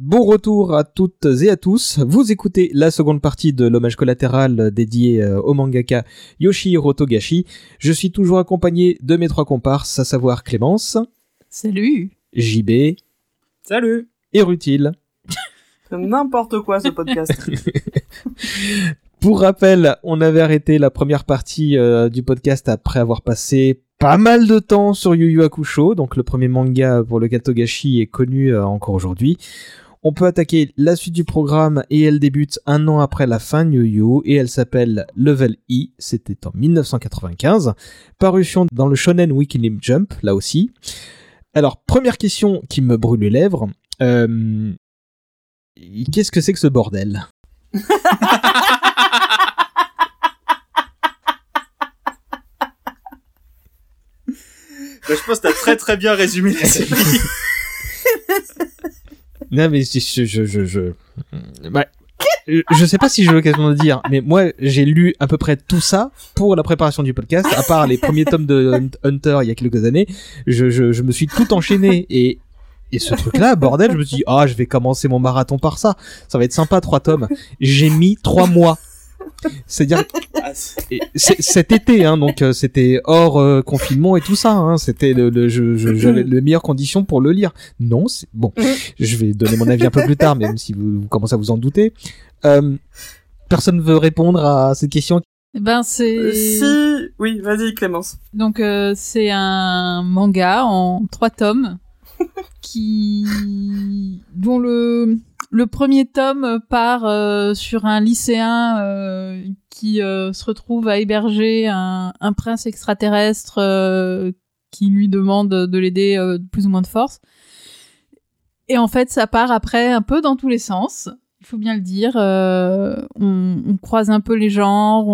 Bon retour à toutes et à tous. Vous écoutez la seconde partie de l'hommage collatéral dédié au mangaka Yoshihiro Togashi. Je suis toujours accompagné de mes 3 comparses, à savoir Clémence. Salut. JB. Salut. Et Rutil. C'est n'importe quoi ce podcast. Pour rappel, on avait arrêté la première partie du podcast après avoir passé pas mal de temps sur Yu Yu Hakusho, donc le premier manga pour lequel Togashi est connu encore aujourd'hui. On peut attaquer la suite du programme et elle débute 1 an après la fin de Yu Yu et elle s'appelle Level E, c'était en 1995, parution dans le Shonen Weekly Jump, là aussi. Alors, première question qui me brûle les lèvres, qu'est-ce que c'est que ce bordel ? Je pense que t'as très très bien résumé la série. Non mais je sais pas si j'ai l'occasion de dire, mais moi j'ai lu à peu près tout ça pour la préparation du podcast, à part les premiers tomes de Hunter il y a quelques années, je me suis tout enchaîné et ce truc-là, bordel, je me suis dit, je vais commencer mon marathon par ça va être sympa, 3 tomes. J'ai mis 3 mois. C'est-à-dire cet été, hein, donc c'était hors confinement et tout ça, hein, c'était j'avais les meilleures conditions pour le lire. Non, c'est bon. Je vais donner mon avis un peu plus tard, même si vous commencez à vous en douter. Personne veut répondre à cette question. Si, oui, vas-y Clémence. Donc c'est un manga en 3 tomes dont le premier tome part sur un lycéen qui se retrouve à héberger un prince extraterrestre qui lui demande de l'aider de plus ou moins de force. Et en fait, ça part après un peu dans tous les sens. Il faut bien le dire. On croise un peu les genres.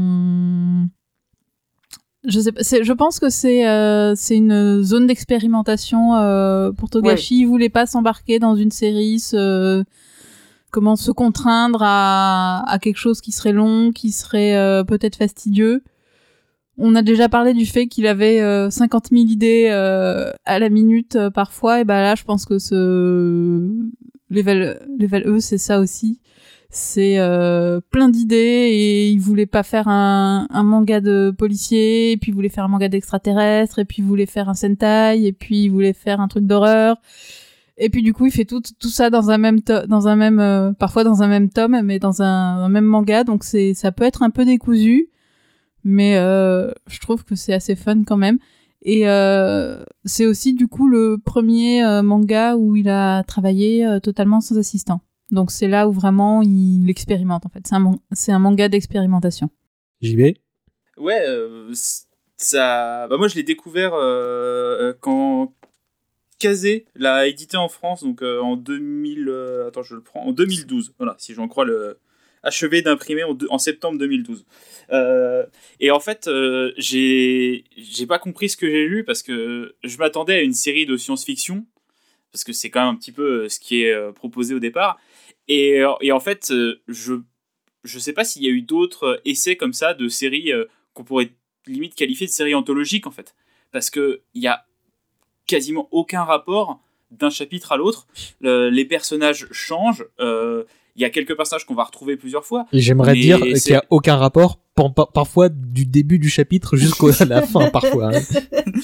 Je sais pas, je pense que c'est une zone d'expérimentation pour Togashi. Ouais. Il voulait pas s'embarquer dans une série, se contraindre à quelque chose qui serait long, qui serait peut-être fastidieux. On a déjà parlé du fait qu'il avait 50 000 idées à la minute parfois, et là je pense que ce Level E c'est ça aussi. C'est plein d'idées et il voulait pas faire un manga de policier, et puis il voulait faire un manga d'extraterrestre, et puis il voulait faire un sentai, et puis il voulait faire un truc d'horreur, et puis du coup il fait tout ça parfois dans un même tome, mais dans un même manga, donc ça peut être un peu décousu, mais je trouve que c'est assez fun quand même. Et c'est aussi du coup le premier manga où il a travaillé totalement sans assistant. Donc c'est là où vraiment il expérimente en fait. C'est un manga d'expérimentation. JB ? Ouais, ça. Moi je l'ai découvert quand Kazé l'a édité en France, donc en 2000. Attends, je le prends en 2012. Voilà, si j'en crois le achevé d'imprimer en septembre 2012. Et en fait, j'ai pas compris ce que j'ai lu parce que je m'attendais à une série de science-fiction parce que c'est quand même un petit peu ce qui est proposé au départ. Et en fait, je sais pas s'il y a eu d'autres essais comme ça de séries qu'on pourrait limite qualifier de séries anthologiques en fait, parce que il y a quasiment aucun rapport d'un chapitre à l'autre. Les personnages changent. Il y a quelques personnages qu'on va retrouver plusieurs fois. Et j'aimerais dire qu'il y a aucun rapport parfois du début du chapitre jusqu'à la fin parfois. Hein.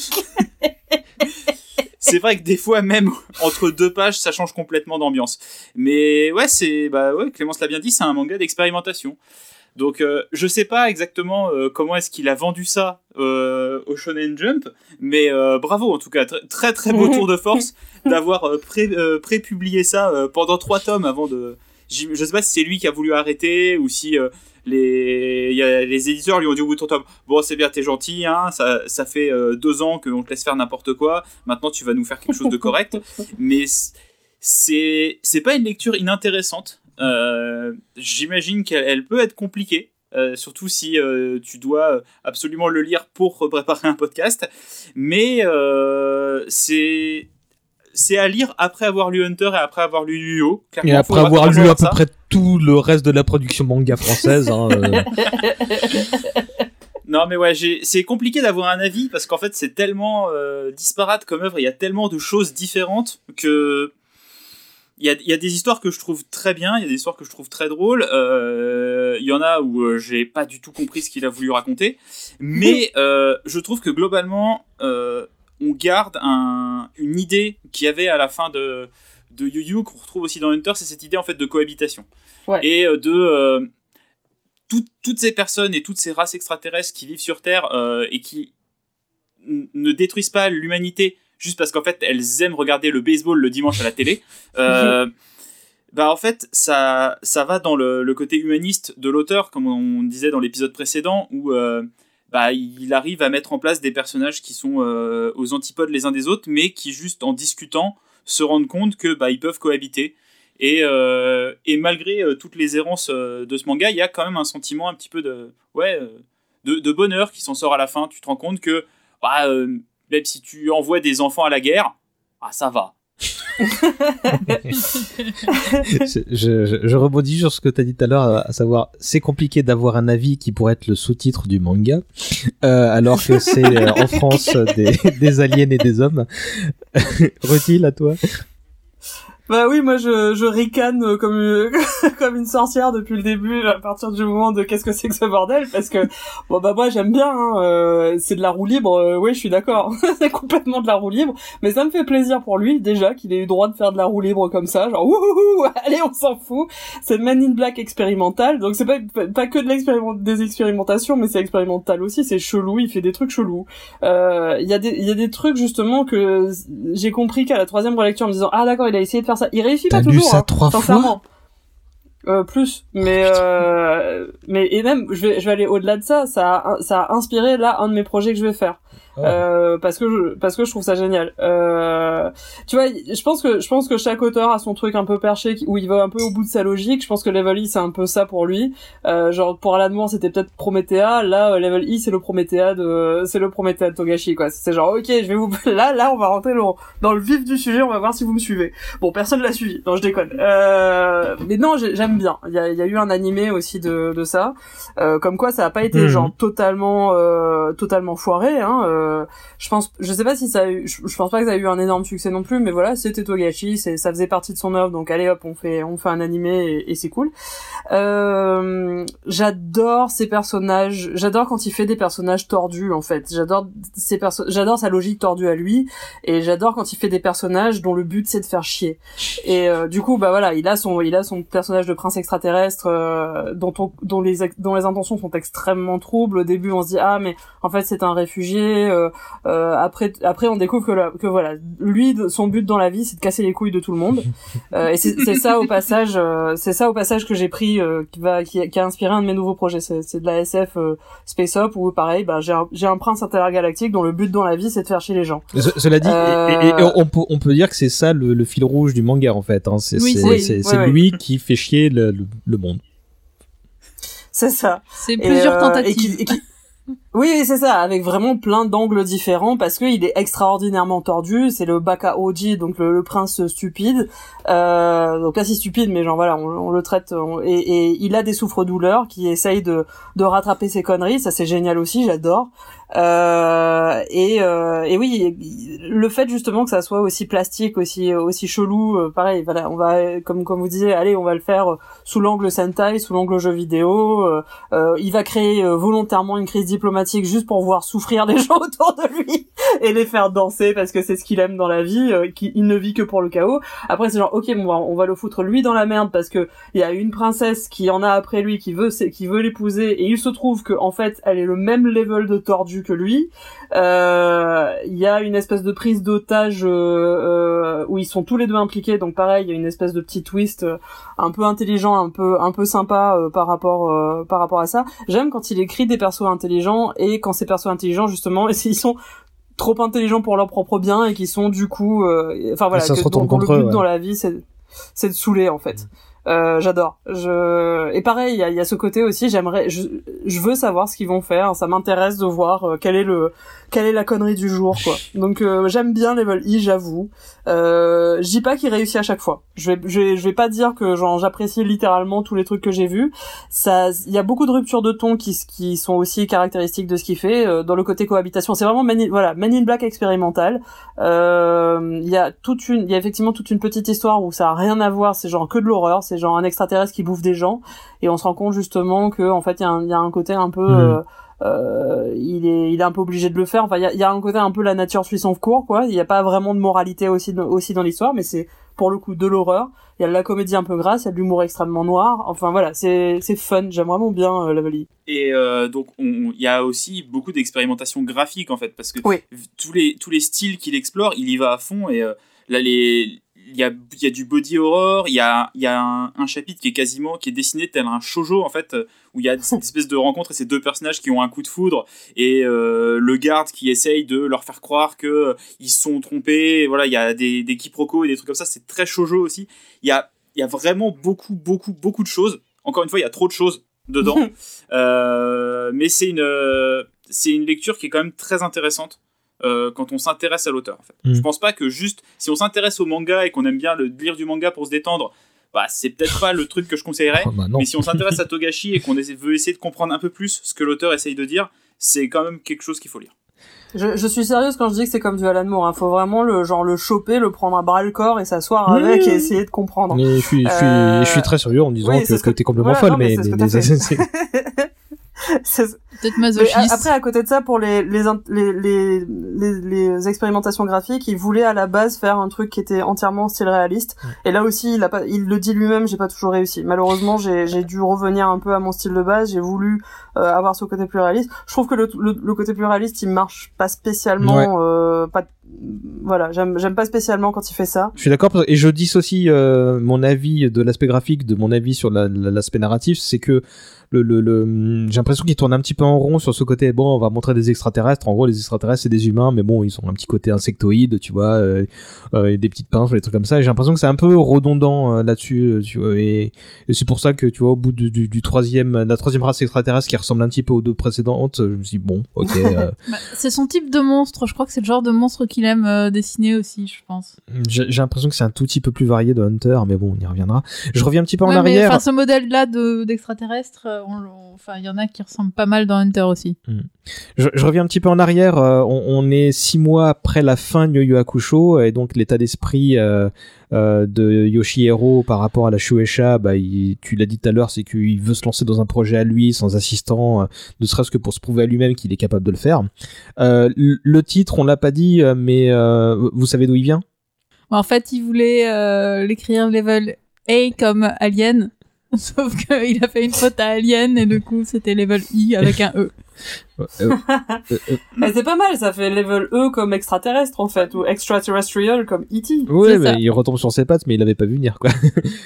C'est vrai que des fois, même entre 2 pages, ça change complètement d'ambiance. Mais ouais, Clémence l'a bien dit, c'est un manga d'expérimentation. Donc, je sais pas exactement comment est-ce qu'il a vendu ça au Shonen Jump, mais bravo en tout cas, très très beau tour de force d'avoir pré-publié ça pendant 3 tomes avant de... Je sais pas si c'est lui qui a voulu arrêter ou si les éditeurs lui ont dit au bout de 3 tomes, bon c'est bien, t'es gentil, hein, ça fait 2 ans qu'on te laisse faire n'importe quoi, maintenant tu vas nous faire quelque chose de correct. Mais c'est pas une lecture inintéressante. J'imagine qu'elle peut être compliquée, surtout si tu dois absolument le lire pour préparer un podcast, mais c'est à lire après avoir lu Hunter et après avoir lu Yu Yu. Et après avoir lu à peu près tout le reste de la production manga française. Non mais ouais, c'est compliqué d'avoir un avis parce qu'en fait c'est tellement disparate comme œuvre, il y a tellement de choses différentes que il y a des histoires que je trouve très bien, il y a des histoires que je trouve très drôles. Il y en a où j'ai pas du tout compris ce qu'il a voulu raconter, mais je trouve que globalement, on garde une idée qu'il y avait à la fin de Yu Yu, qu'on retrouve aussi dans Hunter, c'est cette idée en fait de cohabitation. Ouais. Et de toutes ces personnes et toutes ces races extraterrestres qui vivent sur Terre et qui ne détruisent pas l'humanité juste parce qu'en fait elles aiment regarder le baseball le dimanche à la télé. Bah en fait ça va dans le côté humaniste de l'auteur, comme on disait dans l'épisode précédent, où bah, il arrive à mettre en place des personnages qui sont aux antipodes les uns des autres, mais qui juste en discutant se rendent compte que bah, ils peuvent cohabiter. Et malgré toutes les errances de ce manga, il y a quand même un sentiment un petit peu de bonheur qui s'en sort à la fin. Tu te rends compte que bah, même si tu envoies des enfants à la guerre, ah, ça va. je rebondis sur ce que tu as dit tout à l'heure, à savoir, c'est compliqué d'avoir un avis qui pourrait être le sous-titre du manga, alors que c'est en France des aliens et des hommes. Rutil, à toi. Bah oui, moi je ricane comme une sorcière depuis le début, à partir du moment de qu'est-ce que c'est que ce bordel, parce que bon bah moi j'aime bien, c'est de la roue libre, oui je suis d'accord, c'est complètement de la roue libre, mais ça me fait plaisir pour lui déjà qu'il ait eu droit de faire de la roue libre comme ça, genre wouhou, allez on s'en fout, c'est Men in Black expérimental, donc c'est pas que des expérimentations, mais c'est expérimental aussi, c'est chelou, il fait des trucs chelous. Il y a des trucs justement que j'ai compris qu'à la 3e relecture en me disant ah d'accord il a essayé de faire ça. Il réussit pas toujours. T'as lu ça 3 fois? Plus, mais et même je vais aller au-delà de ça. Ça a inspiré là un de mes projets que je vais faire. Parce que je trouve ça génial. Tu vois, je pense que chaque auteur a son truc un peu perché où il va un peu au bout de sa logique. Je pense que Level E c'est un peu ça pour lui. Genre pour Alan Moore c'était peut-être Promethea. Là Level E c'est le Promethea de Togashi quoi. C'est genre ok je vais vous là on va rentrer dans le vif du sujet. On va voir si vous me suivez. Bon personne l'a suivi. Non je déconne. Mais non j'aime bien. Il y a eu un animé aussi de ça. Comme quoi ça a pas été genre totalement foiré hein. Je sais pas si ça a eu, je pense pas que ça a eu un énorme succès non plus, mais voilà, c'était Togashi, ça faisait partie de son œuvre, donc allez hop, on fait un animé et c'est cool. J'adore ses personnages, j'adore quand il fait des personnages tordus, en fait. J'adore sa logique tordue à lui, et j'adore quand il fait des personnages dont le but c'est de faire chier. Et, du coup, bah voilà, il a son personnage de prince extraterrestre, dont les intentions sont extrêmement troubles. Au début, on se dit, ah, mais en fait, c'est un réfugié, après on découvre que voilà, lui son but dans la vie c'est de casser les couilles de tout le monde. Et c'est ça au passage que j'ai pris qui a inspiré un de mes nouveaux projets, c'est de la SF Space Op où pareil bah j'ai un prince intergalactique dont le but dans la vie c'est de faire chier les gens. Cela dit et on peut dire que c'est ça le fil rouge du manga en fait hein. C'est lui qui fait chier le monde. C'est ça. C'est plusieurs tentatives. Oui, c'est ça, avec vraiment plein d'angles différents, parce qu'il est extraordinairement tordu, c'est le Baka Oji, donc le prince stupide, donc pas si stupide, mais genre voilà, on le traite, et il a des souffres-douleurs qui essayent de rattraper ses conneries, ça c'est génial aussi, j'adore. Et oui, le fait justement que ça soit aussi plastique, aussi chelou, pareil, voilà, on va, comme vous disiez, allez, on va le faire sous l'angle Sentai, sous l'angle jeu vidéo, il va créer volontairement une crise diplomatique juste pour voir souffrir les gens autour de lui et les faire danser parce que c'est ce qu'il aime dans la vie, il ne vit que pour le chaos. Après c'est genre ok on va le foutre lui dans la merde parce que il y a une princesse qui en a après lui qui veut l'épouser et il se trouve que en fait elle est le même level de tordu que lui. Il y a une espèce de prise d'otage où ils sont tous les deux impliqués, donc pareil il y a une espèce de petit twist un peu intelligent, un peu sympa par rapport à ça. J'aime quand il écrit des persos intelligents et quand ces persos intelligents justement ils sont trop intelligents pour leur propre bien et qui sont du coup enfin voilà ça que, dont le but dans la vie c'est de saouler en fait. J'adore. Et pareil, il y a ce côté aussi, je veux savoir ce qu'ils vont faire, ça m'intéresse de voir quelle est la connerie du jour, quoi. Donc j'aime bien Level E, j'avoue. Je dis pas qu'il réussit à chaque fois. Je vais pas dire que genre j'apprécie littéralement tous les trucs que j'ai vus. Il y a beaucoup de ruptures de ton qui sont aussi caractéristiques de ce qu'il fait dans le côté cohabitation. C'est vraiment Men in Black expérimental. Il y a effectivement toute une petite histoire où ça a rien à voir, c'est genre que de l'horreur, c'est genre un extraterrestre qui bouffe des gens, et on se rend compte justement que en fait il y a un côté un peu il est un peu obligé de le faire. Enfin, il y a un côté un peu la nature suit son cours, quoi. Il y a pas vraiment de moralité aussi dans l'histoire, mais c'est pour le coup de l'horreur. Il y a de la comédie un peu grasse, il y a de l'humour extrêmement noir. Enfin voilà, c'est fun. J'aime vraiment bien Level E. Et donc il y a aussi beaucoup d'expérimentation graphique en fait, parce que oui. tous les styles qu'il explore, il y va à fond. Et là il y a du body horror, il y a un chapitre qui est dessiné tel un shoujo en fait, où il y a cette espèce de rencontre et ces deux personnages qui ont un coup de foudre, et le garde qui essaye de leur faire croire que ils se sont trompés. Et voilà, il y a des quiproquos et des trucs comme ça. C'est très shoujo aussi. Il y a vraiment beaucoup de choses. Encore une fois, il y a trop de choses dedans. Mais c'est une lecture qui est quand même très intéressante. Quand on s'intéresse à l'auteur en fait. Je pense pas que juste si on s'intéresse au manga et qu'on aime bien lire du manga pour se détendre, c'est peut-être pas le truc que je conseillerais. Mais si on s'intéresse à Togashi et qu'on veut essayer de comprendre un peu plus ce que l'auteur essaye de dire, c'est quand même quelque chose qu'il faut lire. Je suis sérieuse quand je dis que c'est comme du Alan Moore, hein. Faut vraiment le choper, le prendre à bras le corre et s'asseoir avec et essayer de comprendre. Mais je suis très sérieux en disant que t'es complètement folle, non, mais c'est peut-être masochiste. Après, à côté de ça, pour les expérimentations graphiques, il voulait à la base faire un truc qui était entièrement en style réaliste. Et là aussi, il le dit lui-même, j'ai pas toujours réussi. Malheureusement, j'ai dû revenir un peu à mon style de base. J'ai voulu avoir ce côté plus réaliste. Je trouve que le côté plus réaliste, il marche pas spécialement. Voilà, j'aime pas spécialement quand il fait ça. Je suis d'accord, et je dissocie mon avis de l'aspect graphique de mon avis sur l'aspect narratif. C'est que j'ai l'impression qu'il tourne un petit peu en rond sur ce côté. Bon, on va montrer des extraterrestres. En gros, les extraterrestres, c'est des humains, mais bon, ils ont un petit côté insectoïde, tu vois, et des petites pinces, des trucs comme ça. Et j'ai l'impression que c'est un peu redondant là-dessus, tu vois. Et c'est pour ça que, tu vois, au bout de la troisième race extraterrestre qui ressemble un petit peu aux deux précédentes, je me suis dit, bon, ok. C'est son type de monstre. Je crois que c'est le genre de monstre qu'il aime dessiner aussi, je pense. J'ai l'impression que c'est un tout petit peu plus varié de Hunter, mais bon, on y reviendra. Je reviens un petit peu en arrière. Enfin, ce modèle-là d'extraterrestre, il y en a qui ressemblent pas mal dans Hunter aussi. Je reviens un petit peu en arrière. On est 6 mois après la fin de Yu Yu Hakusho, et donc l'état d'esprit de Yoshihiro par rapport à la Shueisha, tu l'as dit tout à l'heure, c'est qu'il veut se lancer dans un projet à lui, sans assistant, ne serait-ce que pour se prouver à lui-même qu'il est capable de le faire. Le titre, on l'a pas dit, mais vous savez d'où il vient ? En fait, il voulait l'écrire Level A comme Alien. Sauf qu'il a fait une faute à Alien et du coup c'était Level E avec un E. C'est pas mal, ça fait Level E comme extraterrestre en fait, ou extraterrestrial comme E.T. Oui, mais il retombe sur ses pattes, mais il l'avait pas vu venir, quoi.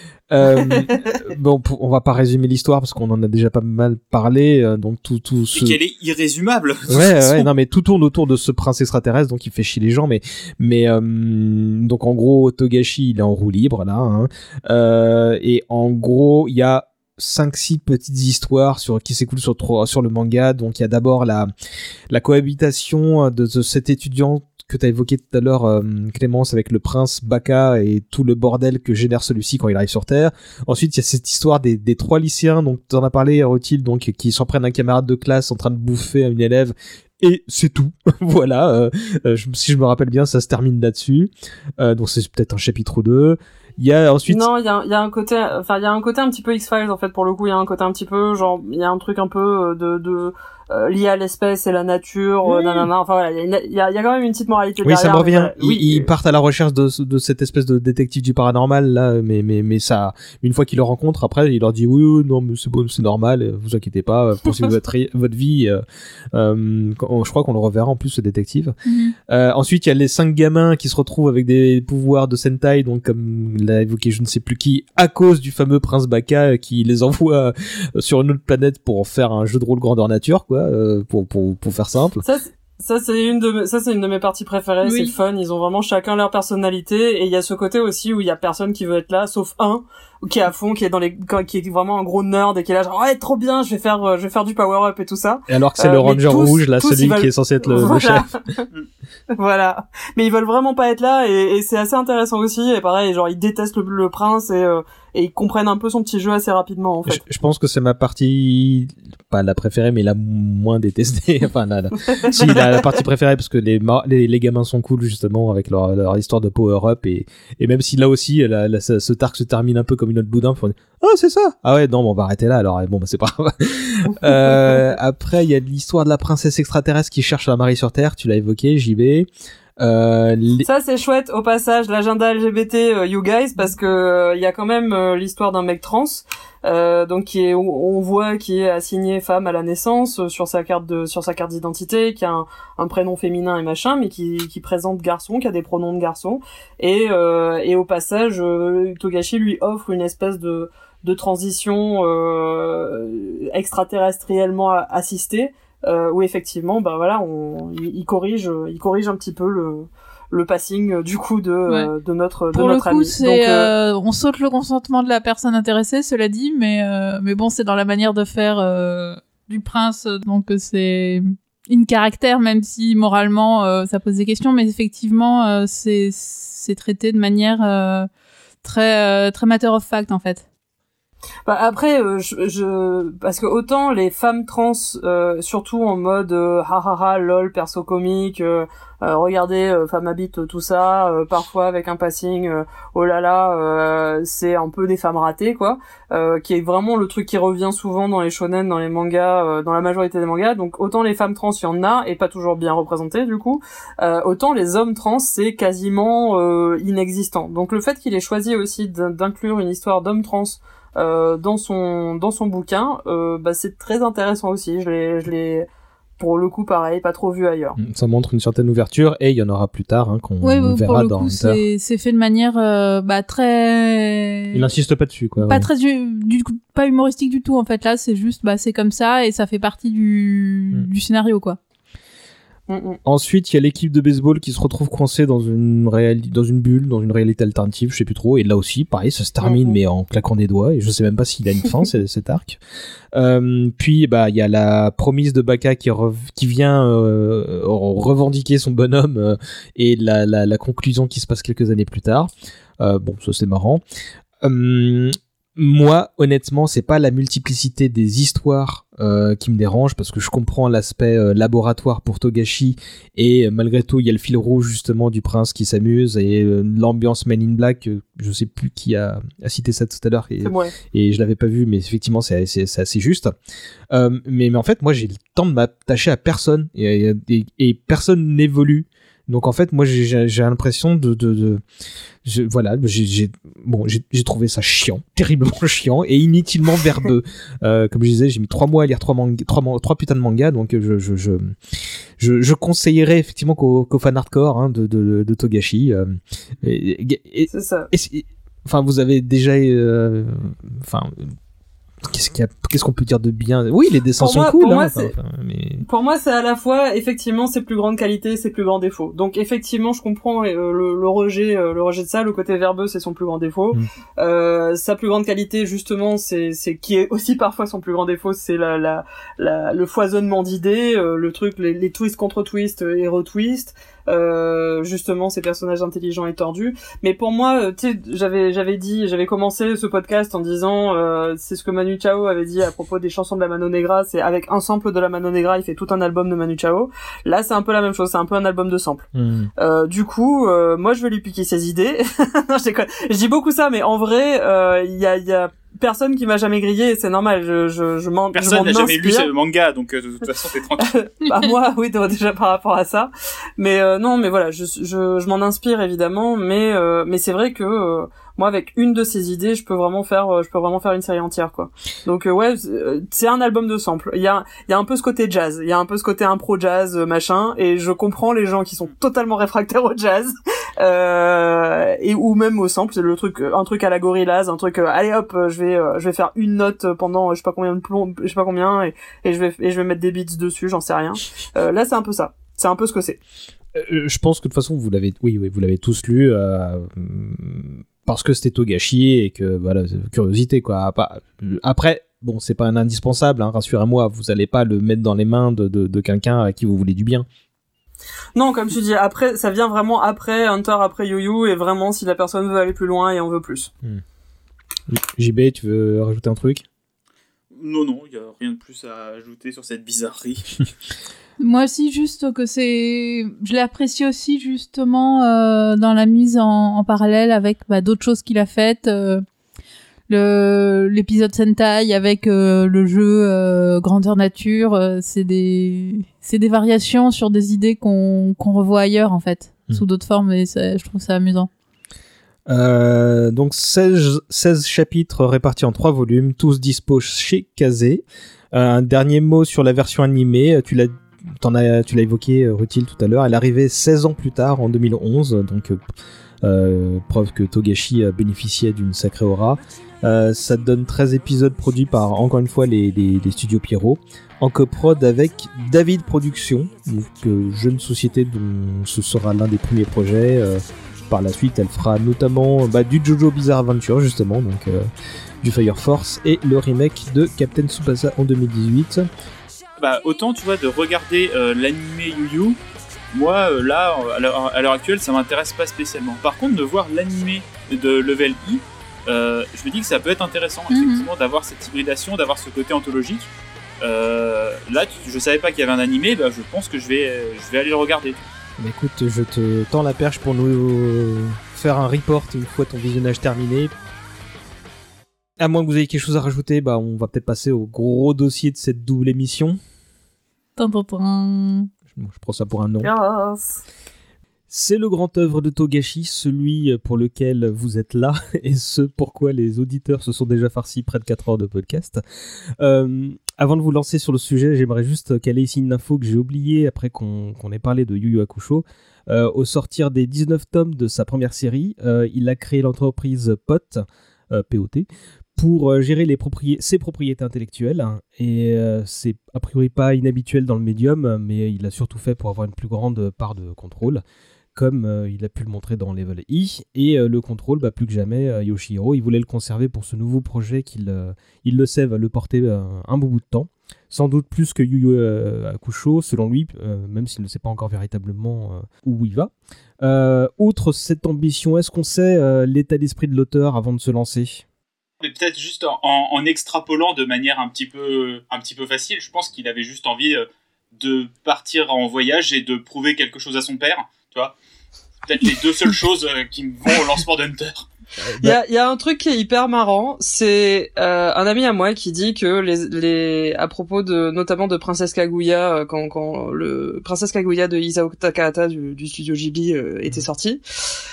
Bon, on va pas résumer l'histoire parce qu'on en a déjà pas mal parlé, donc tout et qu'elle est irrésumable. Ouais, non, mais tout tourne autour de ce prince extraterrestre, donc il fait chier les gens, mais donc en gros, Togashi, il est en roue libre, là, hein, et en gros, il y a 5-6 petites histoires qui s'écoulent sur le manga. Donc il y a d'abord la cohabitation de cet étudiant que tu as évoqué tout à l'heure, Clémence, avec le prince Baka et tout le bordel que génère celui-ci quand il arrive sur Terre. Ensuite, il y a cette histoire des 3 lycéens, donc tu en as parlé, Rothil, donc qui s'en prennent un camarade de classe en train de bouffer à une élève. Et c'est tout. Voilà. Si je me rappelle bien, ça se termine là-dessus. Donc c'est peut-être un chapitre 2. Il y a ensuite... Non, il y a un côté, il y a un côté un petit peu X-Files, en fait, pour le coup, il y a un côté un petit peu, genre, il y a un truc un peu lié à l'espèce et la nature, nanana, enfin voilà, il y a quand même une petite moralité derrière. Oui, ça me revient. Oui, ils partent à la recherche de cette espèce de détective du paranormal, là, mais ça, une fois qu'ils le rencontrent, après, il leur dit oui, non, mais c'est bon, c'est normal, vous inquiétez pas, poursuivez votre vie, je crois qu'on le reverra en plus, ce détective. Ensuite, il y a les 5 gamins qui se retrouvent avec des pouvoirs de Sentai, donc comme l'a évoqué je ne sais plus qui, à cause du fameux prince Baka qui les envoie sur une autre planète pour faire un jeu de rôle grandeur nature, quoi, pour faire simple. Ça c'est une de mes parties préférées, oui. C'est fun, ils ont vraiment chacun leur personnalité et il y a ce côté aussi où il y a personne qui veut être là sauf un qui est à fond, qui est vraiment un gros nerd et qui est là genre ouais trop bien, je vais faire du power up et tout ça. Et alors que c'est le Ranger rouge là, celui qui est censé être le chef. Voilà. Mais ils veulent vraiment pas être là et c'est assez intéressant aussi. Et pareil, genre ils détestent le prince et ils comprennent un peu son petit jeu assez rapidement en fait. Je pense que c'est ma partie, pas la préférée mais la moins détestée. Enfin si la partie préférée parce que les gamins sont cool justement avec leur histoire de power up et même si là aussi ce arc se termine un peu comme une autre boudin pour dire oh c'est ça, ah ouais non bon, on va arrêter là alors bon bah c'est pas grave. Après il y a l'histoire de la princesse extraterrestre qui cherche la Marie sur Terre, tu l'as évoqué JB. Ça c'est chouette au passage l'agenda LGBT you guys parce que il y a quand même l'histoire d'un mec trans donc on voit qui est assigné femme à la naissance sur sa carte d'identité, qui a un prénom féminin et machin mais qui présente garçon, qui a des pronoms de garçon et au passage Togashi lui offre une espèce de transition extraterrestriellement assistée où effectivement bah voilà il corrige un petit peu le passing du coup de notre pour le coup ami. c'est on saute le consentement de la personne intéressée cela dit mais bon c'est dans la manière de faire du prince donc c'est une caractère même si moralement ça pose des questions mais effectivement c'est traité de manière très matter of fact en fait. Bah après parce que autant les femmes trans surtout en mode ha lol perso comique regardez femme habite tout ça parfois avec un passing oh là là c'est un peu des femmes ratées quoi qui est vraiment le truc qui revient souvent dans les shonen, dans les mangas, dans la majorité des mangas. Donc autant les femmes trans il y en a et pas toujours bien représentées du coup, autant les hommes trans c'est quasiment inexistant. Donc le fait qu'il ait choisi aussi d'inclure une histoire d'hommes trans dans son bouquin bah c'est très intéressant aussi. Je l'ai pour le coup pareil pas trop vu ailleurs. Ça montre une certaine ouverture et il y en aura plus tard qu'on verra pour le dans coup, c'est fait de manière très il insiste pas dessus quoi pas ouais. très du coup pas humoristique du tout en fait là c'est juste c'est comme ça et ça fait partie du scénario quoi. Ensuite, il y a l'équipe de baseball qui se retrouve coincée dans une bulle, dans une réalité alternative, je sais plus trop. Et là aussi, pareil, ça se termine mais en claquant des doigts. Et je sais même pas s'il a une fin cet arc. Puis, bah, il y a la promise de Baka qui vient revendiquer son bonhomme et la conclusion qui se passe quelques années plus tard. Bon, ça c'est marrant. Moi, honnêtement, c'est pas la multiplicité des histoires qui me dérange parce que je comprends l'aspect laboratoire pour Togashi et malgré tout, il y a le fil rouge justement du prince qui s'amuse et l'ambiance Men in Black. Je sais plus qui a cité ça tout à l'heure et je l'avais pas vu, mais effectivement, c'est assez juste. Mais en fait, moi, j'ai le temps de m'attacher à personne et personne n'évolue. Donc en fait, moi j'ai l'impression j'ai trouvé ça chiant, terriblement chiant et inutilement verbeux. Comme je disais, j'ai mis 3 mois à lire 3 putains de mangas, donc je conseillerais effectivement qu'au fan hardcore de Togashi. C'est ça. Enfin, vous avez déjà qu'est-ce qu'on peut dire de bien? Oui, les dessins sont cool. Pour moi, c'est à la fois, effectivement, ses plus grandes qualités, ses plus grands défauts. Donc, effectivement, je comprends le rejet de ça. Le côté verbeux, c'est son plus grand défaut. Sa plus grande qualité, justement, c'est qui est aussi parfois son plus grand défaut, c'est le foisonnement d'idées, le truc, les twists contre twists et retwists. Justement ces personnages intelligents et tordus. Mais pour moi, tu sais, j'avais commencé ce podcast en disant c'est ce que Manu Chao avait dit à propos des chansons de la Mano Negra, c'est avec un sample de la Mano Negra, il fait tout un album de Manu Chao. Là, c'est un peu la même chose, c'est un peu un album de samples. Du coup, moi je vais lui piquer ses idées. Non, je déconne. Je dis beaucoup ça, mais en vrai, il y a personne qui m'a jamais grillé, c'est normal. Personne n'a jamais lu ce manga, donc de toute façon t'es tranquille. Bah moi, oui, déjà par rapport à ça. Mais non, mais voilà, je m'en inspire évidemment, mais c'est vrai que moi, avec une de ces idées, je peux vraiment faire une série entière, quoi. Donc ouais, c'est un album de samples. Il y a un peu ce côté jazz, il y a un peu ce côté impro jazz machin, et je comprends les gens qui sont totalement réfractaires au jazz. Et ou même au sample, c'est un truc à la Gorillaz, un truc allez hop, je vais faire une note pendant je sais pas combien et je vais mettre des beats dessus, j'en sais rien. Là c'est un peu ça, c'est un peu ce que c'est. Je pense que de toute façon vous l'avez tous lu. parce que c'était Togashi et que voilà, curiosité quoi. Après, bon, c'est pas un indispensable, hein, rassurez-moi, vous allez pas le mettre dans les mains de quelqu'un à qui vous voulez du bien. Non, comme tu dis, après, ça vient vraiment après Hunter, après Yu-Yu, et vraiment si la personne veut aller plus loin et en veut plus. JB, tu veux rajouter un truc ? Non, il y a rien de plus à ajouter sur cette bizarrerie. Moi aussi, juste que je l'ai apprécié aussi justement dans la mise en parallèle avec d'autres choses qu'il a faites. L'épisode Sentai avec le jeu Grandeur Nature, c'est des variations sur des idées qu'on revoit ailleurs en fait, sous d'autres formes, et je trouve ça amusant. Donc 16 chapitres répartis en 3 volumes, tous dispo chez Kazé. Un dernier mot sur la version animée, tu l'as évoqué, Rutil, tout à l'heure. Elle est arrivée 16 ans plus tard, en 2011, donc preuve que Togashi bénéficiait d'une sacrée aura. Ça donne 13 épisodes produits par, encore une fois, les studios Pierrot, en coprod avec David Productions, donc jeune société dont ce sera l'un des premiers projets. Par la suite, elle fera notamment du JoJo Bizarre Adventure, justement, donc du Fire Force, et le remake de Captain Tsubasa en 2018. Autant, tu vois, de regarder l'animé Yu-Yu, moi, là, à l'heure actuelle, ça m'intéresse pas spécialement. Par contre, de voir l'animé de Level E, je me dis que ça peut être intéressant, effectivement, d'avoir cette hybridation, d'avoir ce côté anthologique. Là, je savais pas qu'il y avait un animé, je pense que je vais aller le regarder. Mais écoute, je te tends la perche pour nous faire un report une fois ton visionnage terminé. À moins que vous ayez quelque chose à rajouter, on va peut-être passer au gros dossier de cette double émission. Je prends ça pour un non. Yes. C'est le grand œuvre de Togashi, celui pour lequel vous êtes là, et ce pourquoi les auditeurs se sont déjà farcis près de 4 heures de podcast. Avant de vous lancer sur le sujet, j'aimerais juste caler ici une info que j'ai oubliée après qu'on ait parlé de Yu Yu Hakusho. Au sortir des 19 tomes de sa première série, il a créé l'entreprise POT, POT, pour gérer ses propriétés intellectuelles, hein, et c'est a priori pas inhabituel dans le médium, mais il a surtout fait pour avoir une plus grande part de contrôle, comme il a pu le montrer dans Level E, et le contrôle, plus que jamais, Yoshihiro, il voulait le conserver pour ce nouveau projet qu'il le sait va le porter un bon bout de temps, sans doute plus que Yu Yu Hakusho, selon lui, même s'il ne sait pas encore véritablement où il va. Outre cette ambition, est-ce qu'on sait l'état d'esprit de l'auteur avant de se lancer ? Mais peut-être juste en extrapolant de manière un petit peu facile, je pense qu'il avait juste envie de partir en voyage et de prouver quelque chose à son père, tu vois. Peut-être les deux seules choses qui vont au lancement d'Hunter. Il y a un truc qui est hyper marrant, c'est un ami à moi qui dit que à propos notamment de Princesse Kaguya, quand le Princesse Kaguya de Isao Takahata du studio Ghibli était sorti.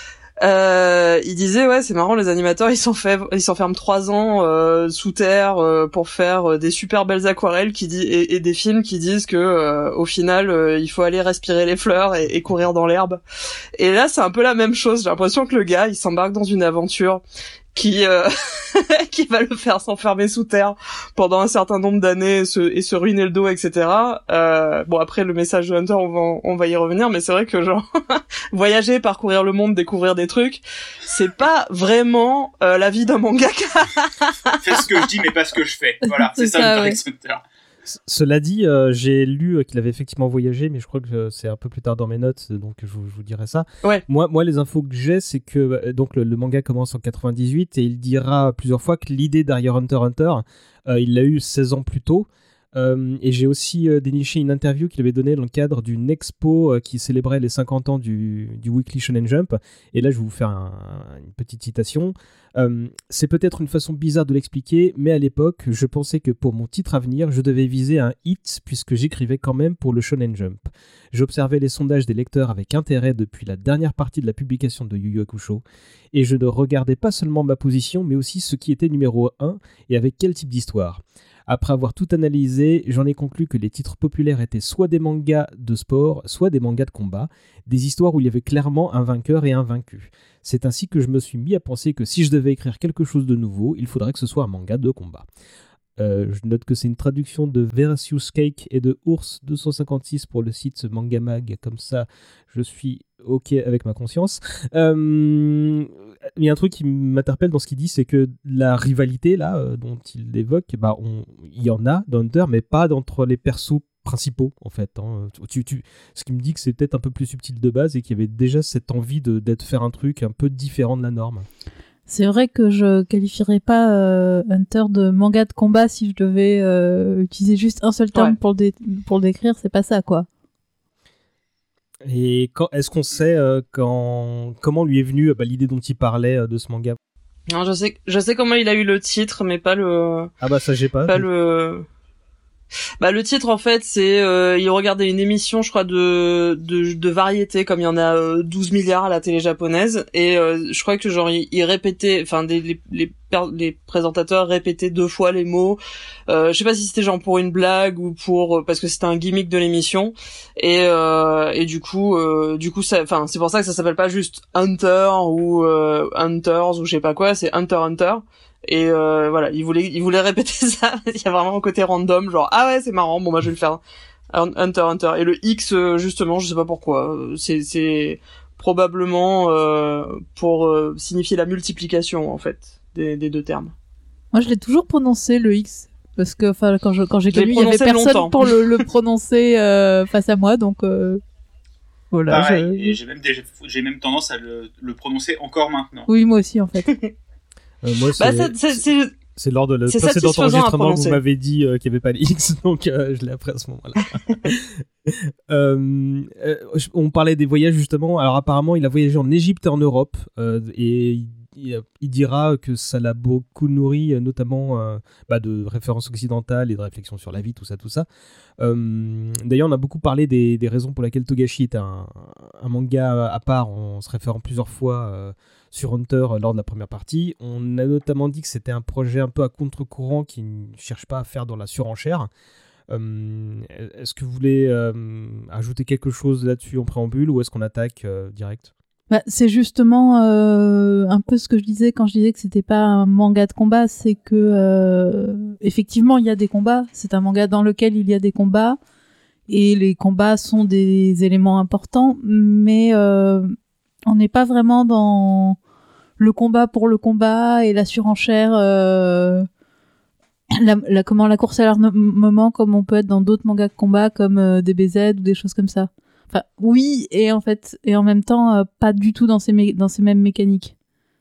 Il disait c'est marrant, les animateurs ils s'enferment 3 ans sous terre pour faire des super belles aquarelles et des films qui disent que au final il faut aller respirer les fleurs et courir dans l'herbe. Et là c'est un peu la même chose, j'ai l'impression que le gars il s'embarque dans une aventure qui va le faire s'enfermer sous terre pendant un certain nombre d'années et se ruiner le dos, etc. Bon, après le message de Hunter, on va y revenir, mais c'est vrai que genre voyager, parcourir le monde, découvrir des trucs, c'est pas vraiment la vie d'un mangaka. Fais ce que je dis, mais pas ce que je fais. Voilà, c'est ça Hunter x Hunter. Cela dit, j'ai lu qu'il avait effectivement voyagé, mais je crois que c'est un peu plus tard dans mes notes, donc je vous dirai ça. Ouais. Moi, les infos que j'ai, c'est que donc le manga commence en 98 et il dira plusieurs fois que l'idée derrière Hunter x Hunter, il l'a eu 16 ans plus tôt. Et j'ai aussi déniché une interview qu'il avait donnée dans le cadre d'une expo qui célébrait les 50 ans du Weekly Shonen Jump. Et là, je vais vous faire une petite citation. C'est peut-être une façon bizarre de l'expliquer, mais à l'époque, je pensais que pour mon titre à venir, je devais viser un hit puisque j'écrivais quand même pour le Shonen Jump. J'observais les sondages des lecteurs avec intérêt depuis la dernière partie de la publication de Yu Yu Hakusho, et je ne regardais pas seulement ma position, mais aussi ce qui était numéro 1 et avec quel type d'histoire. Après avoir tout analysé, j'en ai conclu que les titres populaires étaient soit des mangas de sport, soit des mangas de combat, des histoires où il y avait clairement un vainqueur et un vaincu. C'est ainsi que je me suis mis à penser que si je devais écrire quelque chose de nouveau, il faudrait que ce soit un manga de combat. Je note que c'est une traduction de Versus Cake et de Ours 256 pour le site Manga Mag. Comme ça, je suis OK avec ma conscience. Il y a un truc qui m'interpelle dans ce qu'il dit, c'est que la rivalité là dont il évoque, il y en a dans Hunter, mais pas entre les persos principaux en fait. Ce qui me dit que c'est peut-être un peu plus subtil de base et qu'il y avait déjà cette envie de faire un truc un peu différent de la norme. C'est vrai que je qualifierais pas Hunter de manga de combat si je devais utiliser juste un seul terme pour le décrire, c'est pas ça quoi. Et est-ce qu'on sait comment lui est venue l'idée dont il parlait de ce manga? Non, je sais comment il a eu le titre, mais pas le. Ah bah ça j'ai pas. Le. Bah le titre en fait c'est il regardait une émission je crois de variété comme il y en a 12 milliards à la télé japonaise et je crois que genre il répétait enfin les présentateurs répétaient 2 fois les mots je sais pas si c'était genre pour une blague ou pour parce que c'était un gimmick de l'émission et du coup ça enfin c'est pour ça que ça s'appelle pas juste Hunter ou Hunters ou je sais pas quoi, c'est Hunter Hunter. Et voilà, il voulait répéter ça. Il y a vraiment un côté random, genre ah ouais c'est marrant, bon bah je vais le faire. Hunter Hunter. Et le X justement, je sais pas pourquoi. C'est probablement pour signifier la multiplication en fait des 2 termes. Moi je l'ai toujours prononcé le X parce que enfin quand j'ai connu il y avait personne longtemps pour le prononcer face à moi donc voilà. Pareil, et j'ai même tendance à le prononcer encore maintenant. Oui moi aussi en fait. Moi, c'est lors de le précédent enregistrement que vous m'avez dit qu'il n'y avait pas les X, donc je l'ai appris à ce moment-là. On parlait des voyages justement. Alors apparemment, il a voyagé en Égypte et en Europe, et il dira que ça l'a beaucoup nourri, notamment de références occidentales et de réflexions sur la vie, tout ça. D'ailleurs, on a beaucoup parlé des raisons pour lesquelles Togashi est un manga à part, en se référant plusieurs fois sur Hunter lors de la première partie. On a notamment dit que c'était un projet un peu à contre-courant qui ne cherche pas à faire dans la surenchère. Est-ce que vous voulez ajouter quelque chose là-dessus en préambule ou est-ce qu'on attaque direct ? C'est justement un peu ce que je disais quand je disais que c'était pas un manga de combat, c'est que effectivement il y a des combats, c'est un manga dans lequel il y a des combats et les combats sont des éléments importants, mais on n'est pas vraiment dans le combat pour le combat et la surenchère, la course à l'armement comme on peut être dans d'autres mangas de combat comme DBZ ou des choses comme ça. Enfin, oui, et en même temps, pas du tout dans ces mêmes mécaniques. Faut-il ?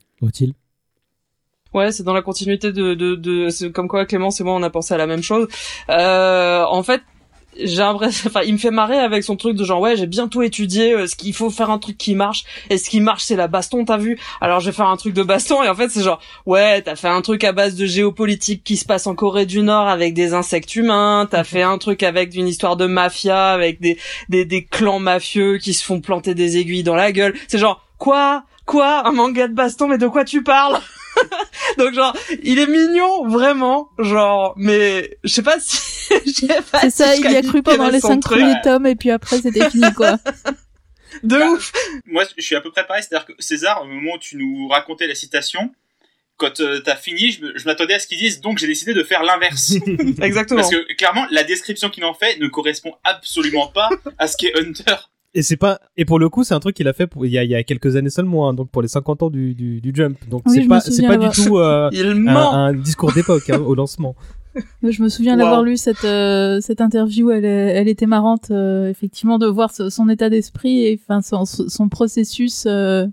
Ouais, c'est dans la continuité de c'est comme quoi Clémence et moi on a pensé à la même chose. En fait, j'ai l'impression, il me fait marrer avec son truc de genre ouais j'ai bien tout étudié, ce qu'il faut faire un truc qui marche et ce qui marche c'est la baston, t'as vu, alors je vais faire un truc de baston et en fait c'est genre ouais t'as fait un truc à base de géopolitique qui se passe en Corée du Nord avec des insectes humains, t'as fait un truc avec une histoire de mafia avec des clans mafieux qui se font planter des aiguilles dans la gueule, c'est genre quoi un manga de baston, mais de quoi tu parles? Donc genre il est mignon vraiment genre, mais je sais pas si c'est ça, il y a cru pendant les 5 premiers tomes et puis après c'était fini quoi. Ouf. Moi je suis à peu près pareil, c'est-à-dire que César, au moment où tu nous racontais la citation, quand t'as fini, je m'attendais à ce qu'ils disent, donc j'ai décidé de faire l'inverse. Exactement. Parce que clairement la description qu'il en fait ne correspond absolument pas à ce qu'est Hunter. Et pour le coup, c'est un truc qu'il a fait il y a quelques années seulement, hein, donc pour les 50 ans du Jump. Donc oui, c'est pas du tout un discours d'époque au lancement. Je me souviens d'avoir lu cette interview, elle était marrante, effectivement, de voir son état d'esprit et enfin son processus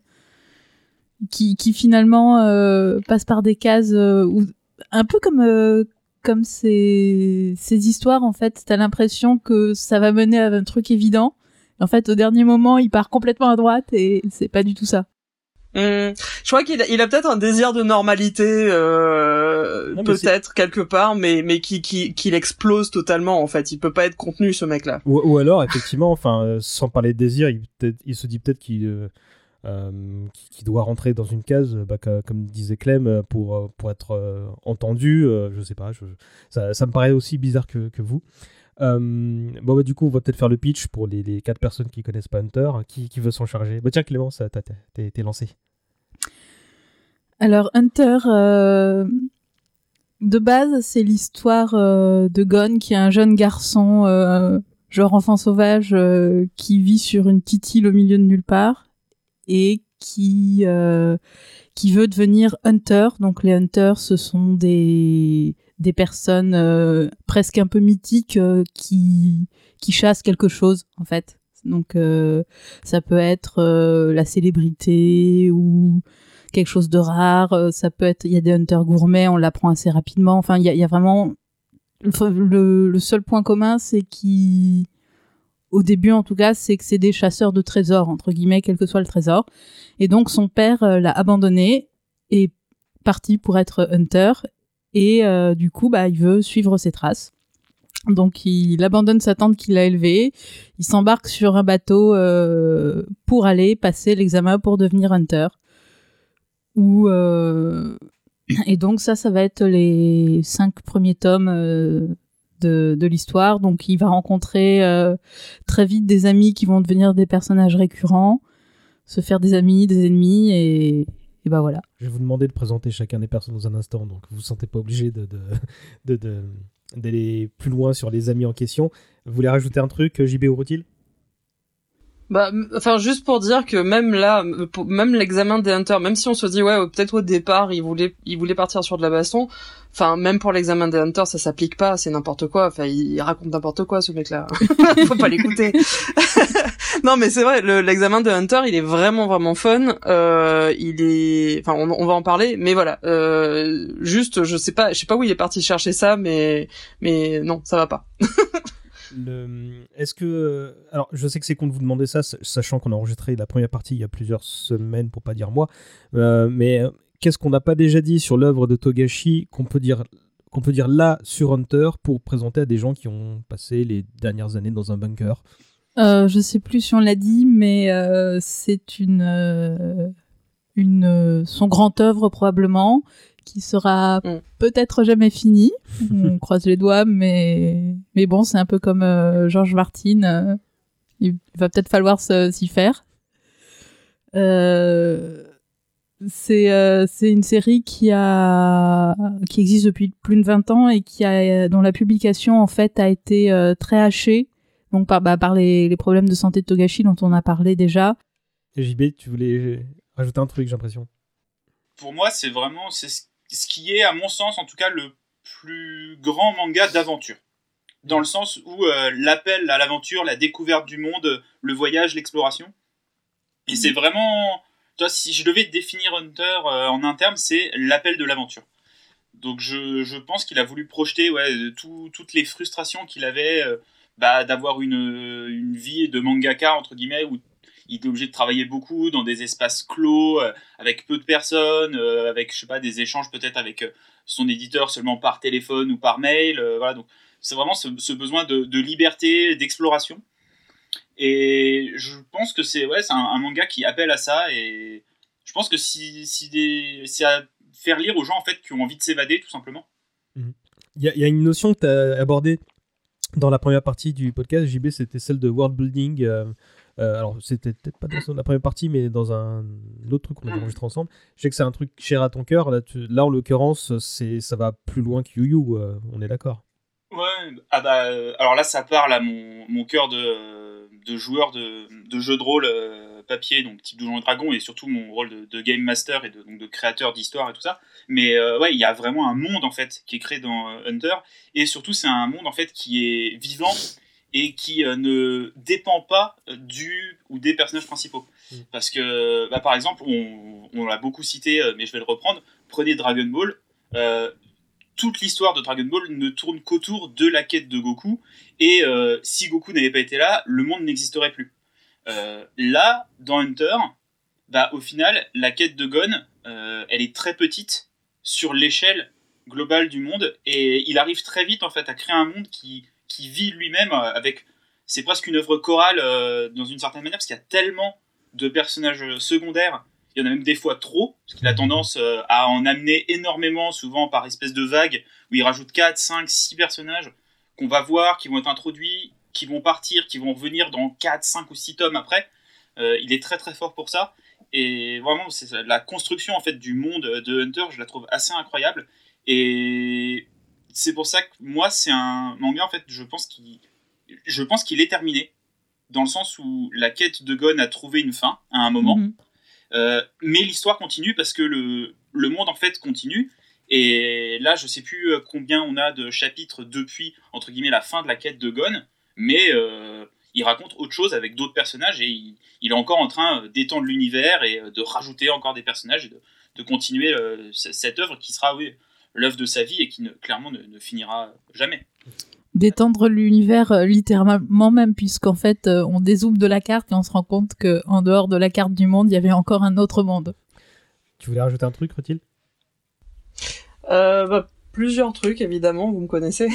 qui finalement passe par des cases où, un peu comme ces histoires, en fait, t'as l'impression que ça va mener à un truc évident. En fait, au dernier moment, il part complètement à droite et c'est pas du tout ça. Je crois qu'il a peut-être un désir de normalité, peut-être quelque part, mais qu'il explose totalement en fait. Il peut pas être contenu ce mec-là. Ou alors effectivement, enfin, sans parler de désir, il se dit peut-être qu'il doit rentrer dans une case, comme disait Clem, pour être entendu. Je sais pas, ça me paraît aussi bizarre que vous. Du coup on va peut-être faire le pitch pour les 4 personnes qui connaissent pas Hunter. Qui veut s'en charger? Tiens Clémence, t'es lancé. Alors Hunter, De base, c'est l'histoire de Gon, qui est un jeune garçon, genre enfant sauvage, qui vit sur une petite île au milieu de nulle part et qui veut devenir hunter. Donc les hunters, ce sont des personnes presque un peu mythiques qui chassent quelque chose en fait. Donc ça peut être la célébrité ou quelque chose de rare, ça peut être, il y a des hunters gourmets, on l'apprend assez rapidement. Enfin, il y a vraiment le seul point commun, c'est au début en tout cas, c'est que c'est des chasseurs de trésors entre guillemets, quel que soit le trésor. Et donc son père l'a abandonné et parti pour être hunter et du coup il veut suivre ses traces. Donc il abandonne sa tante qu'il a élevée, il s'embarque sur un bateau pour aller passer l'examen pour devenir hunter. Et donc ça va être les 5 premiers tomes de l'histoire. Donc il va rencontrer très vite des amis qui vont devenir des personnages récurrents, se faire des amis, des ennemis et bah voilà. Je vais vous demander de présenter chacun des personnages dans un instant, donc vous vous sentez pas obligé d'aller plus loin sur les amis en question. Vous voulez rajouter un truc, JB ou Rothil ? Enfin, juste pour dire que même là, même l'examen des hunters, même si on se dit, ouais, peut-être au départ, il voulait partir sur de la baston, enfin, même pour l'examen des hunters, ça s'applique pas, c'est n'importe quoi, enfin, il raconte n'importe quoi, ce mec-là. Faut pas l'écouter. Non, mais c'est vrai, l'examen des hunters, il est vraiment, vraiment fun, enfin, on va en parler, mais voilà, juste, je sais pas où il est parti chercher ça, mais non, ça va pas. Est-ce que... Alors, je sais que c'est con de vous demander ça, sachant qu'on a enregistré la première partie il y a plusieurs semaines, pour pas dire mois, mais qu'est-ce qu'on n'a pas déjà dit sur l'œuvre de Togashi qu'on peut dire là sur Hunter pour présenter à des gens qui ont passé les dernières années dans un bunker ? Je sais plus si on l'a dit, mais c'est son grand œuvre probablement, qui sera peut-être jamais fini. On croise les doigts, mais bon, c'est un peu comme George Martin. Il va peut-être falloir s'y faire. C'est une série qui existe depuis plus de 20 ans et dont la publication en fait a été très hachée, donc par les problèmes de santé de Togashi dont on a parlé déjà. Et JB, tu voulais rajouter un truc, j'ai l'impression. Pour moi, c'est ce qui est, à mon sens, en tout cas, le plus grand manga d'aventure. Dans le sens où l'appel à l'aventure, la découverte du monde, le voyage, l'exploration. Et c'est vraiment... Toi, si je devais définir Hunter en un terme, c'est l'appel de l'aventure. Donc je pense qu'il a voulu projeter toutes les frustrations qu'il avait d'avoir une vie de mangaka, entre guillemets, où il était obligé de travailler beaucoup dans des espaces clos, avec peu de personnes, avec, je sais pas, des échanges peut-être avec son éditeur seulement par téléphone ou par mail. Voilà, donc c'est vraiment ce besoin de liberté, d'exploration. Et je pense que c'est un manga qui appelle à ça. Et je pense que c'est à faire lire aux gens en fait, qui ont envie de s'évader, tout simplement. Il y a une notion que tu as abordée dans la première partie du podcast, JB, c'était celle de world building. Alors, c'était peut-être pas dans la première partie, mais dans un autre truc qu'on a enregistré ensemble. Je sais que c'est un truc cher à ton cœur. Là, en l'occurrence, ça va plus loin que Yu Yu, on est d'accord. Ouais, alors là, ça parle à mon cœur de joueur de jeux de rôle papier, donc type Donjons et Dragons, et surtout mon rôle de game master et donc de créateur d'histoire et tout ça. Mais il y a vraiment un monde en fait qui est créé dans Hunter, et surtout c'est un monde en fait qui est vivant et qui ne dépend pas du ou des personnages principaux. Parce que par exemple, on l'a beaucoup cité, mais je vais le reprendre. Prenez Dragon Ball. Toute l'histoire de Dragon Ball ne tourne qu'autour de la quête de Goku, et si Goku n'avait pas été là, le monde n'existerait plus. Là, dans Hunter, au final, la quête de Gon, elle est très petite sur l'échelle globale du monde, et il arrive très vite en fait à créer un monde qui vit lui-même avec... C'est presque une œuvre chorale dans une certaine manière, parce qu'il y a tellement de personnages secondaires. Il y en a même des fois trop, parce qu'il a tendance à en amener énormément, souvent par espèce de vague, où il rajoute 4, 5, 6 personnages qu'on va voir, qui vont être introduits, qui vont partir, qui vont revenir dans 4, 5 ou 6 tomes après. Il est très très fort pour ça. Et vraiment, la construction en fait, du monde de Hunter, je la trouve assez incroyable. Et c'est pour ça que moi, c'est un manga, en fait, je pense qu'il est terminé, dans le sens où la quête de Gon a trouvé une fin à un moment, mais l'histoire continue parce que le monde, en fait, continue. Et là, je sais plus combien on a de chapitres depuis, entre guillemets, la fin de la quête de Gon, mais il raconte autre chose avec d'autres personnages et il est encore en train d'étendre l'univers et de rajouter encore des personnages et de continuer cette œuvre qui sera, oui, l'œuvre de sa vie et qui clairement ne finira jamais. D'étendre l'univers littéralement même, puisqu'en fait on dézoome de la carte et on se rend compte qu'en dehors de la carte du monde, il y avait encore un autre monde. Tu voulais rajouter un truc, Rothil ? Plusieurs trucs, évidemment, vous me connaissez.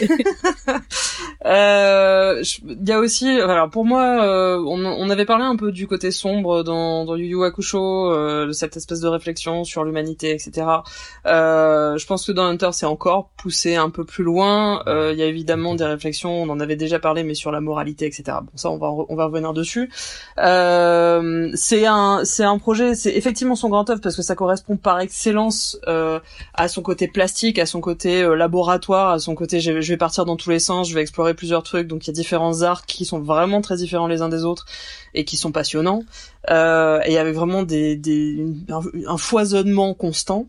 Il y a aussi, alors pour moi, on avait parlé un peu du côté sombre dans Yu Yu Hakusho, de cette espèce de réflexion sur l'humanité, etc. Je pense que dans Hunter, c'est encore poussé un peu plus loin. Il y a évidemment des réflexions, on en avait déjà parlé, mais sur la moralité, etc. Bon, ça, on va revenir dessus. C'est un projet, c'est effectivement son grand œuvre parce que ça correspond par excellence à son côté plastique, à son côté laboratoire, à son côté je vais partir dans tous les sens, je vais explorer plusieurs trucs, donc il y a différents arcs qui sont vraiment très différents les uns des autres et qui sont passionnants, et avec vraiment un foisonnement constant.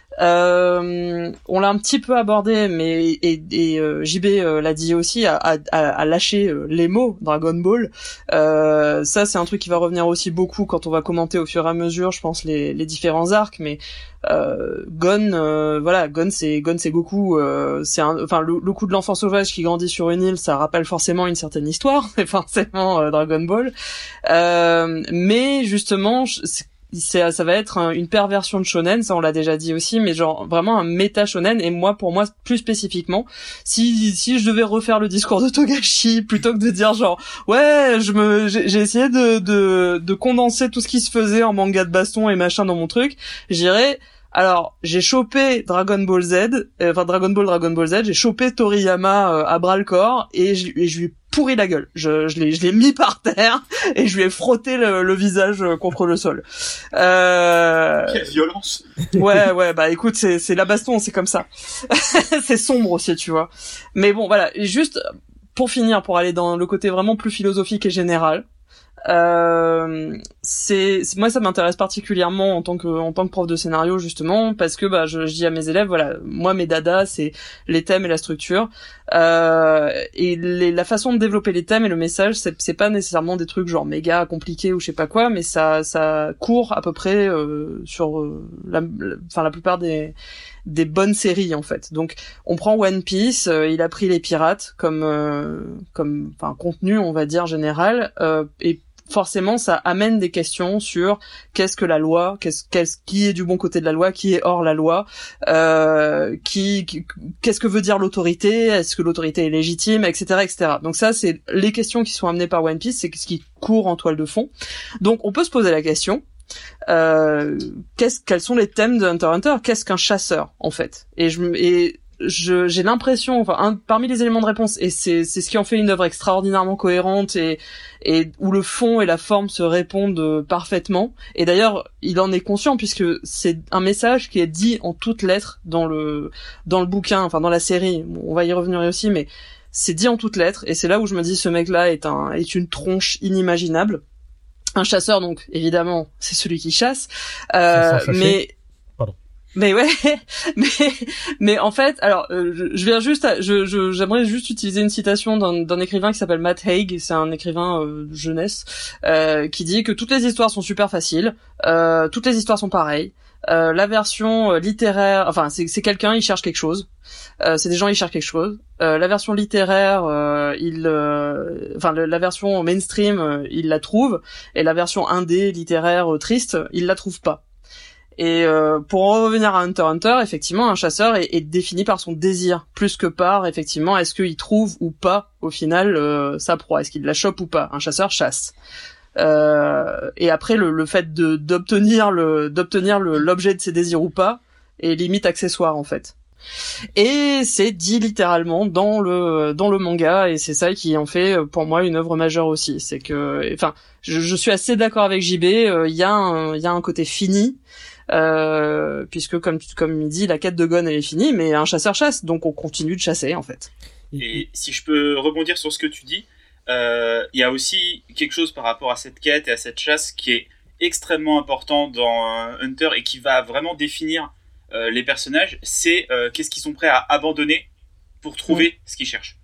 On l'a un petit peu abordé, mais JB l'a dit aussi, a lâché les mots Dragon Ball. Ça c'est un truc qui va revenir aussi beaucoup quand on va commenter au fur et à mesure, je pense, les différents arcs, mais Gon, voilà, Gon c'est Goku, le coup de l'enfant sauvage qui grandit sur une île, ça rappelle forcément une certaine histoire, c'est forcément Dragon Ball, mais justement ça va être une perversion de shonen, ça on l'a déjà dit aussi, mais genre vraiment un méta shonen. Et pour moi plus spécifiquement, si je devais refaire le discours de Togashi, plutôt que de dire genre ouais j'ai essayé de condenser tout ce qui se faisait en manga de baston et machin dans mon truc, j'irais alors j'ai chopé Dragon Ball Z, Dragon Ball Z, j'ai chopé Toriyama à bras le corps et je lui ai pourri la gueule. Je l'ai mis par terre et je lui ai frotté le visage contre le sol. Quelle violence. Ouais, bah écoute, c'est la baston, c'est comme ça. C'est sombre aussi, tu vois. Mais bon, voilà, juste pour finir, pour aller dans le côté vraiment plus philosophique et général, moi ça m'intéresse particulièrement en tant que prof de scénario, justement parce que je dis à mes élèves, voilà, moi mes dadas c'est les thèmes et la structure, et la façon de développer les thèmes et le message, c'est pas nécessairement des trucs genre méga compliqués ou je sais pas quoi, mais ça court à peu près sur la plupart des bonnes séries en fait. Donc on prend One Piece, il a pris les pirates comme contenu, on va dire, général, et forcément ça amène des questions sur qu'est-ce que la loi, qui est du bon côté de la loi, qui est hors la loi, qu'est-ce que veut dire l'autorité, est-ce que l'autorité est légitime, etc. Donc ça c'est les questions qui sont amenées par One Piece, c'est ce qui court en toile de fond. Donc on peut se poser la question, quels sont les thèmes de Hunter x Hunter, qu'est-ce qu'un chasseur en fait, et j'ai l'impression, parmi les éléments de réponse, et c'est ce qui en fait une œuvre extraordinairement cohérente et où le fond et la forme se répondent parfaitement. Et d'ailleurs, il en est conscient puisque c'est un message qui est dit en toutes lettres dans le bouquin, dans la série. On va y revenir aussi, mais c'est dit en toutes lettres, et c'est là où je me dis ce mec-là est une tronche inimaginable. Un chasseur, donc évidemment, c'est celui qui chasse, mais ouais, mais en fait, alors j'aimerais juste utiliser une citation d'un écrivain qui s'appelle Matt Haig, c'est un écrivain jeunesse, qui dit que toutes les histoires sont super faciles, toutes les histoires sont pareilles. La version littéraire, c'est quelqu'un, il cherche quelque chose. C'est des gens, ils cherchent quelque chose. La version littéraire, la version mainstream, il la trouve, et la version indé littéraire triste, il la trouve pas. Et pour en revenir à Hunter x Hunter, effectivement, un chasseur est défini par son désir, plus que par, effectivement, est-ce qu'il trouve ou pas, au final, sa proie, est-ce qu'il la chope ou pas. Un chasseur chasse. Et après, le fait d'obtenir l'objet de ses désirs ou pas est limite accessoire, en fait. Et c'est dit littéralement dans le manga, et c'est ça qui en fait pour moi une œuvre majeure aussi. C'est que, je suis assez d'accord avec JB, il y a un côté fini, puisque comme il dit, la quête de Gon elle est finie, mais un chasseur chasse, donc on continue de chasser en fait. Et si je peux rebondir sur ce que tu dis, il y a aussi quelque chose par rapport à cette quête et à cette chasse qui est extrêmement important dans Hunter et qui va vraiment définir les personnages, c'est qu'est-ce qu'ils sont prêts à abandonner pour trouver ce qu'ils cherchent.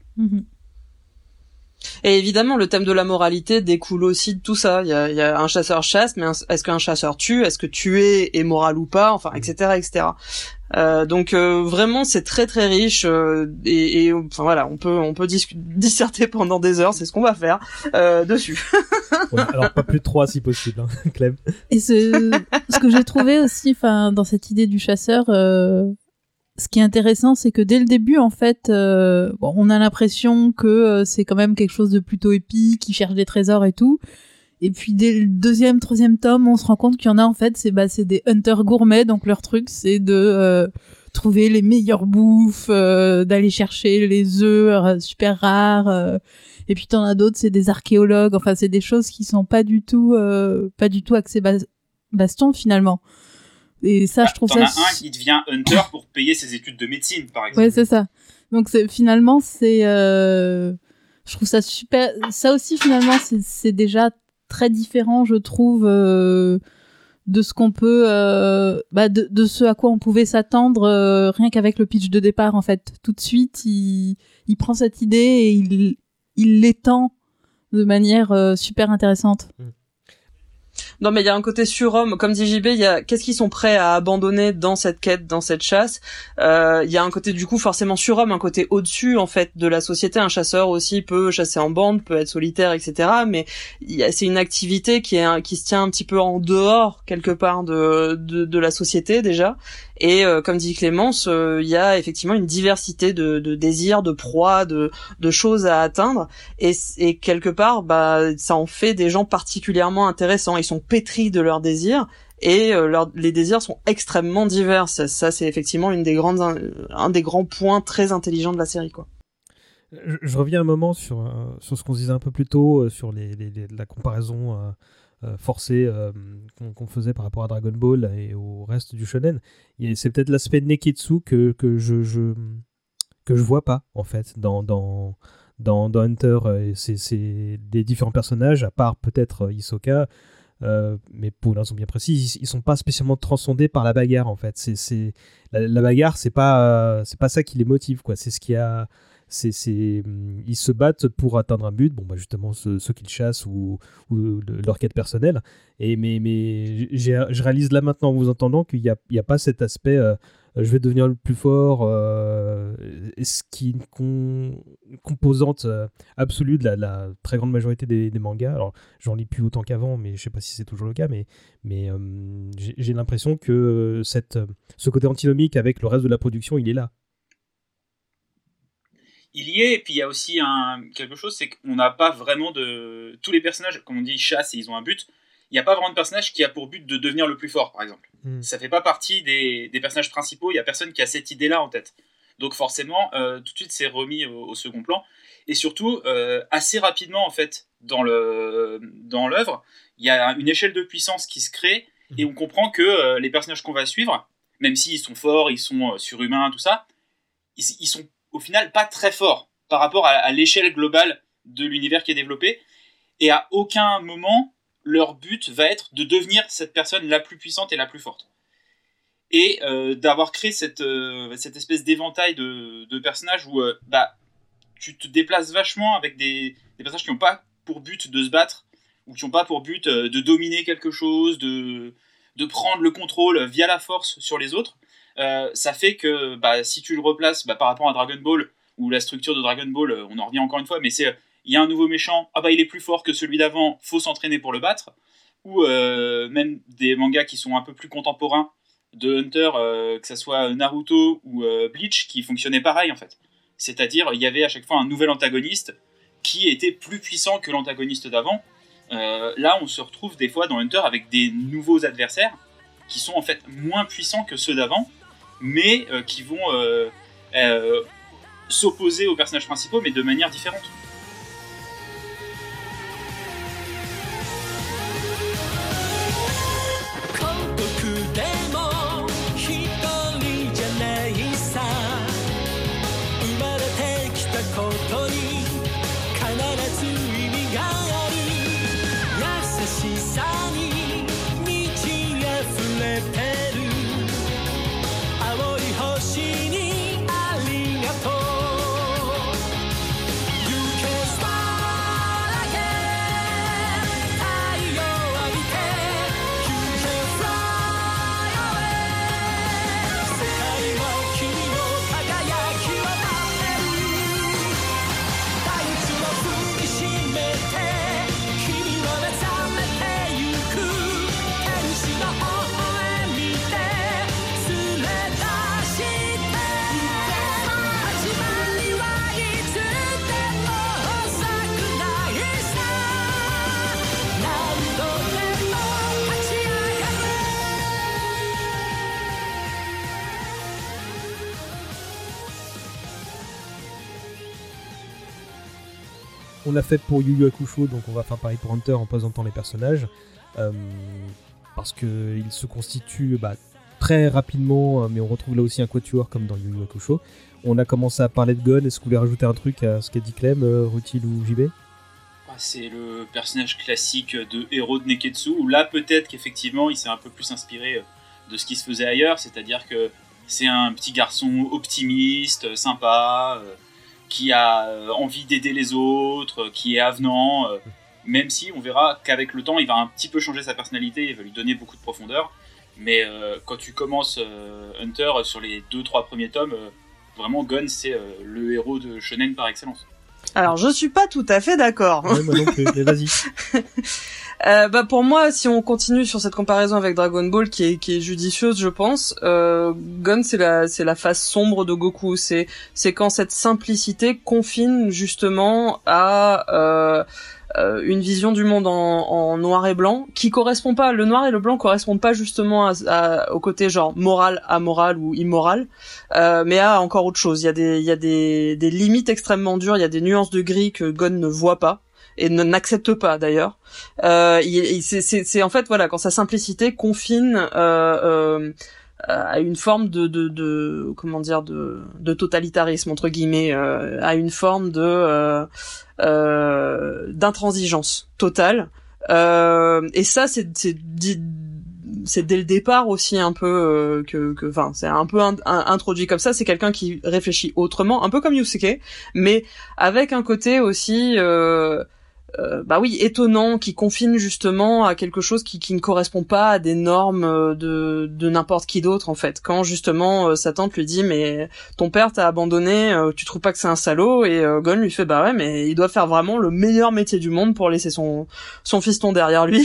Et évidemment, le thème de la moralité découle aussi de tout ça. Il y a un chasseur chasse, mais est-ce qu'un chasseur tue ? Est-ce que tuer est moral ou pas ? Enfin, etc., etc. Donc vraiment, c'est très très riche et enfin voilà, on peut disserter pendant des heures. C'est ce qu'on va faire dessus. Ouais, alors pas plus de 3 si possible, hein, Clem. Et ce que j'ai trouvé aussi, enfin, dans cette idée du chasseur. Ce qui est intéressant, c'est que dès le début, en fait, on a l'impression que c'est quand même quelque chose de plutôt épique, qui cherche des trésors et tout. Et puis dès le 2e, 3e tome, on se rend compte qu'il y en a, en fait, c'est des hunters gourmets, donc leur truc, c'est de trouver les meilleures bouffes, d'aller chercher les œufs super rares. Et puis t'en as d'autres, c'est des archéologues. Enfin, c'est des choses qui sont pas du tout axées baston finalement. Et ça, je trouve ça... T'en as un qui devient hunter pour payer ses études de médecine, par exemple. Ouais, c'est ça. Donc, finalement, je trouve ça super... Ça aussi, finalement, c'est déjà très différent, je trouve, de ce qu'on peut... de ce à quoi on pouvait s'attendre, rien qu'avec le pitch de départ, en fait. Tout de suite, il prend cette idée et il l'étend de manière super intéressante. Non, mais il y a un côté surhomme, comme dit JB, il y a qu'est-ce qu'ils sont prêts à abandonner dans cette quête, dans cette chasse. Il y a un côté du coup forcément surhomme, un côté au-dessus en fait de la société. Un chasseur aussi peut chasser en bande, peut être solitaire, etc. Mais c'est une activité qui se tient un petit peu en dehors quelque part de la société déjà. Et comme dit Clémence, il y a effectivement une diversité de désirs, de proies, de choses à atteindre, et quelque part, ça en fait des gens particulièrement intéressants. Ils sont pétris de leurs désirs, et les désirs sont extrêmement divers. Ça c'est effectivement un des grands points très intelligents de la série, quoi. Je reviens un moment sur ce qu'on se disait un peu plus tôt, sur la comparaison forcée qu'on faisait par rapport à Dragon Ball et au reste du shonen. C'est peut-être l'aspect Neketsu que je vois pas en fait dans Hunter. C'est des différents personnages, à part peut-être Hisoka, mais pour une raison bien précise, ils sont pas spécialement transcendés par la bagarre en fait. La bagarre, c'est pas ça qui les motive, quoi. C'est ce qui a... ils se battent pour atteindre un but, justement ceux qu'ils chassent ou leur quête personnelle. Mais je réalise là maintenant en vous entendant qu'il y a pas cet aspect je vais devenir le plus fort, ce qui est une composante absolue de la très grande majorité des mangas. Alors j'en lis plus autant qu'avant, mais je sais pas si c'est toujours le cas, mais j'ai l'impression que ce côté antinomique avec le reste de la production, il est là. Il y est, et puis il y a aussi quelque chose, c'est qu'on n'a pas vraiment de... Tous les personnages, comme on dit, ils chassent et ils ont un but. Il n'y a pas vraiment de personnage qui a pour but de devenir le plus fort, par exemple. Ça fait pas partie des personnages principaux, il n'y a personne qui a cette idée-là en tête. Donc forcément, tout de suite, c'est remis au second plan. Et surtout, assez rapidement, en fait, dans l'œuvre, il y a une échelle de puissance qui se crée, et on comprend que les personnages qu'on va suivre, même s'ils sont forts, ils sont surhumains, tout ça, ils sont au final pas très forts par rapport à l'échelle globale de l'univers qui est développé, et à aucun moment leur but va être de devenir cette personne la plus puissante et la plus forte, et d'avoir créé cette espèce d'éventail de personnages où tu te déplaces vachement avec des personnages qui n'ont pas pour but de se battre, ou qui n'ont pas pour but de dominer quelque chose, de prendre le contrôle via la force sur les autres. Ça fait que si tu le replaces par rapport à Dragon Ball, ou la structure de Dragon Ball, on en revient encore une fois, mais c'est il y a un nouveau méchant, il est plus fort que celui d'avant, faut s'entraîner pour le battre, ou même des mangas qui sont un peu plus contemporains de Hunter, que ça soit Naruto ou Bleach, qui fonctionnaient pareil en fait. C'est-à-dire il y avait à chaque fois un nouvel antagoniste qui était plus puissant que l'antagoniste d'avant. Là on se retrouve des fois dans Hunter avec des nouveaux adversaires qui sont en fait moins puissants que ceux d'avant, mais qui vont s'opposer aux personnages principaux, mais de manière différente. ことに必ず意味がある優しさに満ち溢れてる青い星にありがとう You can smile again 太陽浴びて You can fly away 世界は君の輝きを待ってる大地を踏みしめて君は目覚めてゆく天使の微笑みで連れ出して始まりはいつでも遅くないさ何度でも立ち上がる On l'a fait pour Yu Yu Hakusho, donc on va faire pareil pour Hunter en présentant les personnages. Parce qu'ils se constituent très rapidement, mais on retrouve là aussi un quatuor comme dans Yu Yu Hakusho. On a commencé à parler de Gon. Est-ce que vous voulez rajouter un truc à ce qu'a dit Clem, Rutil ou JB? C'est le personnage classique de héros de Neketsu, où là peut-être qu'effectivement il s'est un peu plus inspiré de ce qui se faisait ailleurs, c'est-à-dire que c'est un petit garçon optimiste, sympa, qui a envie d'aider les autres, qui est avenant, même si on verra qu'avec le temps il va un petit peu changer sa personnalité, il va lui donner beaucoup de profondeur, mais quand tu commences Hunter sur les 2-3 premiers tomes, vraiment Gon c'est le héros de shonen par excellence. Alors, je suis pas tout à fait d'accord. Ouais, moi non plus, mais vas-y. Pour moi, si on continue sur cette comparaison avec Dragon Ball qui est judicieuse, je pense, Gon c'est la face sombre de Goku. C'est quand cette simplicité confine justement à une vision du monde en noir et blanc qui correspond pas. Le noir et le blanc correspondent pas justement au côté genre moral, amoral ou immoral, mais à encore autre chose. Il y a des limites extrêmement dures. Il y a des nuances de gris que Gon ne voit pas et n'accepte pas d'ailleurs. C'est en fait voilà quand sa simplicité confine à une forme de comment dire de totalitarisme entre guillemets, à une forme d'intransigeance totale. Et ça c'est dès le départ aussi un peu enfin c'est un peu introduit comme ça. C'est quelqu'un qui réfléchit autrement, un peu comme Yusuke, mais avec un côté aussi étonnant, qui confine justement à quelque chose qui ne correspond pas à des normes de n'importe qui d'autre en fait. Quand justement sa tante lui dit mais ton père t'a abandonné, tu trouves pas que c'est un salaud, et Gon lui fait bah ouais mais il doit faire vraiment le meilleur métier du monde pour laisser son fiston derrière lui.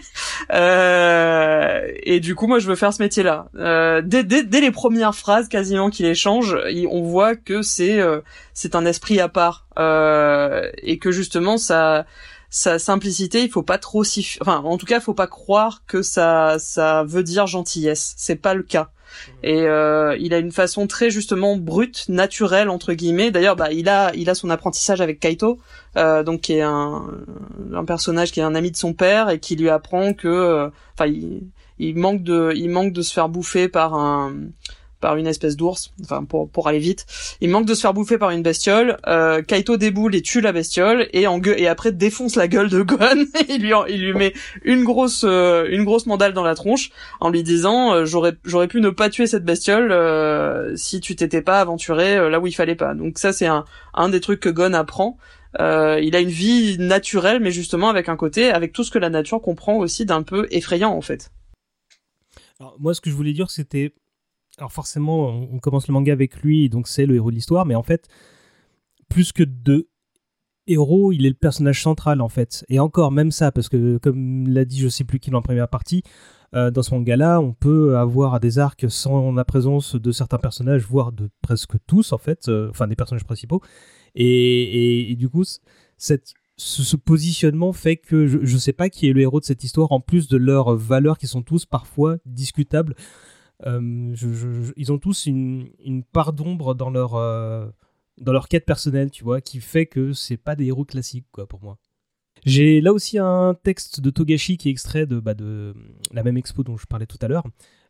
Et du coup moi je veux faire ce métier là. Dès les premières phrases quasiment qu'il échange, on voit que c'est un esprit à part, et que justement sa simplicité, il faut pas trop en tout cas, il faut pas croire que ça veut dire gentillesse. C'est pas le cas. Et il a une façon très justement brute, naturelle entre guillemets. D'ailleurs, il a son apprentissage avec Kaito, donc qui est un personnage qui est un ami de son père et qui lui apprend que, il manque de se faire bouffer par une espèce d'ours, enfin pour aller vite. Il manque de se faire bouffer par une bestiole. Kaito déboule et tue la bestiole et après défonce la gueule de Gon. il lui met une grosse mandale dans la tronche en lui disant j'aurais pu ne pas tuer cette bestiole si tu t'étais pas aventuré là où il fallait pas. Donc ça c'est un des trucs que Gon apprend. Il a une vie naturelle, mais justement avec tout ce que la nature comprend aussi d'un peu effrayant en fait. Alors moi ce que je voulais dire c'était, alors forcément, on commence le manga avec lui, donc c'est le héros de l'histoire, mais en fait, plus que de héros, il est le personnage central en fait. Et encore, même ça, parce que comme l'a dit je sais plus qui dans la première partie, dans ce manga-là, on peut avoir des arcs sans la présence de certains personnages, voire de presque tous en fait, des personnages principaux. Et du coup, ce positionnement fait que je sais pas qui est le héros de cette histoire, en plus de leurs valeurs qui sont tous parfois discutables. Ils ont tous une part d'ombre dans leur quête personnelle, tu vois, qui fait que c'est pas des héros classiques, quoi, pour moi. J'ai là aussi un texte de Togashi qui est extrait de la même expo dont je parlais tout à l'heure,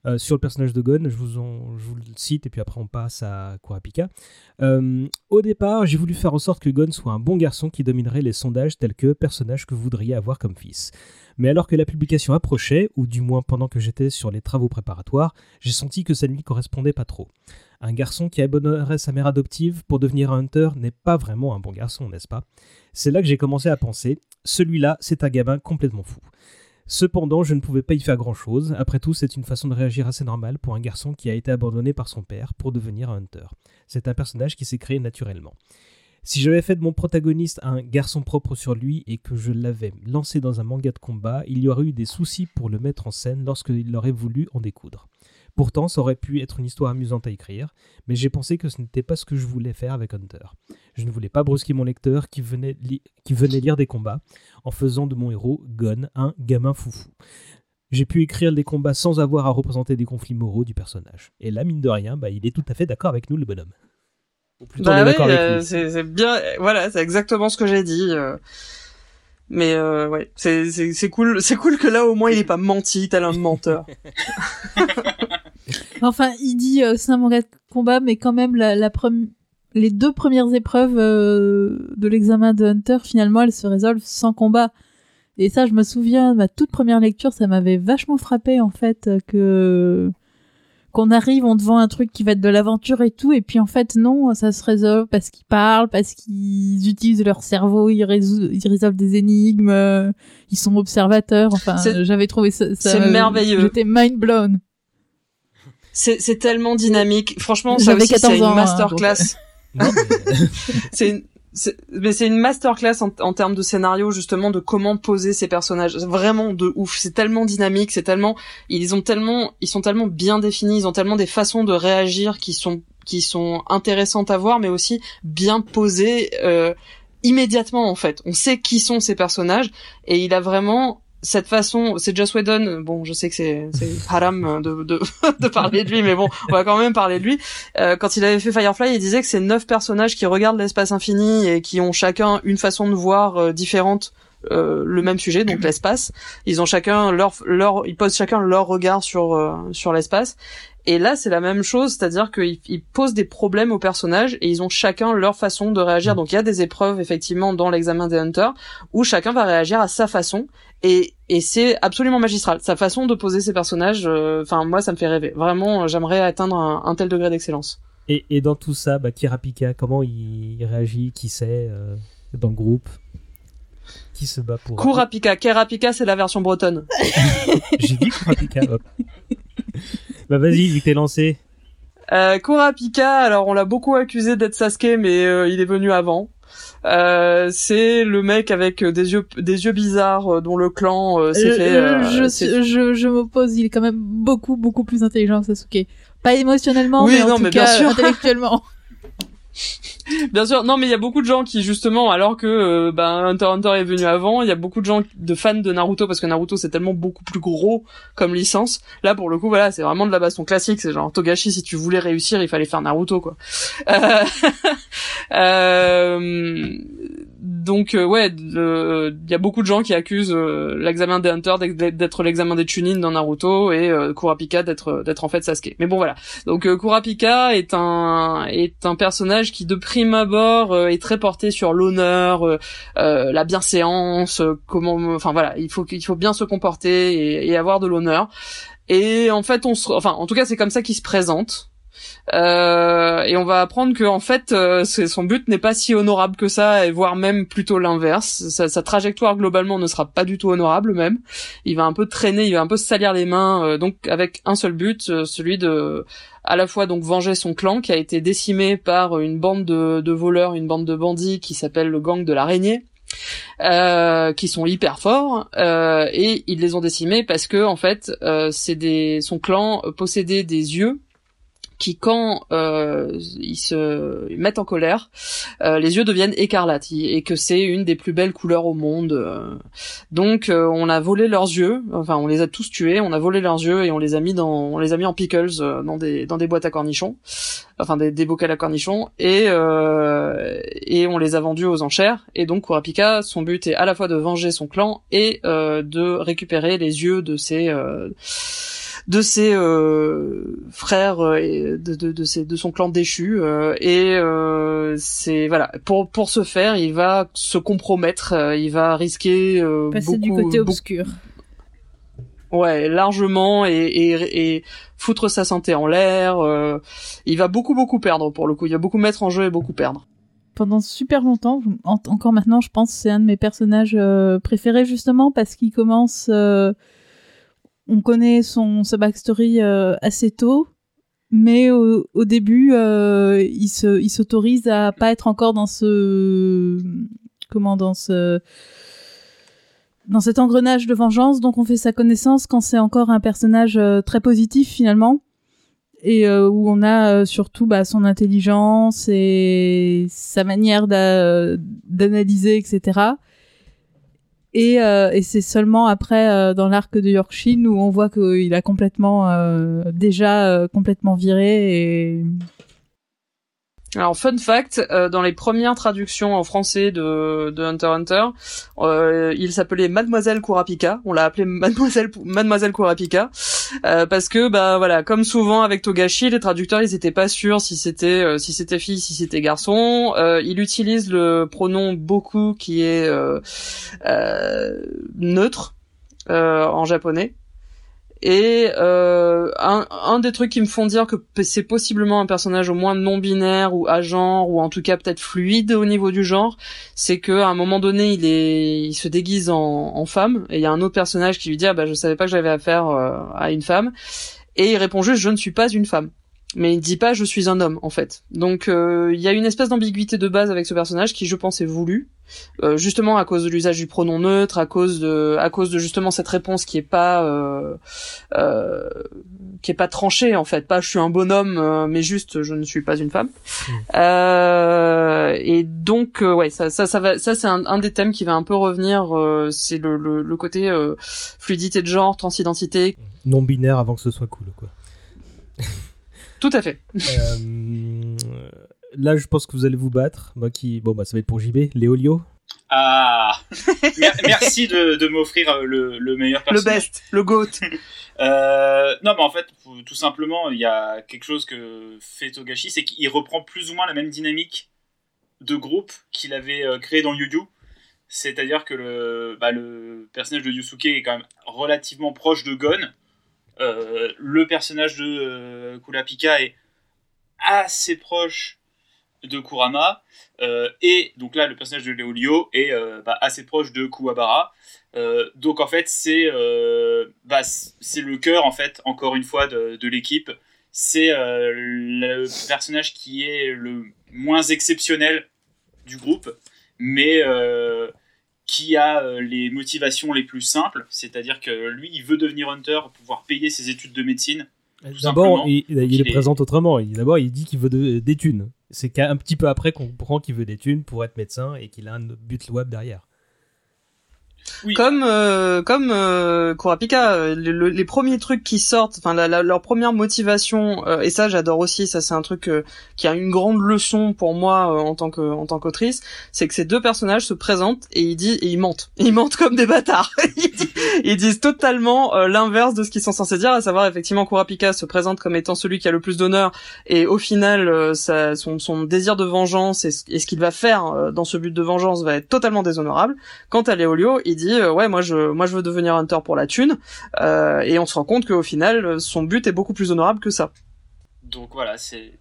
Sur le personnage de Gon, je vous le cite et puis après on passe à Kurapika. Au départ, j'ai voulu faire en sorte que Gon soit un bon garçon qui dominerait les sondages tels que personnage que vous voudriez avoir comme fils. Mais alors que la publication approchait, ou du moins pendant que j'étais sur les travaux préparatoires, j'ai senti que ça ne lui correspondait pas trop. Un garçon qui abandonnerait sa mère adoptive pour devenir un hunter n'est pas vraiment un bon garçon, n'est-ce pas ? C'est là que j'ai commencé à penser, celui-là, c'est un gamin complètement fou. Cependant, je ne pouvais pas y faire grand-chose. Après tout, c'est une façon de réagir assez normale pour un garçon qui a été abandonné par son père pour devenir un hunter. C'est un personnage qui s'est créé naturellement. Si j'avais fait de mon protagoniste un garçon propre sur lui et que je l'avais lancé dans un manga de combat, il y aurait eu des soucis pour le mettre en scène lorsqu'il aurait voulu en découdre. Pourtant, ça aurait pu être une histoire amusante à écrire, mais j'ai pensé que ce n'était pas ce que je voulais faire avec Hunter. Je ne voulais pas brusquer mon lecteur qui venait lire des combats, en faisant de mon héros, Gon, un gamin foufou. J'ai pu écrire des combats sans avoir à représenter des conflits moraux du personnage. Et là, mine de rien, il est tout à fait d'accord avec nous, le bonhomme. Ou plutôt, on est d'accord avec lui. C'est bien, voilà, c'est exactement ce que j'ai dit. Mais ouais, c'est cool que là au moins il est pas menti tel un menteur. Enfin, il dit c'est un manga de combat, mais quand même les 2 premières épreuves de l'examen de Hunter, finalement, elles se résolvent sans combat. Et ça, je me souviens, ma toute première lecture, ça m'avait vachement frappé en fait qu'on arrive devant un truc qui va être de l'aventure et tout, et puis en fait non, ça se résolve parce qu'ils parlent, parce qu'ils utilisent leur cerveau, ils résolvent des énigmes, ils sont observateurs. Enfin, j'avais trouvé ça c'est merveilleux. J'étais mind blown. C'est tellement dynamique. Franchement, ça J'avais aussi, 14 c'est ans, une masterclass. Non, mais... c'est une masterclass en termes de scénario, justement, de comment poser ces personnages. Vraiment de ouf. C'est tellement dynamique, ils sont tellement bien définis, ils ont tellement des façons de réagir qui sont intéressantes à voir, mais aussi bien posées, immédiatement, en fait. On sait qui sont ces personnages, et il a vraiment cette façon, c'est Joss Whedon, bon, je sais que c'est haram de parler de lui, mais bon, on va quand même parler de lui. Quand il avait fait Firefly, il disait que c'est 9 personnages qui regardent l'espace infini et qui ont chacun une façon de voir différente le même sujet, donc l'espace. Ils ont chacun ils posent chacun leur regard sur l'espace. Et là, c'est la même chose, c'est-à-dire qu'ils posent des problèmes aux personnages et ils ont chacun leur façon de réagir. Donc il y a des épreuves, effectivement, dans l'examen des Hunters, où chacun va réagir à sa façon. Et c'est absolument magistral. Sa façon de poser ses personnages, moi, ça me fait rêver. Vraiment, j'aimerais atteindre un tel degré d'excellence. Et dans tout ça, Kurapika, comment il réagit, qui c'est dans le groupe, qui se bat pour... Kurapika, c'est la version bretonne. J'ai dit Kurapika, hop. Vas-y, vu que t'es lancé. Kurapika, alors on l'a beaucoup accusé d'être Sasuke, mais il est venu avant. C'est le mec avec des yeux bizarres dont le clan s'est fait. Je m'oppose. Il est quand même beaucoup plus intelligent que Sasuke. Pas émotionnellement, oui, mais en tout bien cas sûr. intellectuellement. Bien sûr, non, mais il y a beaucoup de gens qui, justement, alors que Hunter x Hunter est venu avant, il y a beaucoup de gens de fans de Naruto, parce que Naruto c'est tellement beaucoup plus gros comme licence. Là, pour le coup, voilà, c'est vraiment de la baston classique. C'est genre Togashi, si tu voulais réussir, il fallait faire Naruto, quoi. Donc ouais, il y a beaucoup de gens qui accusent l'examen des Hunters d'être l'examen des Chunin dans Naruto et Kurapika d'être en fait Sasuke. Mais bon, voilà. Donc Kurapika est un personnage qui de prime abord est très porté sur l'honneur, la bienséance, il faut bien se comporter et avoir de l'honneur. Et en fait, en tout cas, c'est comme ça qu'il se présente. Et on va apprendre que en fait son but n'est pas si honorable que ça, et voire même plutôt l'inverse. Sa trajectoire globalement ne sera pas du tout honorable même. Il va un peu traîner, il va un peu se salir les mains, donc avec un seul but, celui de à la fois donc venger son clan qui a été décimé par une bande de voleurs, une bande de bandits qui s'appelle le gang de l'araignée. Qui sont hyper forts, et ils les ont décimés parce que en fait son clan possédait des yeux qui, quand ils se mettent en colère, les yeux deviennent écarlates, et que c'est une des plus belles couleurs au monde. Donc on a volé leurs yeux, enfin on les a tous tués, on a volé leurs yeux et on les a mis en pickles dans des boîtes à cornichons, enfin des bocals à cornichons, et on les a vendus aux enchères. Et donc Kurapika, son but est à la fois de venger son clan et de récupérer les yeux de de ses frères et de son clan déchu c'est voilà, pour ce faire, il va se compromettre, il va risquer passer du côté obscur. Ouais, largement, et foutre sa santé en l'air. Il va beaucoup perdre pour le coup. Il va beaucoup mettre en jeu et beaucoup perdre. Pendant super longtemps, encore maintenant, je pense que c'est un de mes personnages préférés, justement, parce qu'il commence... on connaît sa backstory assez tôt, mais au début, il s'autorise à pas être encore dans dans cet engrenage de vengeance, donc on fait sa connaissance quand c'est encore un personnage très positif finalement, et où on a surtout son intelligence et sa manière d'analyser, etc. Et c'est seulement après dans l'arc de Yorkshire où on voit qu'il a complètement complètement viré. Et alors fun fact, dans les premières traductions en français de Hunter x Hunter, il s'appelait Mademoiselle Kurapika. On l'a appelé Mademoiselle Kurapika parce que voilà, comme souvent avec Togashi, les traducteurs ils étaient pas sûrs si c'était fille, si c'était garçon. Il utilise le pronom boku qui est neutre en japonais. Et un des trucs qui me font dire que c'est possiblement un personnage au moins non binaire ou agenre, ou en tout cas peut-être fluide au niveau du genre, c'est que à un moment donné il se déguise en femme, et il y a un autre personnage qui lui dit je savais pas que j'avais affaire à une femme, et il répond juste je ne suis pas une femme. Mais il dit pas je suis un homme en fait. Donc il y a une espèce d'ambiguïté de base avec ce personnage qui je pense est voulu, justement à cause de l'usage du pronom neutre, à cause de justement cette réponse qui est pas tranchée en fait, pas je suis un bonhomme mais juste je ne suis pas une femme. Et donc ouais, ça c'est un des thèmes qui va un peu revenir, c'est le côté fluidité de genre, transidentité, non binaire avant que ce soit cool quoi. Tout à fait. Là, je pense que vous allez vous battre. Ça va être pour JB. Léolio. Ah, merci de m'offrir le meilleur personnage. Le best, le GOAT. Non, mais en fait, tout simplement, il y a quelque chose que fait Togashi, c'est qu'il reprend plus ou moins la même dynamique de groupe qu'il avait créé dans Yu Yu. C'est-à-dire que le personnage de Yusuke est quand même relativement proche de Gon. Le personnage de Kurapika est assez proche de Kurama, et donc là le personnage de Léolio est assez proche de Kuwabara, donc en fait c'est le cœur en fait encore une fois de l'équipe, c'est le personnage qui est le moins exceptionnel du groupe, mais qui a les motivations les plus simples, c'est-à-dire que lui, il veut devenir hunter pour pouvoir payer ses études de médecine. D'abord, il les présente autrement. D'abord, il dit qu'il veut des thunes. C'est qu'un petit peu après qu'on comprend qu'il veut des thunes pour être médecin et qu'il a un but louable derrière. Oui. Comme Kurapika, les premiers trucs qui sortent, enfin leur première motivation, et ça j'adore aussi, ça c'est un truc qui a une grande leçon pour moi en tant qu'autrice, c'est que ces deux personnages se présentent et ils mentent comme des bâtards. Ils disent totalement l'inverse de ce qu'ils sont censés dire, à savoir effectivement Kurapika se présente comme étant celui qui a le plus d'honneur, et au final son désir de vengeance et ce qu'il va faire dans ce but de vengeance va être totalement déshonorable. Quant à Léolio, il dit moi je veux devenir hunter pour la thune, et on se rend compte qu'au final son but est beaucoup plus honorable que ça. Donc voilà, c'est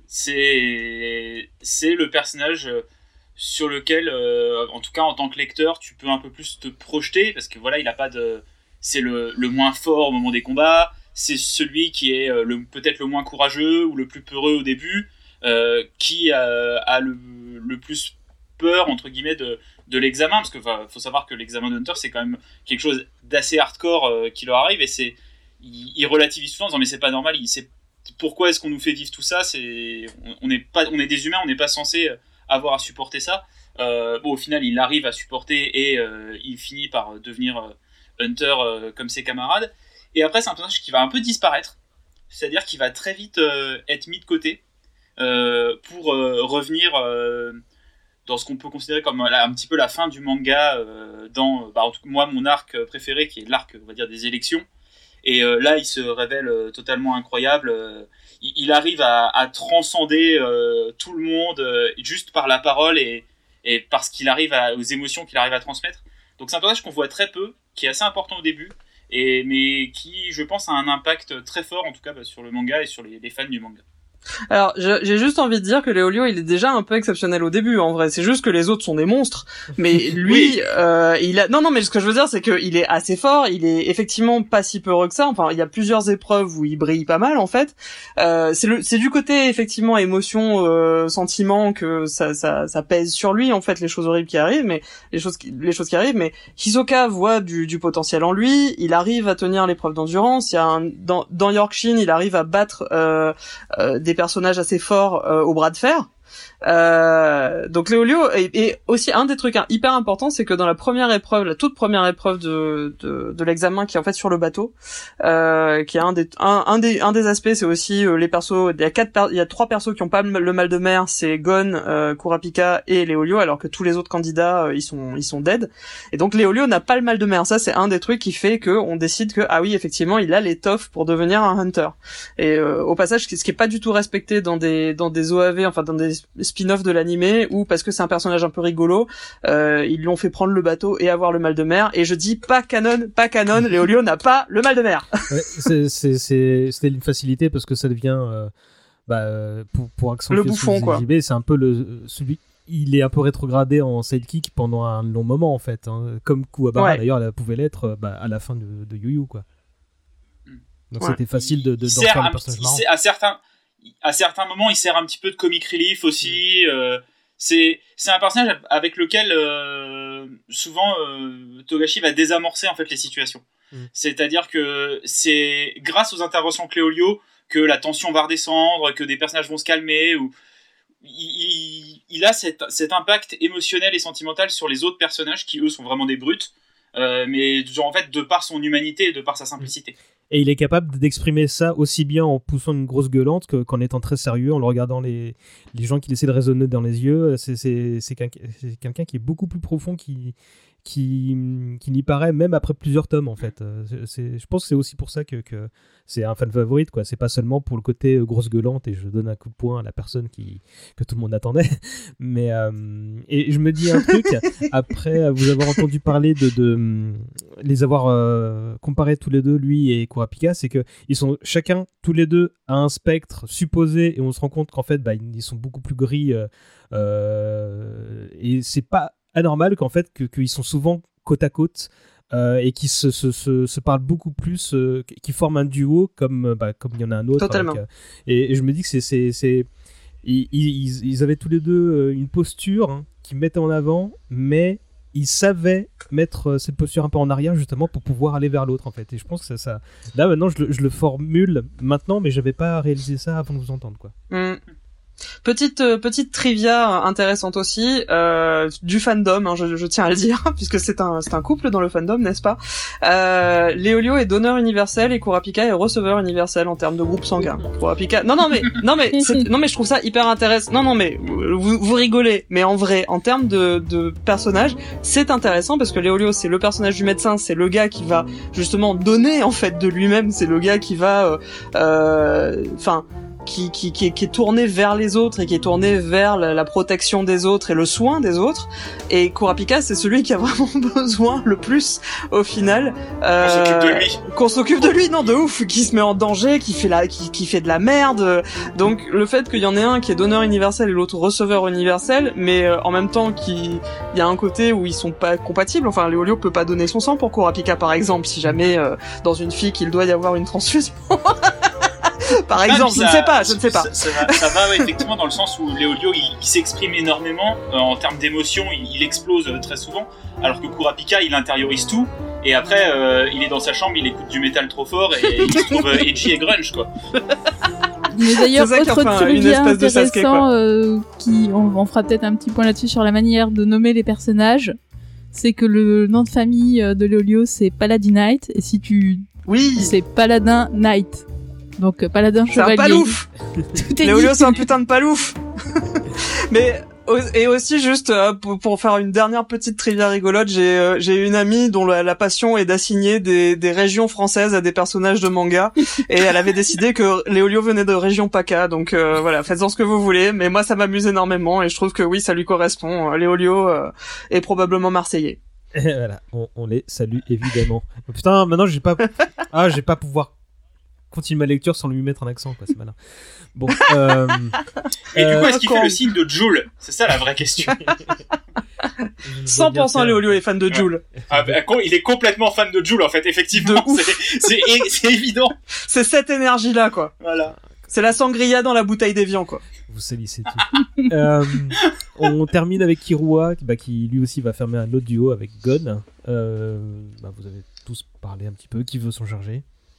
le personnage sur lequel en tout cas en tant que lecteur tu peux un peu plus te projeter, parce que voilà, il a pas de, c'est le moins fort au moment des combats, c'est celui qui est peut-être le moins courageux ou le plus peureux au début, qui a le plus peur entre guillemets de l'examen, parce que faut savoir que l'examen de Hunter c'est quand même quelque chose d'assez hardcore qui leur arrive, et il relativise souvent en disant mais c'est pas normal, pourquoi est-ce qu'on nous fait vivre tout ça, on est des humains, on n'est pas censé avoir à supporter ça. Au final il arrive à supporter et il finit par devenir Hunter comme ses camarades, et après c'est un personnage qui va un peu disparaître, c'est-à-dire qu'il va très vite être mis de côté pour revenir dans ce qu'on peut considérer comme un petit peu la fin du manga, en tout cas moi mon arc préféré qui est l'arc on va dire des élections, Et là, il se révèle totalement incroyable. Il arrive à transcender tout le monde juste par la parole et parce qu'il arrive aux émotions qu'il arrive à transmettre. Donc c'est un personnage qu'on voit très peu, qui est assez important au début, mais qui, je pense, a un impact très fort, en tout cas sur le manga et sur les fans du manga. Alors, j'ai juste envie de dire que Léolio, il est déjà un peu exceptionnel au début, en vrai. C'est juste que les autres sont des monstres. Mais lui, il a... Non, mais ce que je veux dire, c'est qu'il est assez fort. Il est effectivement pas si peureux que ça. Enfin, il y a plusieurs épreuves où il brille pas mal, en fait. C'est du côté, effectivement, émotion, sentiment, que ça pèse sur lui, en fait, les choses horribles qui arrivent, mais les choses qui arrivent. Mais Hisoka voit du potentiel en lui. Il arrive à tenir l'épreuve d'endurance. Il y a dans Yorkshin, il arrive à battre, des personnages assez forts au bras de fer. Donc Léolio et aussi un des trucs hyper importants, c'est que dans la toute première épreuve de l'examen, qui est en fait sur le bateau, qui est un des aspects, c'est aussi les persos. Il y a 3 persos qui ont pas le mal de mer, c'est Gon, Kurapika et Léolio, alors que tous les autres candidats ils sont dead. Et donc Léolio n'a pas le mal de mer. Ça, c'est un des trucs qui fait que on décide que oui, effectivement, il a l'étoffe pour devenir un hunter. Et au passage, ce qui est pas du tout respecté dans des OAV, enfin dans des spin-off de l'animé, ou parce que c'est un personnage un peu rigolo, ils lui ont fait prendre le bateau et avoir le mal de mer. Et je dis pas canon, Léolio n'a pas le mal de mer. Ouais, c'était une facilité parce que ça devient pour accentuer le bouffon, quoi. JB, c'est un peu celui. Il est un peu rétrogradé en sidekick pendant un long moment, en fait, hein. Comme Kuwabara, d'ailleurs, elle pouvait l'être à la fin de Yu Yu, quoi. Donc c'était facile d'en faire le personnage marrant. À certains moments, il sert un petit peu de comic relief aussi. C'est un personnage avec lequel souvent Togashi va désamorcer en fait les situations. C'est-à-dire que c'est grâce aux interventions de Léolio que la tension va redescendre, que des personnages vont se calmer. Ou il a cet impact émotionnel et sentimental sur les autres personnages qui eux sont vraiment des brutes, mais genre, en fait de par son humanité et de par sa simplicité. Et il est capable d'exprimer ça aussi bien en poussant une grosse gueulante qu'en étant très sérieux, en le regardant les gens qui essaient de raisonner dans les yeux. C'est quelqu'un qui est beaucoup plus profond qui n'y paraît même après plusieurs tomes, en fait. Je pense que c'est aussi pour ça que c'est un fan favorite, quoi. C'est pas seulement pour le côté grosse gueulante et je donne un coup de poing à la personne que tout le monde attendait. Mais et je me dis un truc après vous avoir entendu parler de les avoir comparés tous les deux, lui et Kurapika, c'est que ils sont chacun tous les deux à un spectre supposé et on se rend compte qu'en fait ils sont beaucoup plus gris et c'est pas anormal qu'en fait qu'ils sont souvent côte à côte et qui se parlent beaucoup plus, qui forment un duo comme il y en a un autre. Totalement. Et je me dis que ils avaient tous les deux une posture qu'ils mettaient en avant, mais ils savaient mettre cette posture un peu en arrière justement pour pouvoir aller vers l'autre, en fait. Et je pense que ça là maintenant je le formule maintenant, mais j'avais pas réalisé ça avant de vous entendre, quoi. Petite trivia intéressante aussi, du fandom, je tiens à le dire, puisque c'est un couple dans le fandom, n'est-ce pas? Léolio est donneur universel et Kurapika est receveur universel en termes de groupe sanguin. Kurapika, non mais je trouve ça hyper intéressant. Non mais vous rigolez, mais en vrai, en termes de personnages, c'est intéressant parce que Léolio, c'est le personnage du médecin, c'est le gars qui va justement donner en fait de lui-même, c'est le gars qui va, qui est tourné vers les autres et qui est tourné vers la protection des autres et le soin des autres. Et Kurapika, c'est celui qui a vraiment besoin le plus au final qu'on s'occupe de lui, non, de ouf, qui se met en danger, qui fait de la merde. Donc le fait qu'il y en ait un qui est donneur universel et l'autre receveur universel, mais en même temps il y a un côté où ils sont pas compatibles. Enfin, Léolio peut pas donner son sang pour Kurapika, par exemple, si jamais dans une fille qu'il doit y avoir une transfusion. Par exemple, je ne sais pas. Ça va effectivement dans le sens où Léolio il s'exprime énormément en termes d'émotion, il explose très souvent, alors que Kurapika il intériorise tout et après il est dans sa chambre, il écoute du métal trop fort et il se trouve edgy et grunge, quoi. Mais d'ailleurs, autre trivia intéressant, on fera peut-être un petit point là-dessus sur la manière de nommer les personnages, c'est que le nom de famille de Léolio c'est Paladin Knight, et si tu... Oui, c'est Paladin Knight. Donc paladin chevalier. C'est un palouf. Léolio, c'est un putain de palouf. Mais Et aussi juste pour faire une dernière petite trivia rigolote, j'ai une amie dont la passion est d'assigner des régions françaises à des personnages de manga, et elle avait décidé que Léolio venait de région PACA, donc voilà, faites-en ce que vous voulez, mais moi ça m'amuse énormément et je trouve que oui, ça lui correspond. Léolio est probablement marseillais. Et voilà, on les salue évidemment. Oh, putain, maintenant j'ai pas pouvoir continuer ma lecture sans lui mettre un accent, quoi, c'est malin. Bon. Et du coup, est-ce qu'il fait le signe de Joule? C'est ça la vraie question. 100% Léolio est fan de Joule. Ah, bah, il est complètement fan de Joule en fait, effectivement. C'est évident. C'est cette énergie-là, quoi. Voilà. C'est la sangria dans la bouteille d'Evian, quoi. Vous salissez tout. On termine avec Kirua, qui lui aussi va fermer un autre duo avec Gon. Vous avez tous parlé un petit peu. Qui veut s'en charger?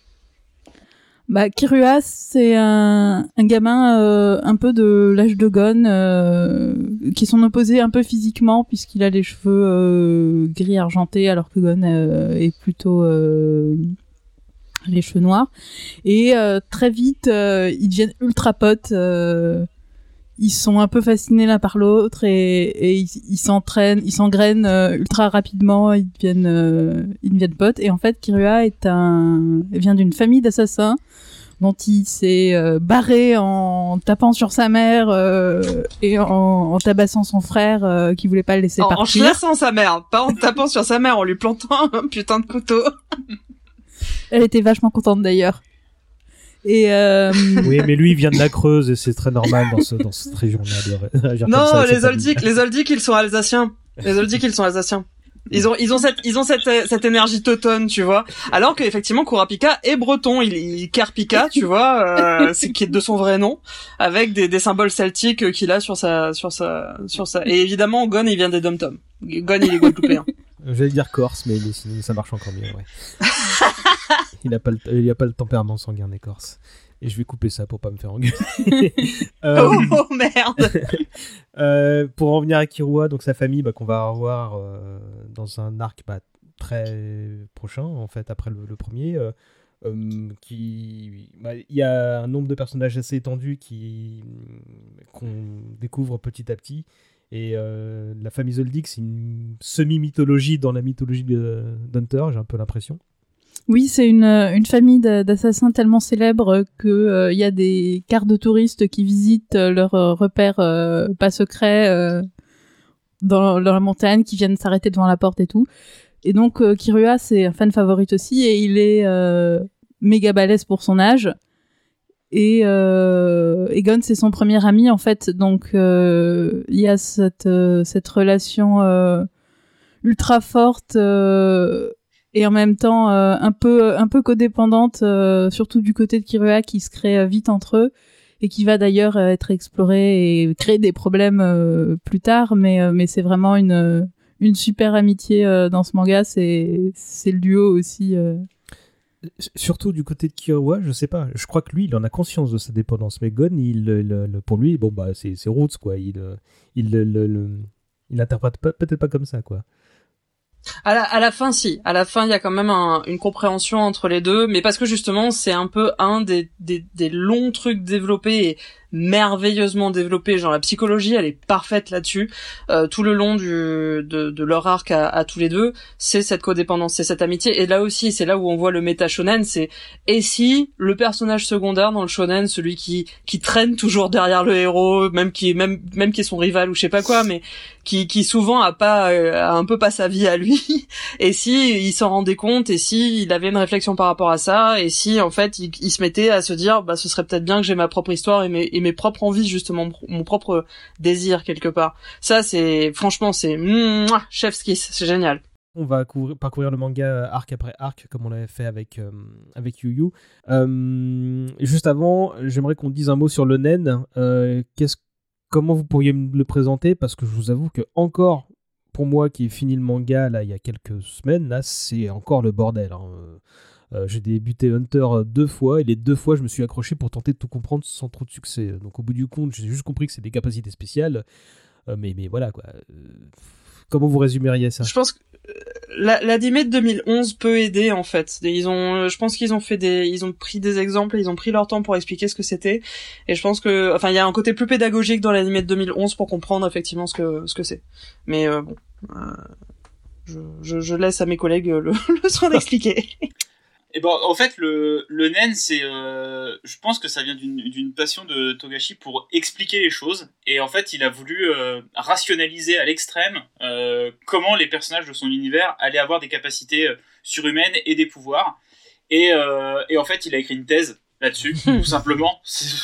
Kirua, c'est un gamin un peu de l'âge de Gon, qui est son opposé un peu physiquement, puisqu'il a les cheveux gris argentés, alors que Gon est plutôt les cheveux noirs. Et très vite, ils deviennent ultra potes. Ils sont un peu fascinés l'un par l'autre et ils s'engrainent ultra rapidement. Ils deviennent potes. Et en fait, Kirua vient d'une famille d'assassins dont il s'est barré en tapant sur sa mère et en tabassant son frère qui voulait pas le laisser partir. En chlassant sa mère, pas en tapant sur sa mère, en lui plantant un putain de couteau. Elle était vachement contente d'ailleurs. Et Oui, mais lui il vient de la Creuse et c'est très normal dans cette région-là. Non, les Oldics, ils sont alsaciens. Ils ont cette énergie teutonne, tu vois. Alors qu'effectivement, Kurapika est breton. Il Karpika, tu vois, c'est qui est de son vrai nom, avec des symboles celtiques qu'il a sur sa. Et évidemment, Gon, il vient des Dom-Tom. Gon, il est guadeloupéen. J'allais dire Corse, mais ça marche encore mieux, ouais. Il y a pas le tempérament sanguin des Corses. Et je vais couper ça pour pas me faire engueuler. Oh merde. Pour en venir à Kirua, donc sa famille qu'on va revoir dans un arc très prochain, en fait, après le premier. Il y a un nombre de personnages assez étendu qu'on découvre petit à petit. Et la famille Zoldyck, c'est une semi-mythologie dans la mythologie d'Hunter, j'ai un peu l'impression. Oui, c'est une famille d'assassins tellement célèbres que y a des cartes de touristes qui visitent leurs repères pas secrets dans la montagne, qui viennent s'arrêter devant la porte et tout. Et donc Kirua, c'est un fan favorite aussi, et il est méga balèze pour son âge. Et Gon, c'est son premier ami en fait, donc il y a cette relation ultra forte et en même temps un peu codépendante, surtout du côté de Kirua, qui se crée vite entre eux et qui va d'ailleurs être exploré et créer des problèmes plus tard, mais c'est vraiment une super amitié dans ce manga. C'est le duo aussi. Surtout du côté de Kirua, je sais pas. Je crois que lui, il en a conscience de sa dépendance. Mais Gon, pour lui, c'est roots, quoi. Il l'interprète peut-être pas comme ça, quoi. À la fin, si. À la fin, il y a quand même une compréhension entre les deux, mais parce que justement, c'est un peu un des longs trucs développés et merveilleusement développés. Genre la psychologie, elle est parfaite là-dessus. Tout le long de leur arc à tous les deux, c'est cette codépendance, c'est cette amitié. Et là aussi, c'est là où on voit le méta shonen. C'est et si le personnage secondaire dans le shonen, celui qui traîne toujours derrière le héros, même qui est son rival ou je sais pas quoi, mais qui souvent a un peu pas sa vie à lui. Et si il s'en rendait compte, et si il avait une réflexion par rapport à ça, et si en fait il se mettait à se dire ce serait peut-être bien que j'ai ma propre histoire et mes propres envies, justement, mon propre désir quelque part. Ça c'est franchement c'est chef's kiss, c'est génial. On va parcourir le manga arc après arc, comme on l'avait fait avec Yu Yu. Juste avant, j'aimerais qu'on dise un mot sur le nen. Comment vous pourriez me le présenter? Parce que je vous avoue que encore, pour moi qui ai fini le manga là il y a quelques semaines, là c'est encore le bordel. J'ai débuté Hunter 2 fois et les 2 fois je me suis accroché pour tenter de tout comprendre sans trop de succès. Donc au bout du compte, j'ai juste compris que c'est des capacités spéciales. Mais voilà quoi. Comment vous résumeriez ça? Je pense que l'anime de 2011 peut aider en fait. Je pense qu'ils ont pris des exemples, et ils ont pris leur temps pour expliquer ce que c'était. Et je pense que, il y a un côté plus pédagogique dans l'anime de 2011 pour comprendre effectivement ce que c'est. Mais bon, je laisse à mes collègues le soin d'expliquer. Et bon, en fait, le nen, c'est, je pense que ça vient d'une passion de Togashi pour expliquer les choses. Et en fait, il a voulu rationaliser à l'extrême comment les personnages de son univers allaient avoir des capacités surhumaines et des pouvoirs. Et en fait, il a écrit une thèse là-dessus, tout simplement.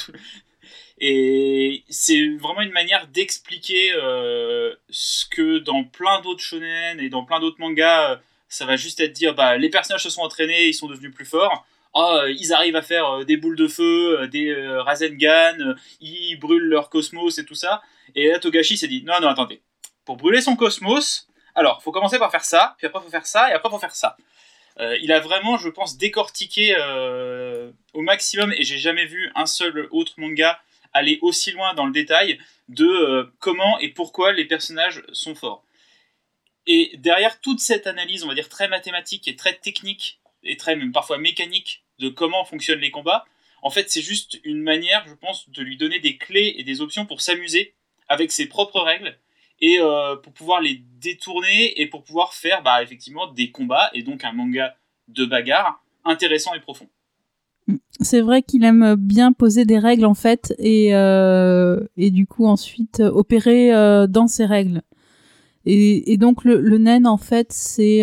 Et c'est vraiment une manière d'expliquer ce que dans plein d'autres shonen et dans plein d'autres mangas, ça va juste être dire, les personnages se sont entraînés, ils sont devenus plus forts. Ils arrivent à faire des boules de feu, des Rasengan, ils brûlent leur cosmos et tout ça. Et là, Togashi s'est dit, non, attendez. Pour brûler son cosmos, alors, faut commencer par faire ça, puis après faut faire ça, et après faut faire ça. Il a vraiment, je pense, décortiqué au maximum, et j'ai jamais vu un seul autre manga aller aussi loin dans le détail de comment et pourquoi les personnages sont forts. Et derrière toute cette analyse, on va dire très mathématique et très technique, et très même parfois mécanique, de comment fonctionnent les combats, en fait c'est juste une manière, je pense, de lui donner des clés et des options pour s'amuser avec ses propres règles, et pour pouvoir les détourner, et pour pouvoir faire effectivement des combats, et donc un manga de bagarre intéressant et profond. C'est vrai qu'il aime bien poser des règles en fait, et du coup ensuite opérer dans ces règles. Et donc le nen en fait c'est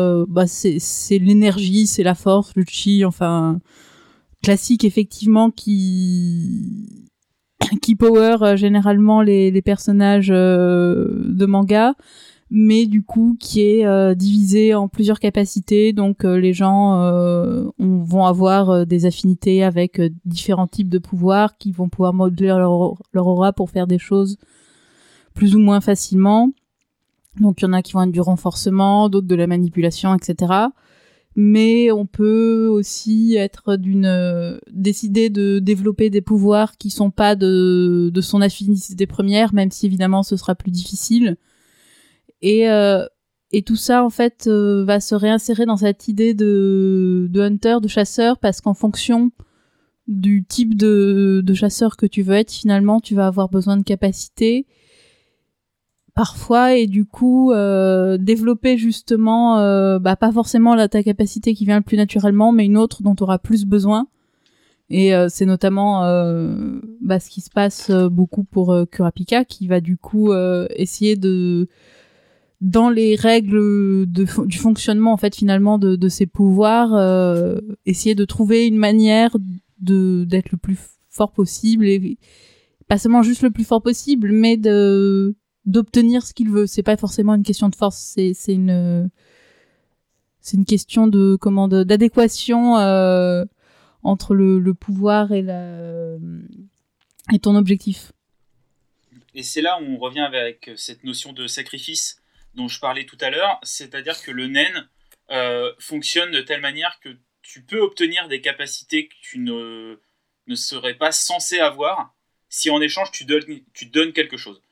l'énergie, c'est la force, le chi, classique effectivement qui power généralement les personnages de manga, mais du coup qui est divisé en plusieurs capacités. Donc les gens vont avoir des affinités avec différents types de pouvoirs qui vont pouvoir modeler leur aura pour faire des choses plus ou moins facilement. Donc il y en a qui vont être du renforcement, d'autres de la manipulation, etc. Mais on peut aussi décider de développer des pouvoirs qui sont pas de son affinité première, même si évidemment ce sera plus difficile. Et tout ça en fait va se réinsérer dans cette idée de hunter, de chasseur, parce qu'en fonction du type de chasseur que tu veux être, finalement tu vas avoir besoin de capacités parfois, et du coup développer justement pas forcément ta capacité qui vient le plus naturellement, mais une autre dont tu auras plus besoin. Et c'est notamment ce qui se passe beaucoup pour Kurapika, qui va du coup essayer dans les règles du fonctionnement en fait finalement de ses pouvoirs, essayer de trouver une manière d'être le plus fort possible, et pas seulement juste le plus fort possible, mais d'obtenir ce qu'il veut. C'est pas forcément une question de force, c'est une question d'adéquation entre le pouvoir et ton objectif. Et c'est là où on revient avec cette notion de sacrifice dont je parlais tout à l'heure, c'est-à-dire que le nen fonctionne de telle manière que tu peux obtenir des capacités que tu ne serais pas censé avoir si en échange tu donnes quelque chose.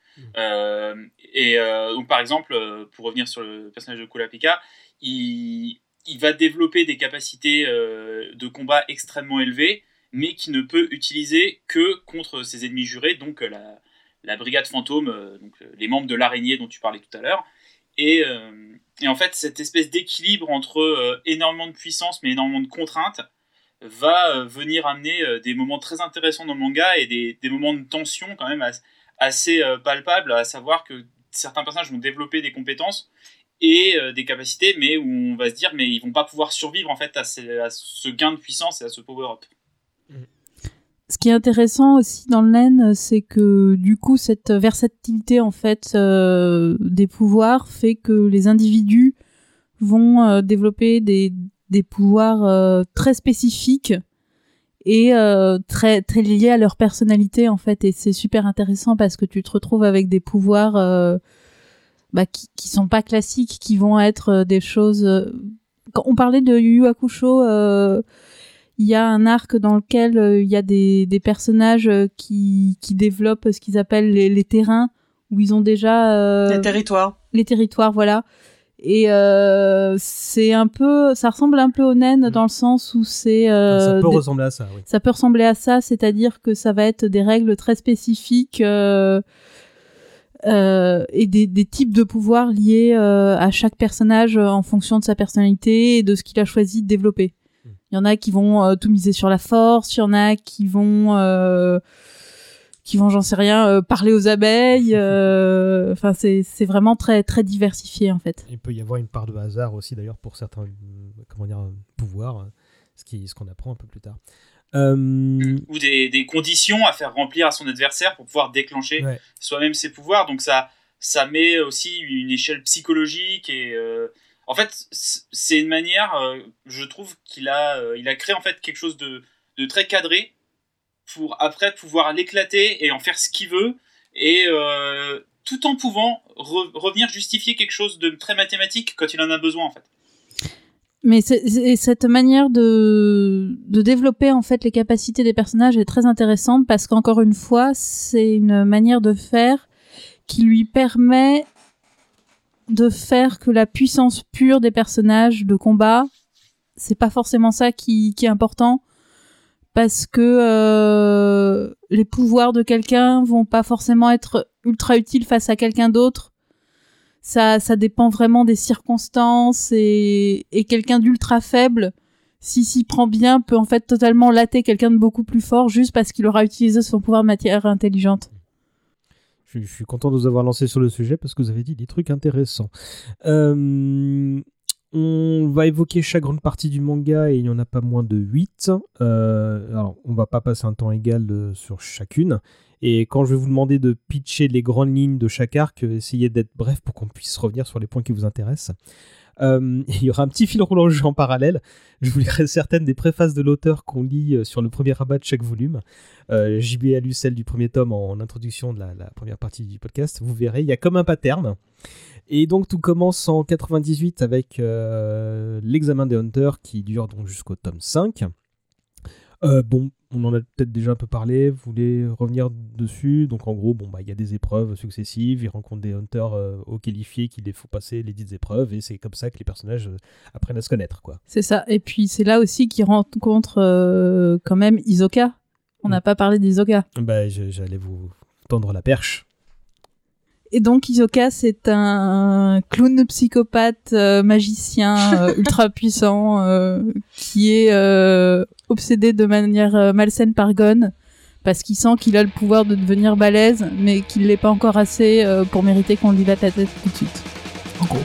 Donc par exemple, pour revenir sur le personnage de Kurapika, il va développer des capacités de combat extrêmement élevées, mais qui ne peut utiliser que contre ses ennemis jurés, donc la brigade fantôme, donc les membres de l'araignée dont tu parlais tout à l'heure. Et en fait, cette espèce d'équilibre entre énormément de puissance mais énormément de contraintes va venir amener des moments très intéressants dans le manga, et des moments de tension quand même assez palpables, à savoir que certains personnages vont développer des compétences et des capacités, mais où on va se dire mais ils vont pas pouvoir survivre en fait à ce gain de puissance et à ce power-up. Ce qui est intéressant aussi dans le nen, c'est que du coup cette versatilité en fait des pouvoirs fait que les individus vont développer des pouvoirs très spécifiques et très très liés à leur personnalité en fait, et c'est super intéressant parce que tu te retrouves avec des pouvoirs qui sont pas classiques, qui vont être des choses. Quand on parlait de Yu Yu Hakusho, il y a un arc dans lequel il y a des personnages qui développent ce qu'ils appellent les terrains, où ils ont déjà les territoires. Les territoires, voilà. Et c'est un peu, ça ressemble un peu au naine dans le sens où c'est ça peut ressembler à ça, oui. ça peut ressembler à ça, c'est-à-dire que ça va être des règles très spécifiques et des types de pouvoirs liés à chaque personnage en fonction de sa personnalité et de ce qu'il a choisi de développer. Il y en a qui vont tout miser sur la force, il y en a qui vont j'en sais rien, parler aux abeilles. Enfin, c'est vraiment très très diversifié en fait. Il peut y avoir une part de hasard aussi d'ailleurs pour certains pouvoirs, ce qu'on apprend un peu plus tard. Ou des conditions à faire remplir à son adversaire pour pouvoir déclencher soi-même ses pouvoirs. Donc ça met aussi une échelle psychologique et en fait c'est une manière, je trouve qu'il a créé en fait quelque chose de très cadré pour après pouvoir l'éclater et en faire ce qu'il veut et tout en pouvant revenir justifier quelque chose de très mathématique quand il en a besoin en fait. Mais cette manière de développer en fait les capacités des personnages est très intéressante parce qu'encore une fois, c'est une manière de faire qui lui permet de faire que la puissance pure des personnages de combat, c'est pas forcément ça qui est important parce que les pouvoirs de quelqu'un vont pas forcément être ultra utiles face à quelqu'un d'autre. Ça dépend vraiment des circonstances et quelqu'un d'ultra faible, s'y prend bien, peut en fait totalement latter quelqu'un de beaucoup plus fort juste parce qu'il aura utilisé son pouvoir de matière intelligente. Je suis content de vous avoir lancé sur le sujet parce que vous avez dit des trucs intéressants. On va évoquer chaque grande partie du manga et il n'y en a pas moins de 8. Alors, on va pas passer un temps égal sur chacune. Et quand je vais vous demander de pitcher les grandes lignes de chaque arc, essayez d'être bref pour qu'on puisse revenir sur les points qui vous intéressent. Il y aura un petit fil rouge en parallèle. Je vous lirai certaines des préfaces de l'auteur qu'on lit sur le premier rabat de chaque volume. JB a lu celle du premier tome en introduction de la première partie du podcast. Vous verrez, il y a comme un pattern. Et donc tout commence en 98 avec l'examen des Hunters qui dure donc jusqu'au tome 5. Bon, on en a peut-être déjà un peu parlé, vous voulez revenir dessus. Donc en gros, il y a des épreuves successives, ils rencontrent des hunters haut qualifiés qui les font passer les dites épreuves et c'est comme ça que les personnages apprennent à se connaître, quoi. C'est ça, et puis c'est là aussi qu'ils rencontrent quand même Hisoka. On n'a pas parlé d'Hisoka. J'allais vous tendre la perche. Et donc Hisoka, c'est un clown psychopathe magicien ultra puissant qui est obsédé de manière malsaine par Gon parce qu'il sent qu'il a le pouvoir de devenir balèze mais qu'il l'est pas encore assez pour mériter qu'on lui batte la tête tout de suite. En gros.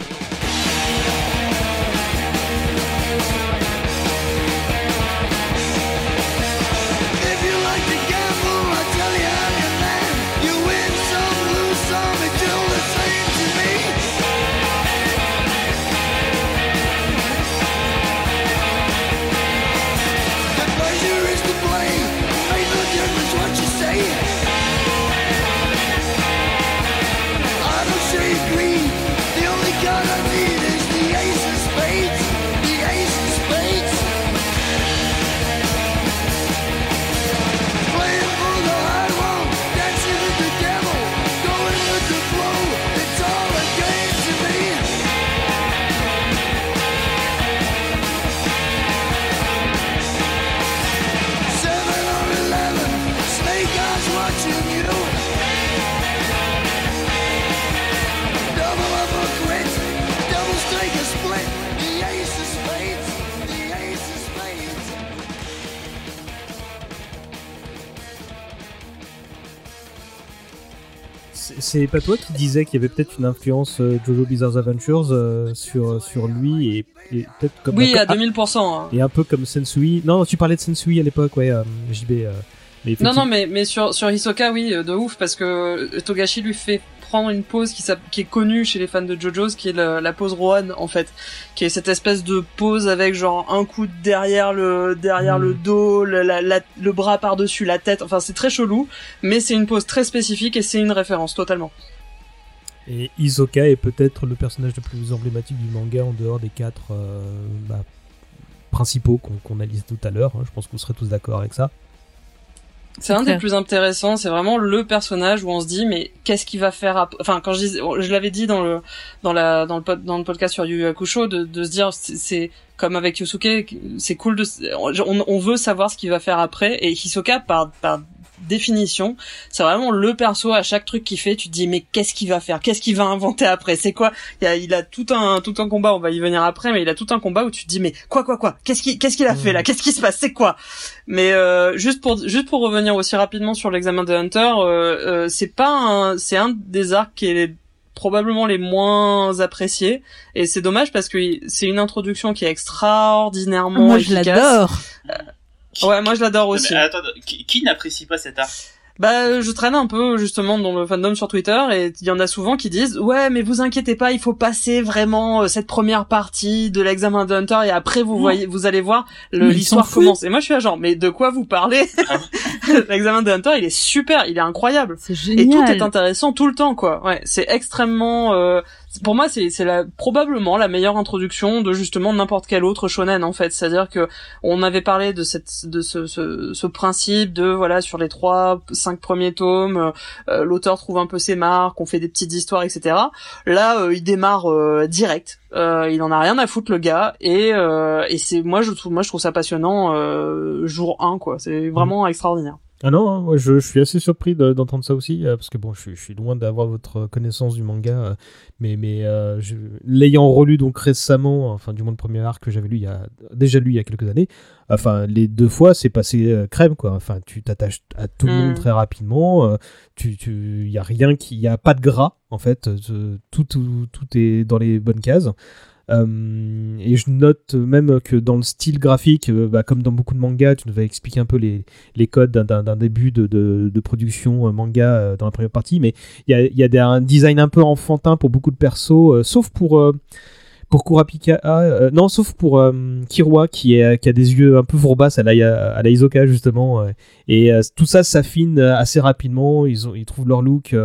C'est pas toi qui disais qu'il y avait peut-être une influence JoJo Bizarre Adventures sur lui et peut-être comme oui, à 2000%. Hein. Et un peu comme Sensui. Non, tu parlais de Sensui à l'époque, ouais, JB. Mais sur Hisoka, oui, de ouf, parce que Togashi lui fait prendre une pose qui est connue chez les fans de JoJo's, qui est la pose Rohan, en fait, qui est cette espèce de pose avec genre un coup derrière le dos, le bras par-dessus la tête, enfin c'est très chelou, mais c'est une pose très spécifique et c'est une référence totalement. Et Hisoka est peut-être le personnage le plus emblématique du manga en dehors des 4 principaux qu'on a listés tout à l'heure, hein. Je pense que vous serez tous d'accord avec ça. C'est un des clair. plus intéressants, c'est vraiment le personnage où on se dit mais qu'est-ce qu'il va faire enfin quand je l'avais dit dans le podcast sur Yu Yu Hakusho de se dire c'est comme avec Yosuke, c'est cool on veut savoir ce qu'il va faire après, et Hisoka par définition, c'est vraiment le perso. À chaque truc qu'il fait, tu te dis mais qu'est-ce qu'il va faire, qu'est-ce qu'il va inventer après, c'est quoi, il a tout un combat, on va y venir après, mais il a tout un combat où tu te dis mais quoi qu'est-ce qu'il a fait là, qu'est-ce qui se passe, c'est quoi. Mais juste pour revenir aussi rapidement sur l'examen de Hunter, c'est un des arcs qui est probablement les moins appréciés, et c'est dommage parce que c'est une introduction qui est extraordinairement Moi, je efficace. l'adore. Ouais, moi je l'adore aussi. Mais attends, qui n'apprécie pas cet arc? Bah, je traîne un peu justement dans le fandom sur Twitter, et il y en a souvent qui disent ouais mais vous inquiétez pas, il faut passer vraiment cette première partie de l'examen de Hunter et après vous allez voir Mais l'histoire ils s'en foutent. commence. Et moi je suis là genre mais de quoi vous parlez? L'examen de Hunter il est super, il est incroyable. C'est Et génial. tout est intéressant tout le temps quoi. Ouais, c'est extrêmement pour moi c'est probablement la meilleure introduction de justement n'importe quel autre shonen en fait. C'est-à-dire que on avait parlé de ce principe de voilà sur les 3-5 premiers tomes, l'auteur trouve un peu ses marques, on fait des petites histoires etc. Là il démarre direct. Il en a rien à foutre le gars, et c'est moi je trouve ça passionnant jour 1 quoi. C'est vraiment extraordinaire. Ah non, hein, moi je suis assez surpris d'entendre ça aussi, parce que bon, je suis loin d'avoir votre connaissance du manga, mais l'ayant relu donc récemment, enfin du moins le premier arc que j'avais lu il y a quelques années, enfin les deux fois c'est passé crème quoi, enfin tu t'attaches à tout le monde très rapidement, y a rien y a pas de gras en fait, tout est dans les bonnes cases. Et je note même que dans le style graphique, comme dans beaucoup de mangas, tu nous avais expliqué un peu les codes d'un début de production manga dans la première partie, mais il y a un design un peu enfantin pour beaucoup de persos, sauf pour Kurapika, non, sauf pour Killua qui a des yeux un peu fourbasses à la Hisoka justement, et tout ça s'affine assez rapidement, ils trouvent leur look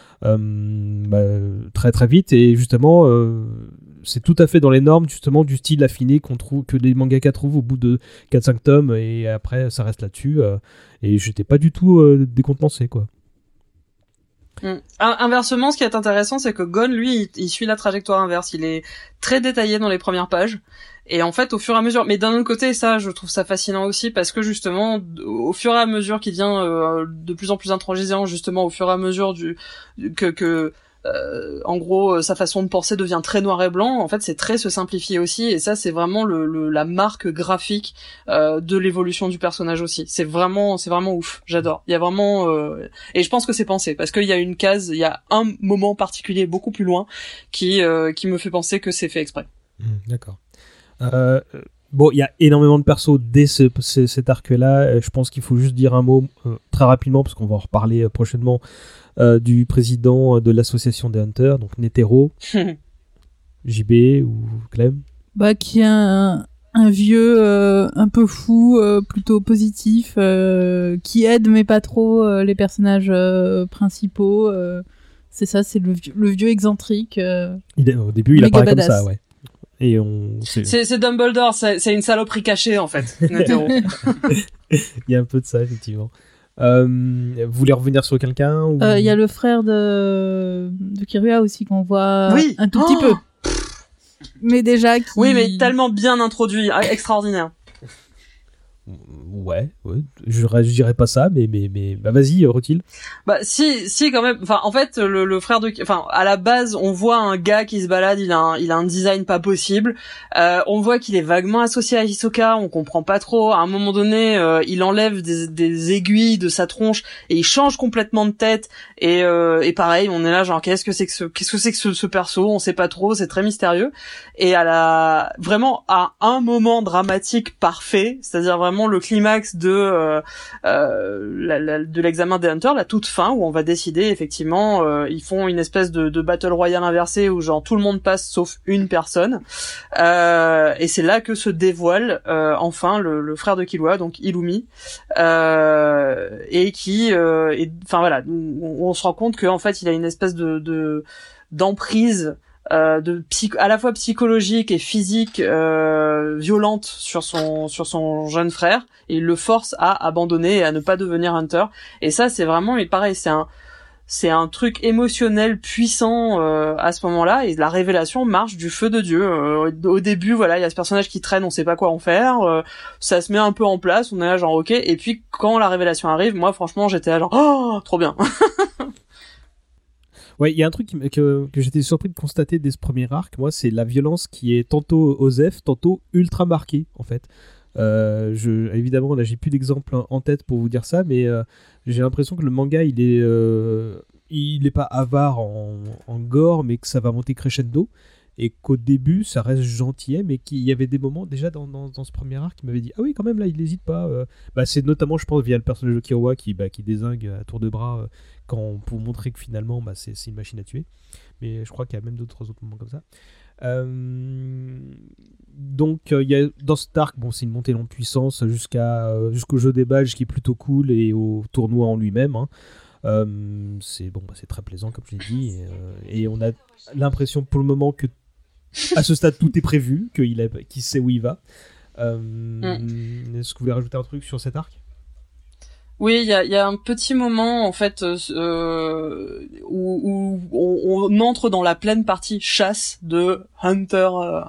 très très vite, et justement c'est tout à fait dans les normes justement du style affiné que les mangaka trouvent au bout de 4-5 tomes, et après ça reste là-dessus, et j'étais pas du tout décontenancé quoi. Inversement, ce qui est intéressant, c'est que Gon, lui, il suit la trajectoire inverse. Il est très détaillé dans les premières pages. Et en fait, au fur et à mesure, mais d'un autre côté, ça, je trouve ça fascinant aussi, parce que justement, au fur et à mesure qu'il devient de plus en plus intransigeant, justement, au fur et à mesure en gros, sa façon de penser devient très noir et blanc. En fait, c'est très se simplifier aussi, et ça, c'est vraiment la marque graphique de l'évolution du personnage aussi. C'est vraiment ouf. J'adore. Il y a vraiment, et je pense que c'est pensé, parce qu'il y a une case, il y a un moment particulier beaucoup plus loin qui me fait penser que c'est fait exprès. D'accord. Bon, il y a énormément de persos dès cet arc-là. Je pense qu'il faut juste dire un mot très rapidement, parce qu'on va en reparler prochainement, du président de l'association des Hunters, donc Netero, JB ou Clem. Qui est un vieux un peu fou, plutôt positif, qui aide mais pas trop les personnages principaux. C'est ça, c'est le vieux excentrique. Au début, il apparaît comme ça, ouais. Et c'est Dumbledore, c'est une saloperie cachée en fait, Netero. Il y a un peu de ça, effectivement. Vous voulez revenir sur quelqu'un ou... y a le frère de Killua aussi qu'on voit un tout petit peu. Mais déjà Oui, mais tellement bien introduit, extraordinaire. Ouais, je dirais pas ça, mais vas-y, Rothil. Si quand même. Enfin, en fait, le frère à la base, on voit un gars qui se balade, il a un design pas possible. On voit qu'il est vaguement associé à Hisoka, on comprend pas trop. À un moment donné, il enlève des aiguilles de sa tronche et il change complètement de tête. Et pareil, on est là genre qu'est-ce que c'est que ce perso, on sait pas trop, c'est très mystérieux. Et vraiment à un moment dramatique parfait, c'est-à-dire vraiment le climax de l'examen des Hunters, la toute fin où on va décider effectivement, ils font une espèce de battle royale inversée où genre tout le monde passe sauf une personne, et c'est là que se dévoile enfin le frère de Killua, donc Illumi, et qui enfin voilà, on se rend compte que en fait il a une espèce d'emprise à la fois psychologique et physique violente sur son jeune frère, et il le force à abandonner et à ne pas devenir Hunter. Et ça, c'est vraiment, et pareil, c'est un truc émotionnel puissant à ce moment-là, et la révélation marche du feu de Dieu. Au début, voilà, il y a ce personnage qui traîne, on sait pas quoi en faire, ça se met un peu en place, on est là genre ok, et puis quand la révélation arrive, moi franchement j'étais là genre oh trop bien. Ouais, il y a un truc que j'étais surpris de constater dès ce premier arc, moi, c'est la violence qui est tantôt osef, tantôt ultra marquée, en fait. Évidemment, là, j'ai plus d'exemples en tête pour vous dire ça, mais j'ai l'impression que le manga, il est pas avare en gore, mais que ça va monter crescendo, et qu'au début, ça reste gentillet, mais qu'il y avait des moments, déjà dans ce premier arc, qui m'avait dit « Ah oui, quand même, là, il n'hésite pas. » C'est notamment, je pense, via le personnage de Kirowa qui dézingue à tour de bras pour montrer que finalement, c'est une machine à tuer. Mais je crois qu'il y a même d'autres autres moments comme ça. Donc, il y a, dans cet arc, c'est une montée en puissance jusqu'au jeu des badges qui est plutôt cool, et au tournoi en lui-même. Hein. C'est très plaisant, comme je l'ai dit. Et on a l'impression pour le moment que à ce stade, tout est prévu, qu'il sait où il va. Est-ce que vous voulez rajouter un truc sur cet arc ? Oui, il y a un petit moment en fait où on entre dans la pleine partie chasse de Hunter,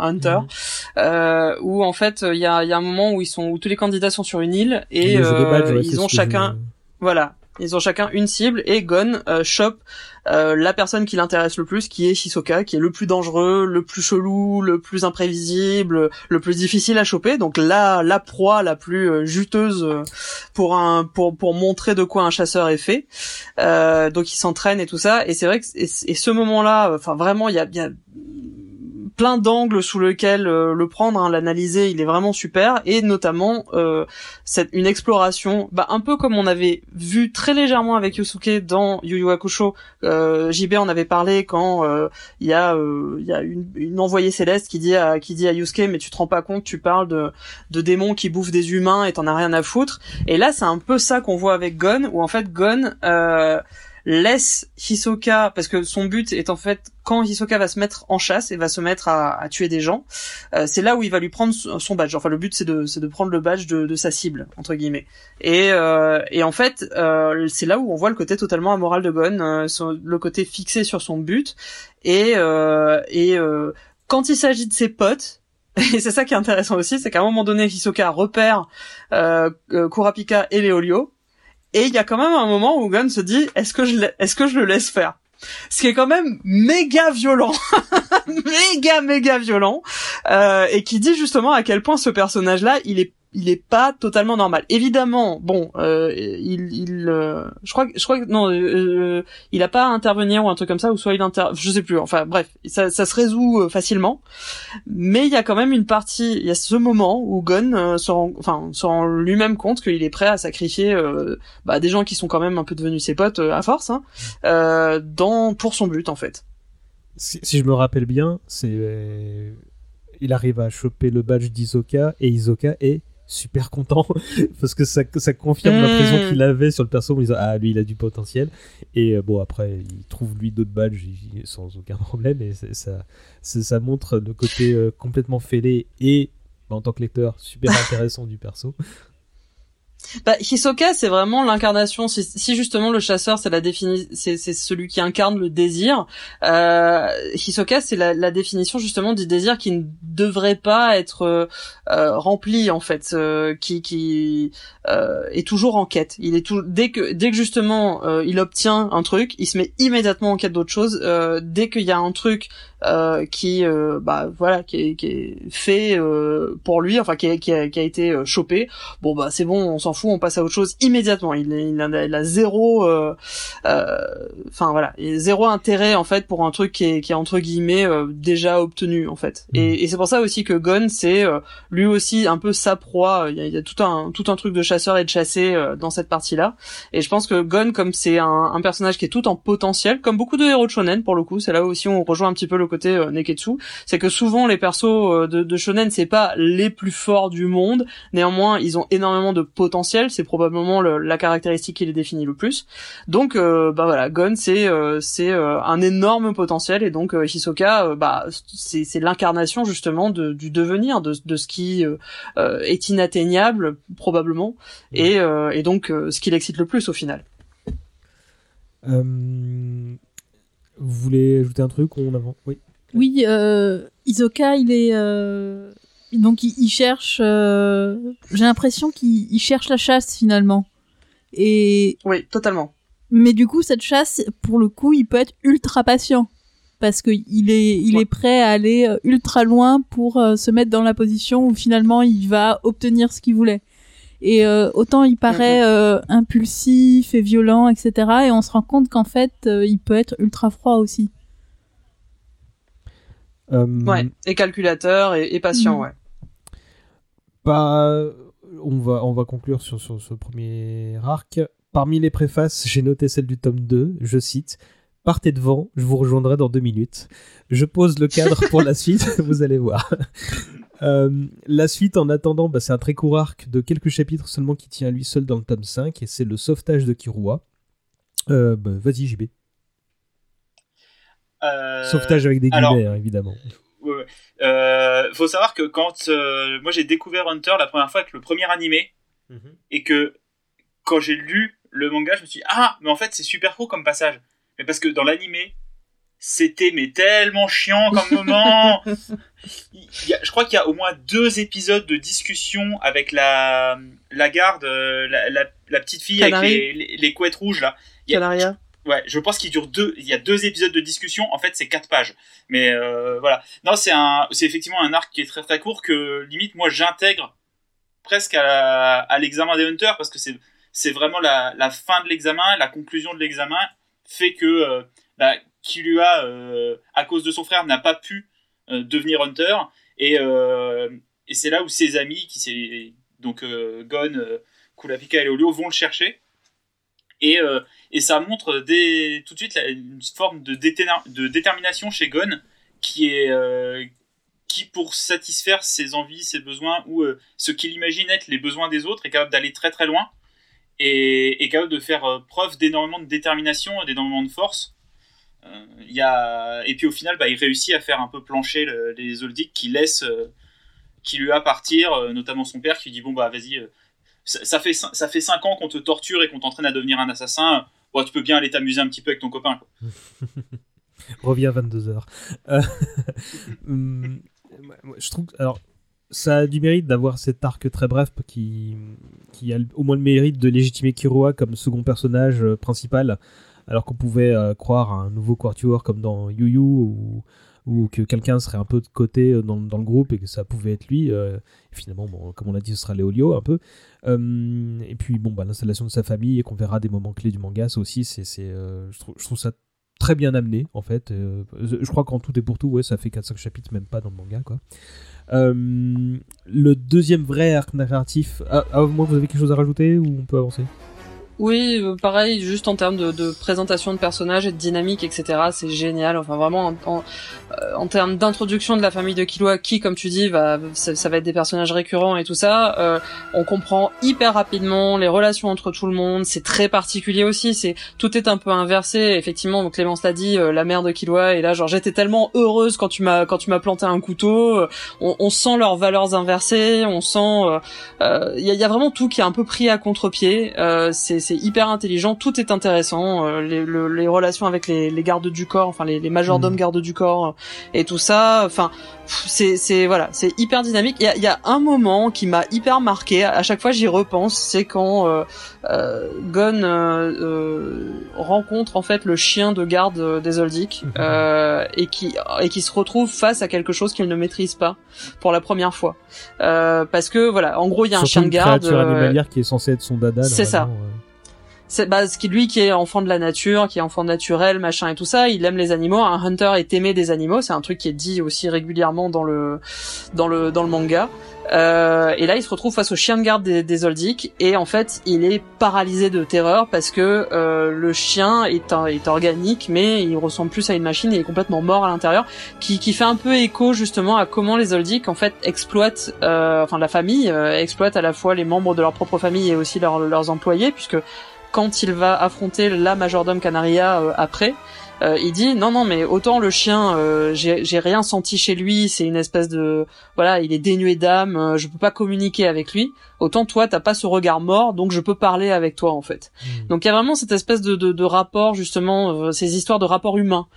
où en fait il y a un moment où tous les candidats sont sur une île et ils ont chacun une cible, et Gon chope la personne qui l'intéresse le plus, qui est Hisoka, qui est le plus dangereux, le plus chelou, le plus imprévisible, le plus difficile à choper. Donc la proie la plus juteuse pour montrer de quoi un chasseur est fait. Donc il s'entraîne et tout ça. Et c'est vrai que et ce moment-là, enfin vraiment, il y a plein d'angles sous lesquels le prendre, hein, l'analyser, il est vraiment super, et notamment une exploration, un peu comme on avait vu très légèrement avec Yusuke dans Yu Yu Hakusho. JB en avait parlé quand il y a une envoyée céleste qui dit à Yusuke mais tu te rends pas compte, tu parles de démons qui bouffent des humains et t'en as rien à foutre. Et là c'est un peu ça qu'on voit avec Gon, où en fait Gon laisse Hisoka, parce que son but est en fait, quand Hisoka va se mettre en chasse et va se mettre à tuer des gens, c'est là où il va lui prendre son badge. Enfin, le but c'est de prendre le badge de sa cible, entre guillemets. Et en fait, c'est là où on voit le côté totalement amoral de Gon, le côté fixé sur son but. Et quand il s'agit de ses potes, et c'est ça qui est intéressant aussi, c'est qu'à un moment donné, Hisoka repère Kurapika et Leolio. Et il y a quand même un moment où Gon se dit est-ce que je le laisse faire, ce qui est quand même méga violent. méga violent, et qui dit justement à quel point ce personnage là il est pas totalement normal. Évidemment, je crois que non, il a pas à intervenir ou un truc comme ça, ou soit je sais plus. Enfin bref, ça se résout facilement. Mais il y a quand même il y a ce moment où Gon se rend lui-même compte qu'il est prêt à sacrifier des gens qui sont quand même un peu devenus ses potes à force, hein, pour son but en fait. Si je me rappelle bien, il arrive à choper le badge d'Hisoka, et Hisoka est super content parce que ça confirme l'impression qu'il avait sur le perso, en disant lui il a du potentiel. Et après il trouve lui d'autres badges sans aucun problème, et ça montre le côté complètement fêlé et en tant que lecteur super intéressant du perso. Hisoka, c'est vraiment l'incarnation. Si justement le chasseur, c'est celui qui incarne le désir. Hisoka, c'est la définition justement du désir qui ne devrait pas être rempli en fait, qui est toujours en quête. Il est dès que justement il obtient un truc, il se met immédiatement en quête d'autre chose. Dès qu'il y a un truc qui est fait pour lui, enfin qui a été chopé, c'est bon, on s'en fout, on passe à autre chose immédiatement. Il a zéro zéro intérêt en fait pour un truc qui est entre guillemets déjà obtenu en fait. Et c'est pour ça aussi que Gon, c'est lui aussi un peu sa proie. Il y a tout un truc de chasseur et de chassé dans cette partie-là. Et je pense que Gon, comme c'est un personnage qui est tout en potentiel, comme beaucoup de héros de shonen pour le coup, c'est là aussi où on rejoint un petit peu le côté côté Neketsu, c'est que souvent les persos de shonen, c'est pas les plus forts du monde, néanmoins ils ont énormément de potentiel, c'est probablement la caractéristique qui les définit le plus. Donc voilà, Gon c'est un énorme potentiel, et donc Hisoka c'est l'incarnation justement du devenir, de ce qui est inatteignable probablement, et donc ce qui l'excite le plus au final. Vous voulez ajouter un truc ou on avance? Oui, Hisoka, il est donc il cherche. J'ai l'impression qu'il cherche la chasse finalement. Et oui, totalement. Mais du coup, cette chasse, pour le coup, il peut être ultra patient parce que il est prêt à aller ultra loin pour se mettre dans la position où finalement il va obtenir ce qu'il voulait. Et autant il paraît impulsif et violent, etc. Et on se rend compte qu'en fait, il peut être ultra froid aussi. Ouais, et calculateur et patient, ouais. On va conclure sur ce premier arc. Parmi les préfaces, j'ai noté celle du tome 2, je cite: partez devant, je vous rejoindrai dans 2 minutes. Je pose le cadre pour la suite, vous allez voir. La suite, en attendant, c'est un très court arc de quelques chapitres seulement qui tient à lui seul dans le tome 5, et c'est le sauvetage de Killua. Vas-y, JB. Sauvetage avec des guillemets, hein, évidemment. Ouais. Faut savoir que quand moi j'ai découvert Hunter la première fois avec le premier animé, et que quand j'ai lu le manga, je me suis dit mais en fait c'est super court comme passage, mais parce que dans l'animé c'était tellement chiant comme moment. Je crois qu'il y a au moins 2 épisodes de discussion avec la garde, la petite fille Canary. avec les couettes rouges là. Canaria. Ouais, je pense qu'il y a 2 épisodes de discussion, en fait c'est 4 pages. Mais voilà. Non, c'est effectivement un arc qui est très très court, que limite moi j'intègre presque à l'examen des Hunters, parce que c'est vraiment la fin de l'examen, la conclusion de l'examen fait que Killua, à cause de son frère, n'a pas pu devenir Hunter, et c'est là où ses amis, donc Gon, Kurapika et Leolio, vont le chercher. Et ça montre tout de suite une forme de détermination chez Gon, qui pour satisfaire ses envies, ses besoins, ou ce qu'il imagine être les besoins des autres, est capable d'aller très très loin, et est capable de faire preuve d'énormément de détermination, d'énormément de force. Et puis au final, il réussit à faire un peu plancher les Zoldyck, qui laissent Killua partir, notamment son père qui lui dit vas-y, ça fait 5 ans qu'on te torture et qu'on t'entraîne à devenir un assassin, tu peux bien aller t'amuser un petit peu avec ton copain, quoi. Reviens à 22h. Je trouve, alors, ça a du mérite d'avoir cet arc très bref qui a au moins le mérite de légitimer Killua comme second personnage principal, alors qu'on pouvait croire à un nouveau Quatuor comme dans Yu Yu, ou que quelqu'un serait un peu de côté dans le groupe et que ça pouvait être lui. Finalement, comme on l'a dit, ce sera Leolio un peu. Et puis l'installation de sa famille, et qu'on verra des moments clés du manga, ça aussi, je trouve ça très bien amené, en fait. Je crois qu'en tout et pour tout, ça fait 4-5 chapitres, même pas dans le manga, quoi. Le deuxième vrai arc narratif, moi, vous avez quelque chose à rajouter ou on peut avancer? Oui, pareil, juste en termes de présentation de personnages et de dynamique, etc., c'est génial. Enfin, vraiment, en termes d'introduction de la famille de Killua, qui, comme tu dis, ça va être des personnages récurrents et tout ça, on comprend hyper rapidement les relations entre tout le monde. C'est très particulier aussi. Tout est un peu inversé. Effectivement, Clémence l'a dit, la mère de Killua, et là, genre, j'étais tellement heureuse quand tu m'as planté un couteau. On sent leurs valeurs inversées. On sent, il y a vraiment tout qui est un peu pris à contre-pied. C'est hyper intelligent, tout est intéressant, les relations avec les gardes du corps, enfin les majordomes gardes du corps et tout ça, enfin c'est hyper dynamique. Il y a un moment qui m'a hyper marqué, à chaque fois j'y repense, c'est quand Gon rencontre en fait le chien de garde des Zoldyck, et qui se retrouve face à quelque chose qu'il ne maîtrise pas pour la première fois, parce que en gros il y a un chien de garde, surtout une créature animalière qui est censée être son dada. C'est ça. ce qui lui qui est enfant de la nature, qui est enfant naturel, machin et tout ça, il aime les animaux. Un hunter est aimé des animaux, c'est un truc qui est dit aussi régulièrement dans le manga. Et là, il se retrouve face au chien de garde des Zoldyck et en fait, il est paralysé de terreur parce que le chien est organique, mais il ressemble plus à une machine et il est complètement mort à l'intérieur, qui fait un peu écho justement à comment les Zoldyck en fait exploitent, la famille exploite à la fois les membres de leur propre famille et aussi leurs employés, puisque quand il va affronter la majordome Canaria après. Il dit non mais autant le chien j'ai rien senti chez lui, c'est une espèce de il est dénué d'âme, je peux pas communiquer avec lui, autant toi t'as pas ce regard mort, donc je peux parler avec toi en fait. Donc il y a vraiment cette espèce de rapport justement, ces histoires de rapports humains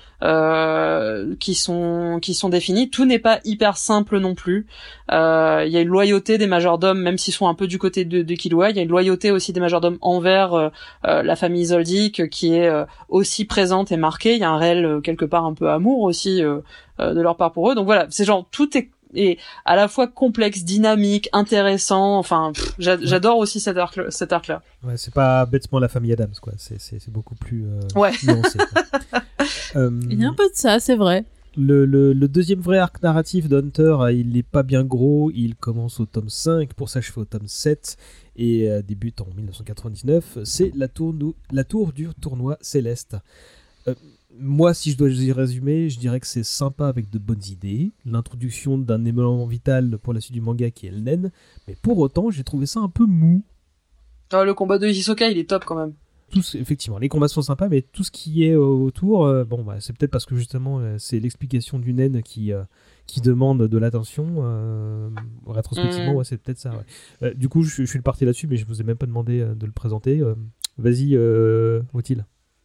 qui sont définis. Tout n'est pas hyper simple non plus. Il y a une loyauté des majordomes, même s'ils sont un peu du côté de Killua, il y a une loyauté aussi des majordomes envers la famille Zoldyck qui est aussi présente et marquée. Il y a un réel quelque part un peu amour aussi de leur part pour eux. Donc voilà, c'est genre tout est à la fois complexe, dynamique, intéressant. Enfin, j'adore aussi cet arc-là. Ouais, c'est pas bêtement la famille Adams, quoi. C'est beaucoup plus ouais. nuancé. Il y a un peu de ça, c'est vrai. Le deuxième vrai arc narratif d'Hunter, il n'est pas bien gros. Il commence au tome 5 pour s'achever au tome 7 et débute en 1999. C'est la tour du tournoi céleste. Moi, si je dois y résumer, je dirais que c'est sympa avec de bonnes idées, l'introduction d'un élément vital pour la suite du manga qui est le nen, mais pour autant, j'ai trouvé ça un peu mou. Le combat de Hisoka, il est top quand même. Effectivement, les combats sont sympas, mais tout ce qui est autour, c'est peut-être parce que justement, c'est l'explication du nen qui demande de l'attention. Rétrospectivement, c'est peut-être ça. Ouais. Du coup, je suis parti là-dessus, mais je vous ai même pas demandé de le présenter. Vas-y, Othil.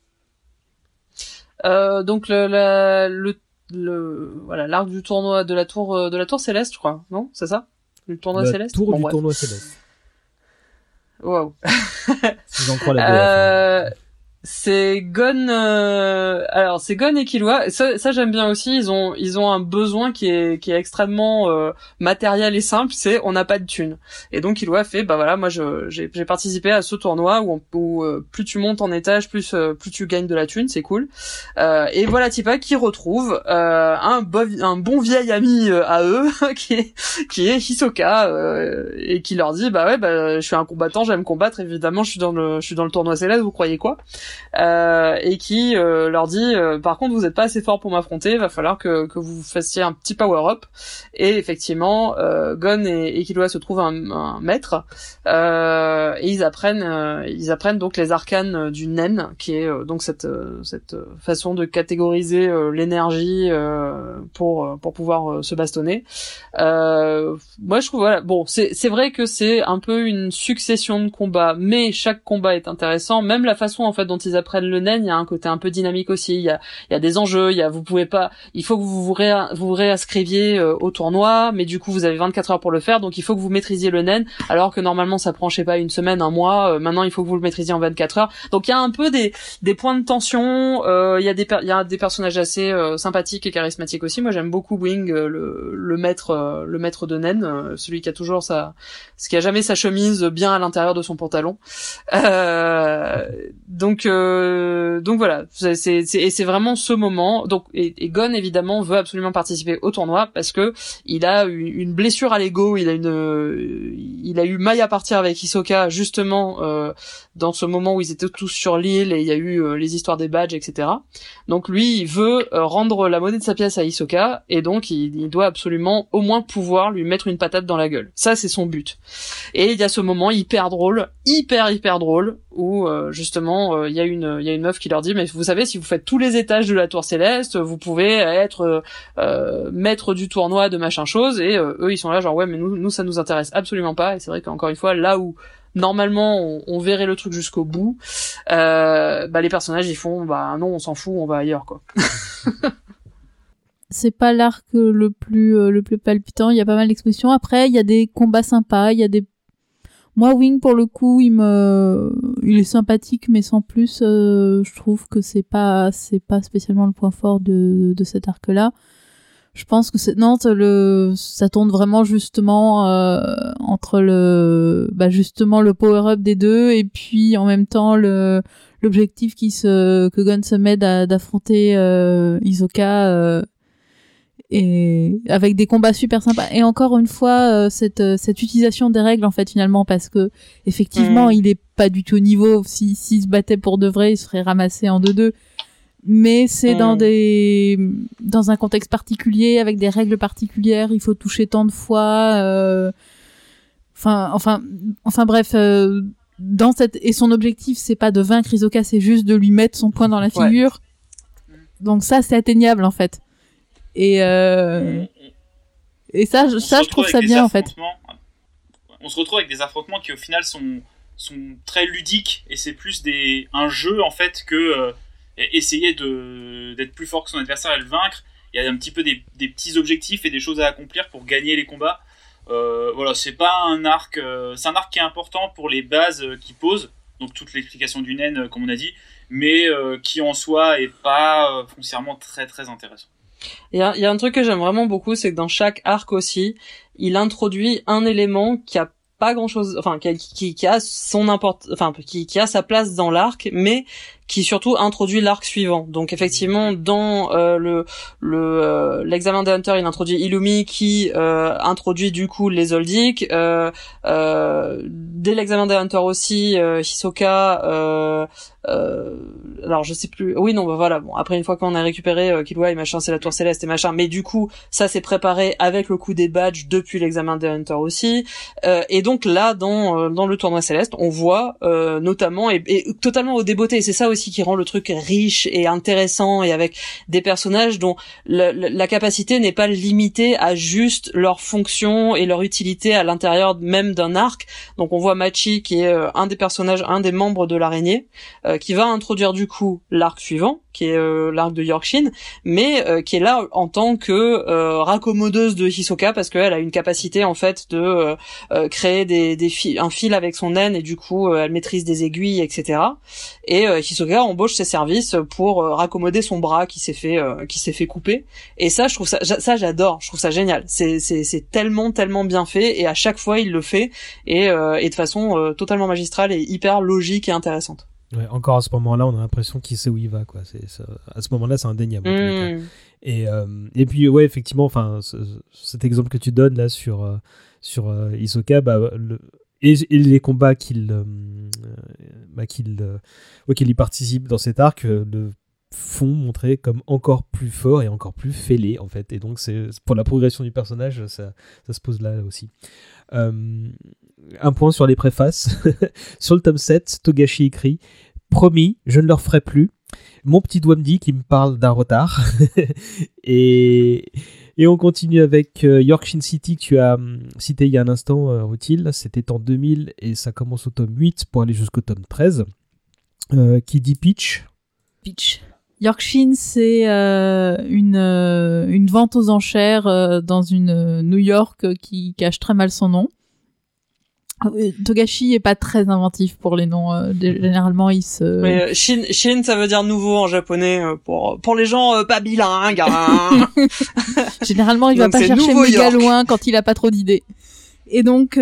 Donc l'arc du tournoi de la tour céleste, je crois, non, c'est ça, le tournoi céleste. Tour du tournoi céleste. Waouh. Si j'en crois la c'est Gon. Alors c'est Gon et Killua. Ça j'aime bien aussi. Ils ont un besoin qui est extrêmement matériel et simple. C'est on n'a pas de thunes. Et donc Killua fait moi j'ai participé à ce tournoi où plus tu montes en étage, plus tu gagnes de la thune. C'est cool. Et voilà Tipa qui retrouve un bon vieil ami à eux qui est Hisoka et qui leur dit je suis un combattant, j'aime combattre. Évidemment je suis dans le tournoi céleste. Vous croyez quoi? Et qui leur dit par contre vous êtes pas assez fort pour m'affronter, va falloir que vous fassiez un petit power up. Et effectivement Gon et Killua se trouvent un maître et ils apprennent donc les arcanes du nen, qui est donc cette façon de catégoriser l'énergie pour pouvoir se bastonner. Moi je trouve c'est vrai que c'est un peu une succession de combats, mais chaque combat est intéressant. Même la façon en fait dont ils apprennent le nen, il y a un côté un peu dynamique aussi. Il y a des enjeux. Il faut que vous réinscriviez au tournoi, mais du coup vous avez 24 heures pour le faire, donc il faut que vous maîtrisiez le nen, alors que normalement ça prend une semaine, un mois. Maintenant il faut que vous le maîtrisiez en 24 heures. Donc il y a un peu des points de tension. Il y a des personnages assez sympathiques et charismatiques aussi. Moi j'aime beaucoup Wing, le maître de nen, celui qui a toujours qui a jamais sa chemise bien à l'intérieur de son pantalon. Donc voilà, c'est vraiment ce moment. Donc et Gon évidemment veut absolument participer au tournoi parce que il a une blessure à l'ego. Il a eu maille à partir avec Hisoka justement dans ce moment où ils étaient tous sur l'île et il y a eu les histoires des badges, etc. Donc lui il veut rendre la monnaie de sa pièce à Hisoka et donc il doit absolument au moins pouvoir lui mettre une patate dans la gueule. Ça c'est son but. Et il y a ce moment hyper drôle où justement il y a une meuf qui leur dit mais vous savez si vous faites tous les étages de la tour céleste vous pouvez être maître du tournoi de machin chose, et eux ils sont là genre ouais mais nous ça nous intéresse absolument pas. Et c'est vrai qu'encore une fois là où normalement on verrait le truc jusqu'au bout, les personnages ils font non on s'en fout, on va ailleurs quoi. C'est pas l'arc le plus palpitant, il y a pas mal d'expositions. Après il y a des combats sympas, moi Wing pour le coup il est sympathique mais sans plus. Je trouve que c'est pas spécialement le point fort de cet arc là. Je pense que ça tourne vraiment justement entre justement le power-up des deux et puis en même temps l'objectif que Gon se met d'affronter Hisoka et avec des combats super sympas. Et encore une fois, cette utilisation des règles en fait finalement, parce que effectivement il est pas du tout au niveau. S'il se battait pour de vrai, il serait ramassé en 2-2. Mais c'est dans un contexte particulier, avec des règles particulières, il faut toucher tant de fois, enfin bref, et son objectif, c'est pas de vaincre Hisoka, c'est juste de lui mettre son poing dans la figure. Ouais. Donc ça, c'est atteignable, en fait. Et ça, je trouve ça bien, en fait. On se retrouve avec des affrontements qui, au final, sont très ludiques, et c'est plus un jeu, en fait, que essayer d'être plus fort que son adversaire et le vaincre. Il y a un petit peu des petits objectifs et des choses à accomplir pour gagner les combats. Voilà, c'est pas un arc, c'est un arc qui est important pour les bases qu'il pose, donc toute l'explication du Nen, comme on a dit, mais qui en soi est pas foncièrement très très intéressant. Il y a un truc que j'aime vraiment beaucoup, c'est que dans chaque arc aussi, il introduit un élément qui a pas grand chose, enfin qui a qui a sa place dans l'arc, mais qui surtout introduit l'arc suivant. Donc effectivement, dans l'examen des Hunters, il introduit Illumi qui introduit du coup les Zoldyck. Dès l'examen des Hunters aussi, Hisoka. Alors je sais plus. Oui non bah voilà. Bon après une fois qu'on a récupéré Killua et machin, c'est la tour céleste et machin. Mais du coup ça s'est préparé avec le coup des badges depuis l'examen des Hunters aussi. Et donc là dans le tournoi céleste, on voit notamment et totalement au débeauté. Et c'est ça aussi qui rend le truc riche et intéressant et avec des personnages dont la capacité n'est pas limitée à juste leur fonction et leur utilité à l'intérieur même d'un arc. Donc on voit Machi qui est un des membres de l'araignée, qui va introduire du coup l'arc suivant, qui est l'arc de Yorkshin, mais qui est là en tant que raccommodeuse de Hisoka parce qu'elle a une capacité en fait de créer un fil avec son naine et du coup elle maîtrise des aiguilles, etc. Et Hisoka embauche ses services pour raccommoder son bras qui s'est fait couper. Et ça, je trouve ça j'adore, je trouve ça génial. C'est tellement bien fait et à chaque fois il le fait et de façon totalement magistrale et hyper logique et intéressante. Ouais, encore à ce moment-là, on a l'impression qu'il sait où il va, quoi. À ce moment-là, c'est indéniable. En tous les cas. Et puis, ouais, effectivement, enfin, cet exemple que tu donnes là sur Hisoka, et les combats auxquels il participe dans cet arc le font montrer comme encore plus fort et encore plus fêlé, en fait. Et donc, c'est pour la progression du personnage, ça se pose là aussi. Un point sur les préfaces. Sur le tome 7, Togashi écrit « Promis, je ne leur ferai plus. Mon petit doigt me dit qu'il me parle d'un retard. » Et on continue avec Yorkshin City que tu as cité il y a un instant, Rutil. C'était en 2000 et ça commence au tome 8 pour aller jusqu'au tome 13. Qui dit Peach. Yorkshin, c'est une vente aux enchères dans une New York qui cache très mal son nom. Togashi est pas très inventif pour les noms. Généralement, il se... Mais Shin, ça veut dire nouveau en japonais pour les gens pas bilingues. Hein. Généralement, il va pas chercher méga loin quand il a pas trop d'idées. Et donc,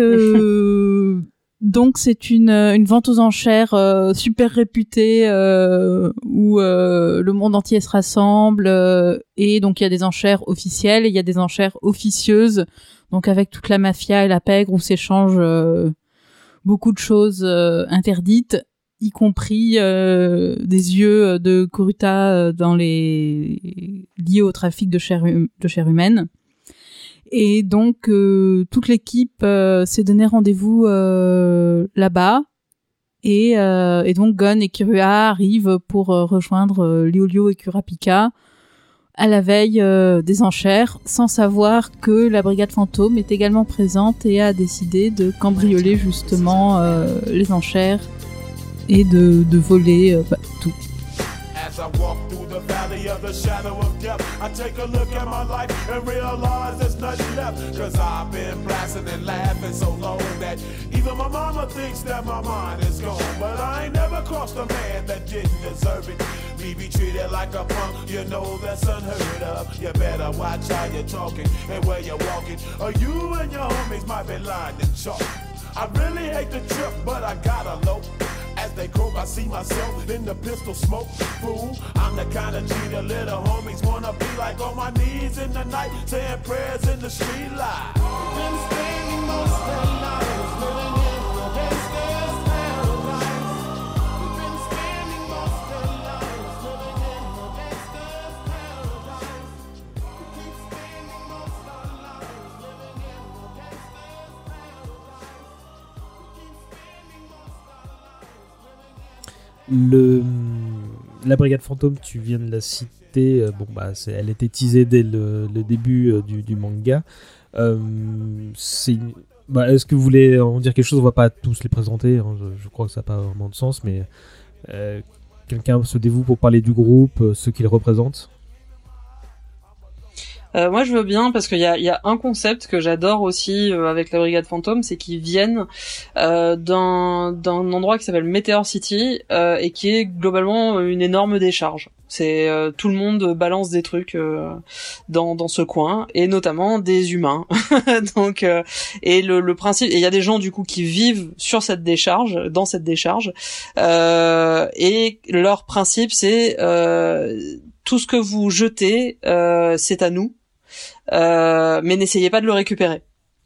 c'est une vente aux enchères super réputée où le monde entier se rassemble et donc il y a des enchères officielles et il y a des enchères officieuses. Donc avec toute la mafia et la pègre où s'échangent beaucoup de choses interdites, y compris des yeux de Kuruta liés au trafic de chair humaine. Et donc toute l'équipe s'est donné rendez-vous là-bas. Et donc Gon et Killua arrivent pour rejoindre Liolio et Kurapika à la veille des enchères, sans savoir que la brigade fantôme est également présente et a décidé de cambrioler justement les enchères et de voler tout. As I walk through the valley of the shadow of death, I take a look at my life and realize there's nothing left. Cause I've been blasting and laughing so long that even my mama thinks that my mind is gone. But I ain't never crossed a man that didn't deserve it. Me be treated like a punk, you know that's unheard of. You better watch how you're talking and where you're walking, or you and your homies might be lined in chalk. I really hate the trip, but I gotta low. As they croak, I see myself in the pistol smoke. Fool, I'm the kind of G the little homies wanna be like, on my knees in the night, saying prayers in the street light. Been spending most of their lives living in the gangster's paradise. We've been spending most of their lives living in the gangster's paradise. We keep spending most of our lives living in the gangster's paradise. We keep spending most of our La Brigade Fantôme, tu viens de la citer, elle était teasée dès le début du manga. Est-ce que vous voulez en dire quelque chose? On va pas tous les présenter, hein, je crois que ça n'a pas vraiment de sens, mais quelqu'un se dévoue pour parler du groupe, ceux qui le représentent? Moi je veux bien, parce qu'il y a un concept que j'adore aussi avec la Brigade Fantôme, c'est qu'ils viennent d'un endroit qui s'appelle Meteor City et qui est globalement une énorme décharge. C'est tout le monde balance des trucs dans ce coin, et notamment des humains. Donc et le principe, et il y a des gens du coup qui vivent sur cette décharge, dans cette décharge, et leur principe c'est tout ce que vous jetez c'est à nous. Mais n'essayez pas de le récupérer.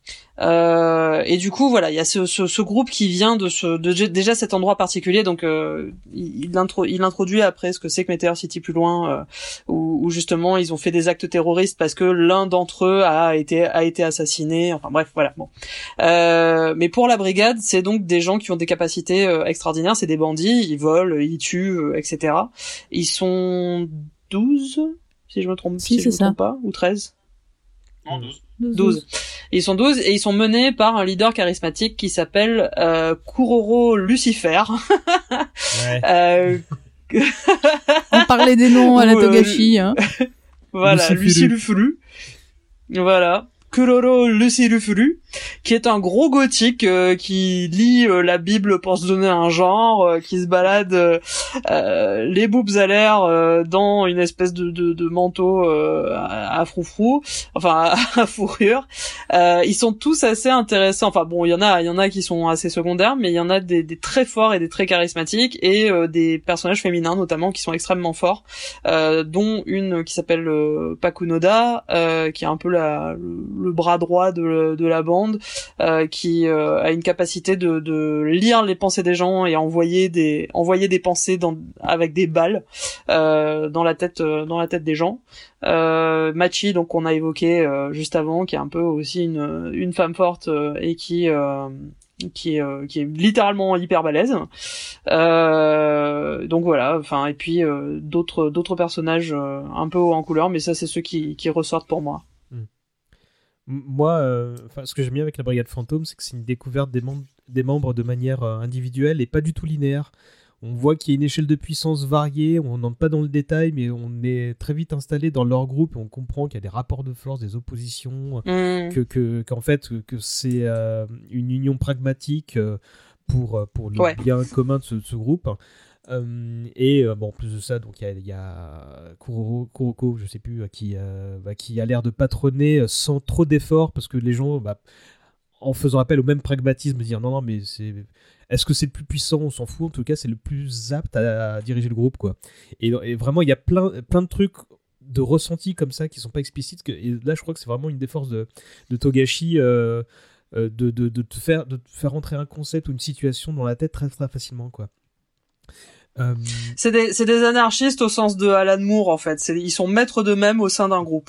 Et du coup, voilà, il y a ce groupe qui vient de déjà cet endroit particulier. Donc, il introduit après ce que c'est que Meteor City plus loin, où justement ils ont fait des actes terroristes parce que l'un d'entre eux a été assassiné. Enfin bref, voilà. Bon. Mais pour la brigade, c'est donc des gens qui ont des capacités extraordinaires. C'est des bandits, ils volent, ils tuent, etc. Ils sont 12, si je me trompe, si je me trompe pas, ou 13. Non, 12. 12. Ils sont 12 et ils sont menés par un leader charismatique qui s'appelle Kuroro Lucifer. Ouais. On parlait des noms à la Togashi. Hein. Voilà, Lucifuru. Voilà. Kuroro Lucifuru, qui est un gros gothique qui lit la Bible pour se donner un genre, qui se balade les boobs à l'air dans une espèce de manteau à froufrou, enfin à fourrure. Ils sont tous assez intéressants. Enfin bon, il y en a qui sont assez secondaires, mais il y en a des très forts et des très charismatiques, et des personnages féminins notamment qui sont extrêmement forts, dont une qui s'appelle Pakunoda, qui est un peu le bras droit de la bande, qui a une capacité de lire les pensées des gens et envoyer des pensées avec des balles dans la tête des gens. Machi, donc qu'on a évoqué juste avant, qui est un peu aussi une femme forte et qui est littéralement hyper balèze. Donc voilà, enfin, et puis d'autres personnages un peu haut en couleur, mais ça c'est ceux qui ressortent pour moi. Moi, ce que j'aime bien avec la Brigade Fantôme, c'est que c'est une découverte des membres de manière individuelle et pas du tout linéaire. On voit qu'il y a une échelle de puissance variée, on n'entre pas dans le détail, mais on est très vite installé dans leur groupe et on comprend qu'il y a des rapports de force, des oppositions, qu'en fait que c'est une union pragmatique pour le bien commun de ce groupe. En plus de ça, donc il y a Kuroko, je sais plus, qui a l'air de patronner sans trop d'efforts, parce que les gens, en faisant appel au même pragmatisme, dire non mais est-ce que c'est le plus puissant, on s'en fout, en tout cas c'est le plus apte à diriger le groupe, quoi. Et vraiment il y a plein de trucs de ressentis comme ça qui sont pas explicites, et là je crois que c'est vraiment une des forces de Togashi, de te faire rentrer un concept ou une situation dans la tête très très facilement, quoi. C'est des anarchistes au sens de Alan Moore, en fait. Ils sont maîtres d'eux-mêmes au sein d'un groupe.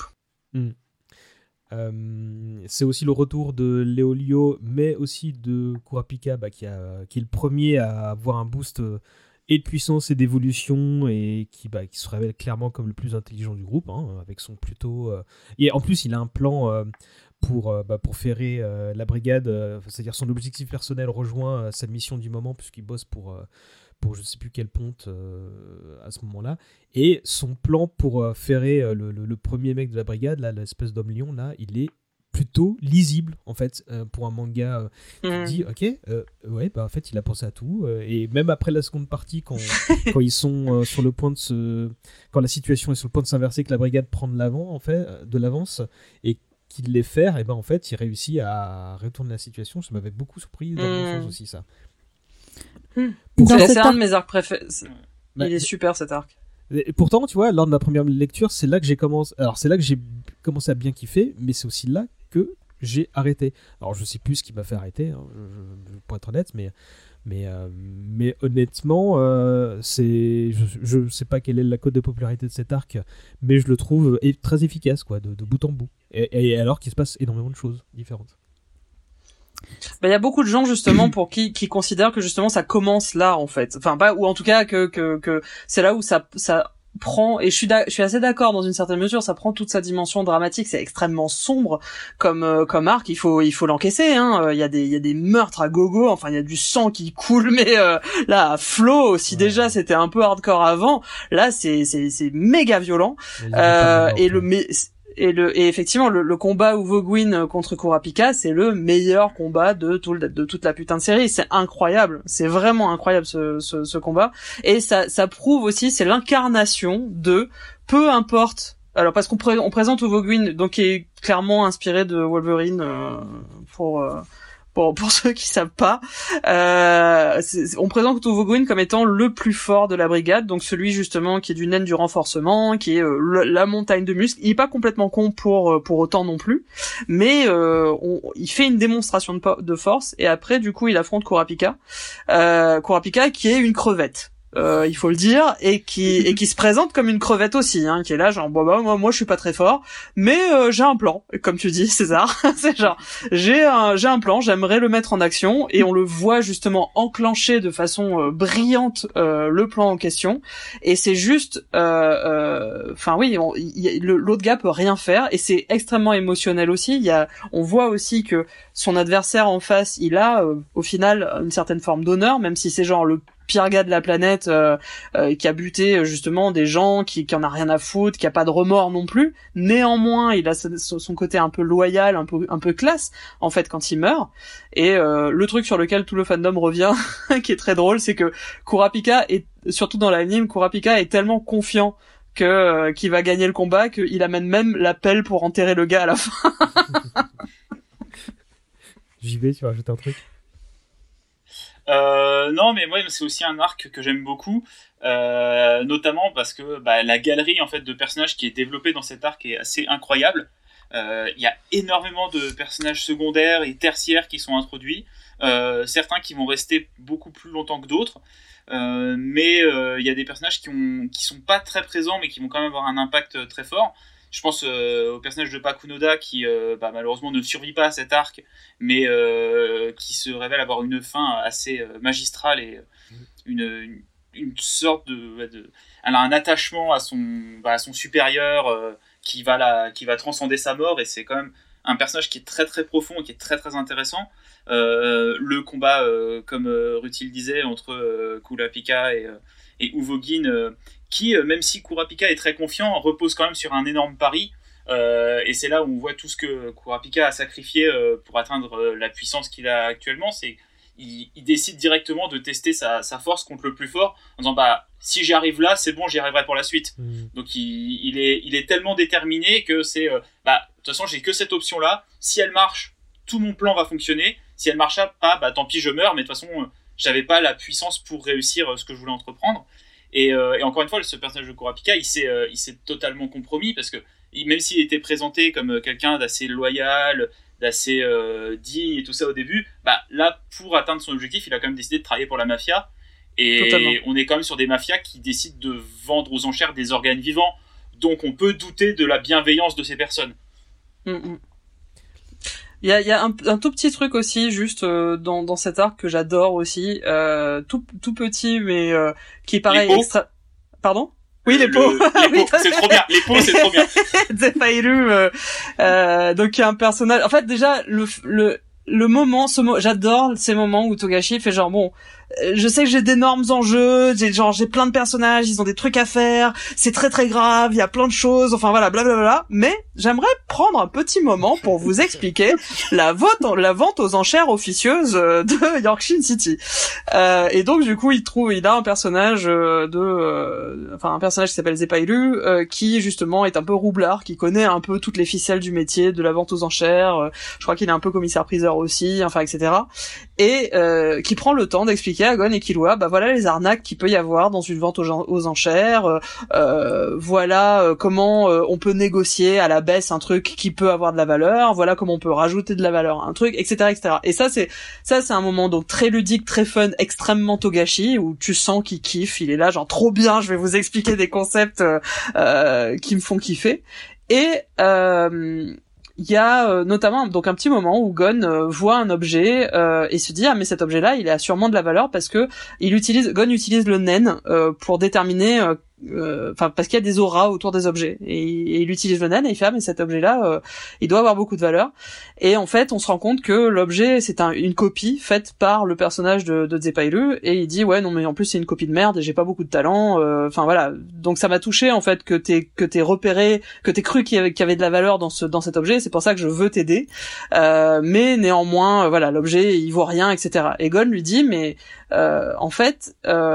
C'est aussi le retour de Leolio, mais aussi de Kurapika, qui est le premier à avoir un boost et de puissance et d'évolution, et qui se révèle clairement comme le plus intelligent du groupe, hein, avec son plutôt... Et en plus, il a un plan pour ferrer la brigade, c'est-à-dire son objectif personnel rejoint sa mission du moment, puisqu'il bosse pour je ne sais plus quel ponte à ce moment-là, et son plan pour ferrer le premier mec de la brigade, là, l'espèce d'homme lion, là, il est plutôt lisible en fait pour un manga qui dit ok ouais bah en fait il a pensé à tout et même après la seconde partie quand ils sont sur le point de quand la situation est sur le point de s'inverser, que la brigade prend de l'avance et qu'il les fait, et ben en fait il réussit à retourner la situation. Ça m'avait beaucoup surpris dans le bon sens aussi ça. C'est un de mes arcs préférés. Il est super cet arc. Et pourtant, tu vois, lors de ma première lecture, c'est là que j'ai commencé à bien kiffer, mais c'est aussi là que j'ai arrêté. Alors, je sais plus ce qui m'a fait arrêter, hein, pour être honnête, mais honnêtement, je sais pas quelle est la cote de popularité de cet arc, mais je le trouve très efficace, quoi, de bout en bout. Et alors qu'il se passe énormément de choses différentes. Il y a beaucoup de gens justement pour qui considèrent que justement ça commence là en fait, enfin pas, ou en tout cas que c'est là où ça prend, et je suis assez d'accord dans une certaine mesure, ça prend toute sa dimension dramatique, c'est extrêmement sombre comme arc, il faut l'encaisser, hein. Il y a des meurtres à gogo, enfin il y a du sang qui coule, mais là à flot, si déjà c'était un peu hardcore avant, là c'est méga violent, et effectivement le combat Uvo-Gwyn contre Kurapika, c'est le meilleur combat de toute la putain de série. C'est incroyable, c'est vraiment incroyable ce combat, et ça prouve aussi, c'est l'incarnation de peu importe. Alors parce qu'on présente Uvo-Gwyn, donc qui est clairement inspiré de Wolverine, pour ceux qui savent pas, on présente Uvo-Gwyn comme étant le plus fort de la brigade, donc celui justement qui est du naine du renforcement, qui est la montagne de muscles. Il est pas complètement con pour autant non plus, mais il fait une démonstration de force, et après du coup il affronte Kurapika qui est une crevette. Il faut le dire, et qui se présente comme une crevette aussi, hein, qui est là genre moi je suis pas très fort, mais j'ai un plan, comme tu dis César. C'est genre j'ai un plan, j'aimerais le mettre en action, et on le voit justement enclencher de façon brillante le plan en question, et c'est juste enfin oui, l'autre gars peut rien faire, et c'est extrêmement émotionnel aussi. On voit aussi que son adversaire en face, il a au final une certaine forme d'honneur, même si c'est genre le pire gars de la planète, qui a buté justement des gens, qui en a rien à foutre, qui a pas de remords non plus. Néanmoins, il a son côté un peu loyal, un peu classe en fait quand il meurt. Et le truc sur lequel tout le fandom revient, qui est très drôle, c'est que Kurapika est, surtout dans l'anime, Kurapika est tellement confiant qu'il va gagner le combat qu'il amène même la pelle pour enterrer le gars à la fin. J'y vais, tu vas rajouter un truc? Non, mais moi c'est aussi un arc que j'aime beaucoup, notamment parce que la galerie en fait de personnages qui est développée dans cet arc est assez incroyable. Il y a énormément de personnages secondaires et tertiaires qui sont introduits, certains qui vont rester beaucoup plus longtemps que d'autres, mais il y a des personnages qui sont pas très présents mais qui vont quand même avoir un impact très fort. Je pense au personnage de Pakunoda qui malheureusement ne survit pas à cet arc, mais qui se révèle avoir une fin assez magistrale, et une sorte elle a un attachement à son supérieur qui va transcender sa mort, et c'est quand même un personnage qui est très très profond et qui est très très intéressant. Le combat, comme Rutil disait, entre Kurapika et Uvo-Gwyn, qui, même si Kurapika est très confiant, repose quand même sur un énorme pari, et c'est là où on voit tout ce que Kurapika a sacrifié pour atteindre la puissance qu'il a actuellement. Il décide directement de tester sa force contre le plus fort, en disant si j'y arrive là, c'est bon, j'y arriverai pour la suite. Donc il est tellement déterminé que c'est de toute façon j'ai que cette option là, si elle marche, tout mon plan va fonctionner, si elle marche pas, tant pis, je meurs, mais de toute façon j'avais pas la puissance pour réussir ce que je voulais entreprendre. Et encore une fois, ce personnage de Kurapika, il s'est totalement compromis, parce que même s'il était présenté comme quelqu'un d'assez loyal, d'assez digne et tout ça au début, là, pour atteindre son objectif, il a quand même décidé de travailler pour la mafia. Et totalement. On est quand même sur des mafias qui décident de vendre aux enchères des organes vivants, donc on peut douter de la bienveillance de ces personnes. Il y a un tout petit truc aussi, juste dans cet arc que j'adore aussi, tout petit, mais qui paraît extra... Pardon? Oui, les pots. Les pots, c'est trop bien. Les pots, c'est trop bien. Zephyru, donc il y a un personnage. En fait, déjà le moment, j'adore ces moments où Togashi fait genre je sais que j'ai d'énormes enjeux, j'ai plein de personnages, ils ont des trucs à faire, c'est très très grave, il y a plein de choses, enfin voilà, blablabla. Mais j'aimerais prendre un petit moment pour vous expliquer la vente aux enchères officieuses de Yorkshire City. Et donc du coup, il a un personnage un personnage qui s'appelle Zepailu, qui justement est un peu roublard, qui connaît un peu toutes les ficelles du métier de la vente aux enchères. Je crois qu'il est un peu commissaire-priseur aussi, enfin etc. Et qui prend le temps d'expliquer à Gon et Killua, bah voilà les arnaques qu'il peut y avoir dans une vente aux enchères, voilà comment on peut négocier à la baisse un truc qui peut avoir de la valeur, voilà comment on peut rajouter de la valeur à un truc, etc., etc. Et ça c'est un moment donc très ludique, très fun, extrêmement Togashi, où tu sens qu'il kiffe, il est là genre trop bien, je vais vous expliquer des concepts qui me font kiffer. Et il y a notamment donc un petit moment où Gon voit un objet et se dit mais cet objet-là il a sûrement de la valeur parce que Gon utilise le nen pour déterminer parce qu'il y a des auras autour des objets et il utilise le nen et il fait mais cet objet-là il doit avoir beaucoup de valeur. Et en fait on se rend compte que l'objet c'est une copie faite par le personnage de Zepailu et il dit ouais non mais en plus c'est une copie de merde et j'ai pas beaucoup de talent, enfin voilà, donc ça m'a touché en fait que t'aies repéré, que t'aies cru qu'il y avait de la valeur dans cet objet, c'est pour ça que je veux t'aider, mais néanmoins voilà l'objet il vaut rien, etc. Et Gon lui dit mais en fait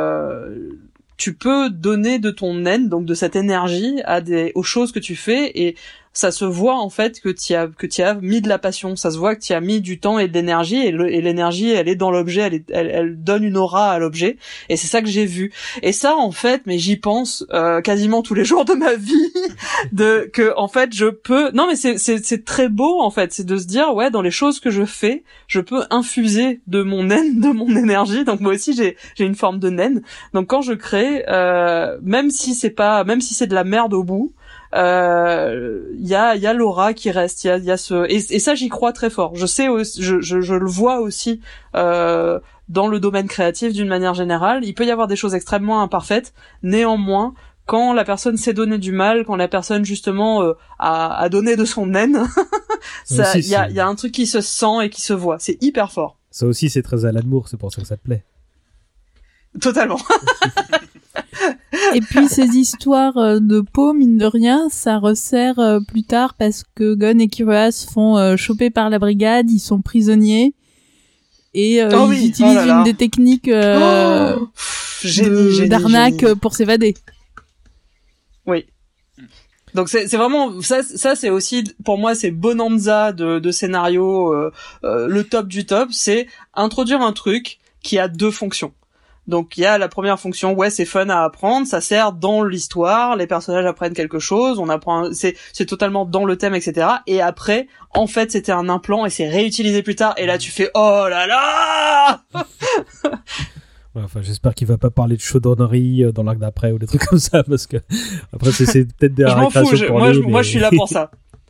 tu peux donner de ton nen, donc de cette énergie aux choses que tu fais, et ça se voit en fait que tu as mis de la passion, ça se voit que tu as mis du temps et de l'énergie, et l'énergie elle est dans l'objet, elle donne une aura à l'objet, et c'est ça que j'ai vu. Et ça en fait, mais j'y pense quasiment tous les jours de ma vie, que en fait je peux, non mais c'est très beau en fait, c'est de se dire ouais dans les choses que je fais, je peux infuser de mon nen, de mon énergie. Donc moi aussi j'ai une forme de nen. Donc quand je crée, même si c'est de la merde au bout, il y a l'aura qui reste, il y a ce et ça j'y crois très fort. Je sais je le vois aussi dans le domaine créatif d'une manière générale, il peut y avoir des choses extrêmement imparfaites, néanmoins quand la personne s'est donné du mal, quand la personne justement a donné de son nen, ça il y a un truc qui se sent et qui se voit, c'est hyper fort. Ça aussi c'est très Alan Moore, c'est pour ça que ça te plaît. Totalement. Et puis ces histoires de peau, mine de rien, ça resserre plus tard parce que Gon et Killua se font choper par la brigade, ils sont prisonniers et ils utilisent une des techniques d'arnaque pour s'évader. Oui. Donc c'est vraiment ça c'est aussi pour moi c'est bonanza de scénario, le top du top, c'est introduire un truc qui a deux fonctions. Donc il y a la première fonction, ouais c'est fun à apprendre, ça sert dans l'histoire, les personnages apprennent quelque chose, on apprend, c'est totalement dans le thème, etc. Et après, en fait c'était un implant et c'est réutilisé plus tard, et là tu fais oh là là. Ouais, enfin j'espère qu'il va pas parler de chaudronnerie dans l'arc d'après ou des trucs comme ça, parce que après c'est peut-être des récréations pour lui. Moi je suis là pour ça.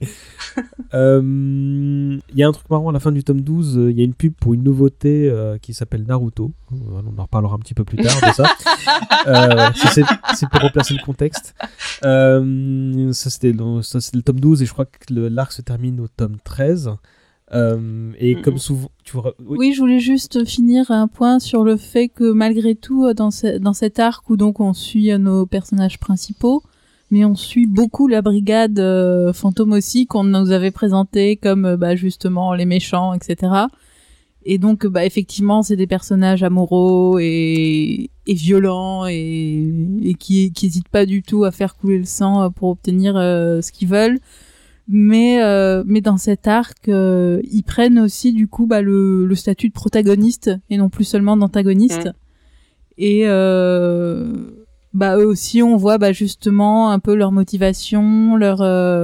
Il y a un truc marrant à la fin du tome 12, il y a une pub pour une nouveauté qui s'appelle Naruto. On en reparlera un petit peu plus tard de ça. C'est pour remplacer le contexte. Ça c'était le tome 12 et je crois que l'arc se termine au tome 13. Et comme souvent oui, je voulais juste finir un point sur le fait que malgré tout dans cet arc où donc on suit nos personnages principaux, mais on suit beaucoup la brigade fantôme aussi, qu'on nous avait présenté comme justement les méchants, etc. Et donc effectivement c'est des personnages amoureux et violents et qui hésitent pas du tout à faire couler le sang pour obtenir ce qu'ils veulent. Mais dans cet arc ils prennent aussi du coup le statut de protagoniste et non plus seulement d'antagoniste. Et eux aussi on voit justement un peu leur motivation, leur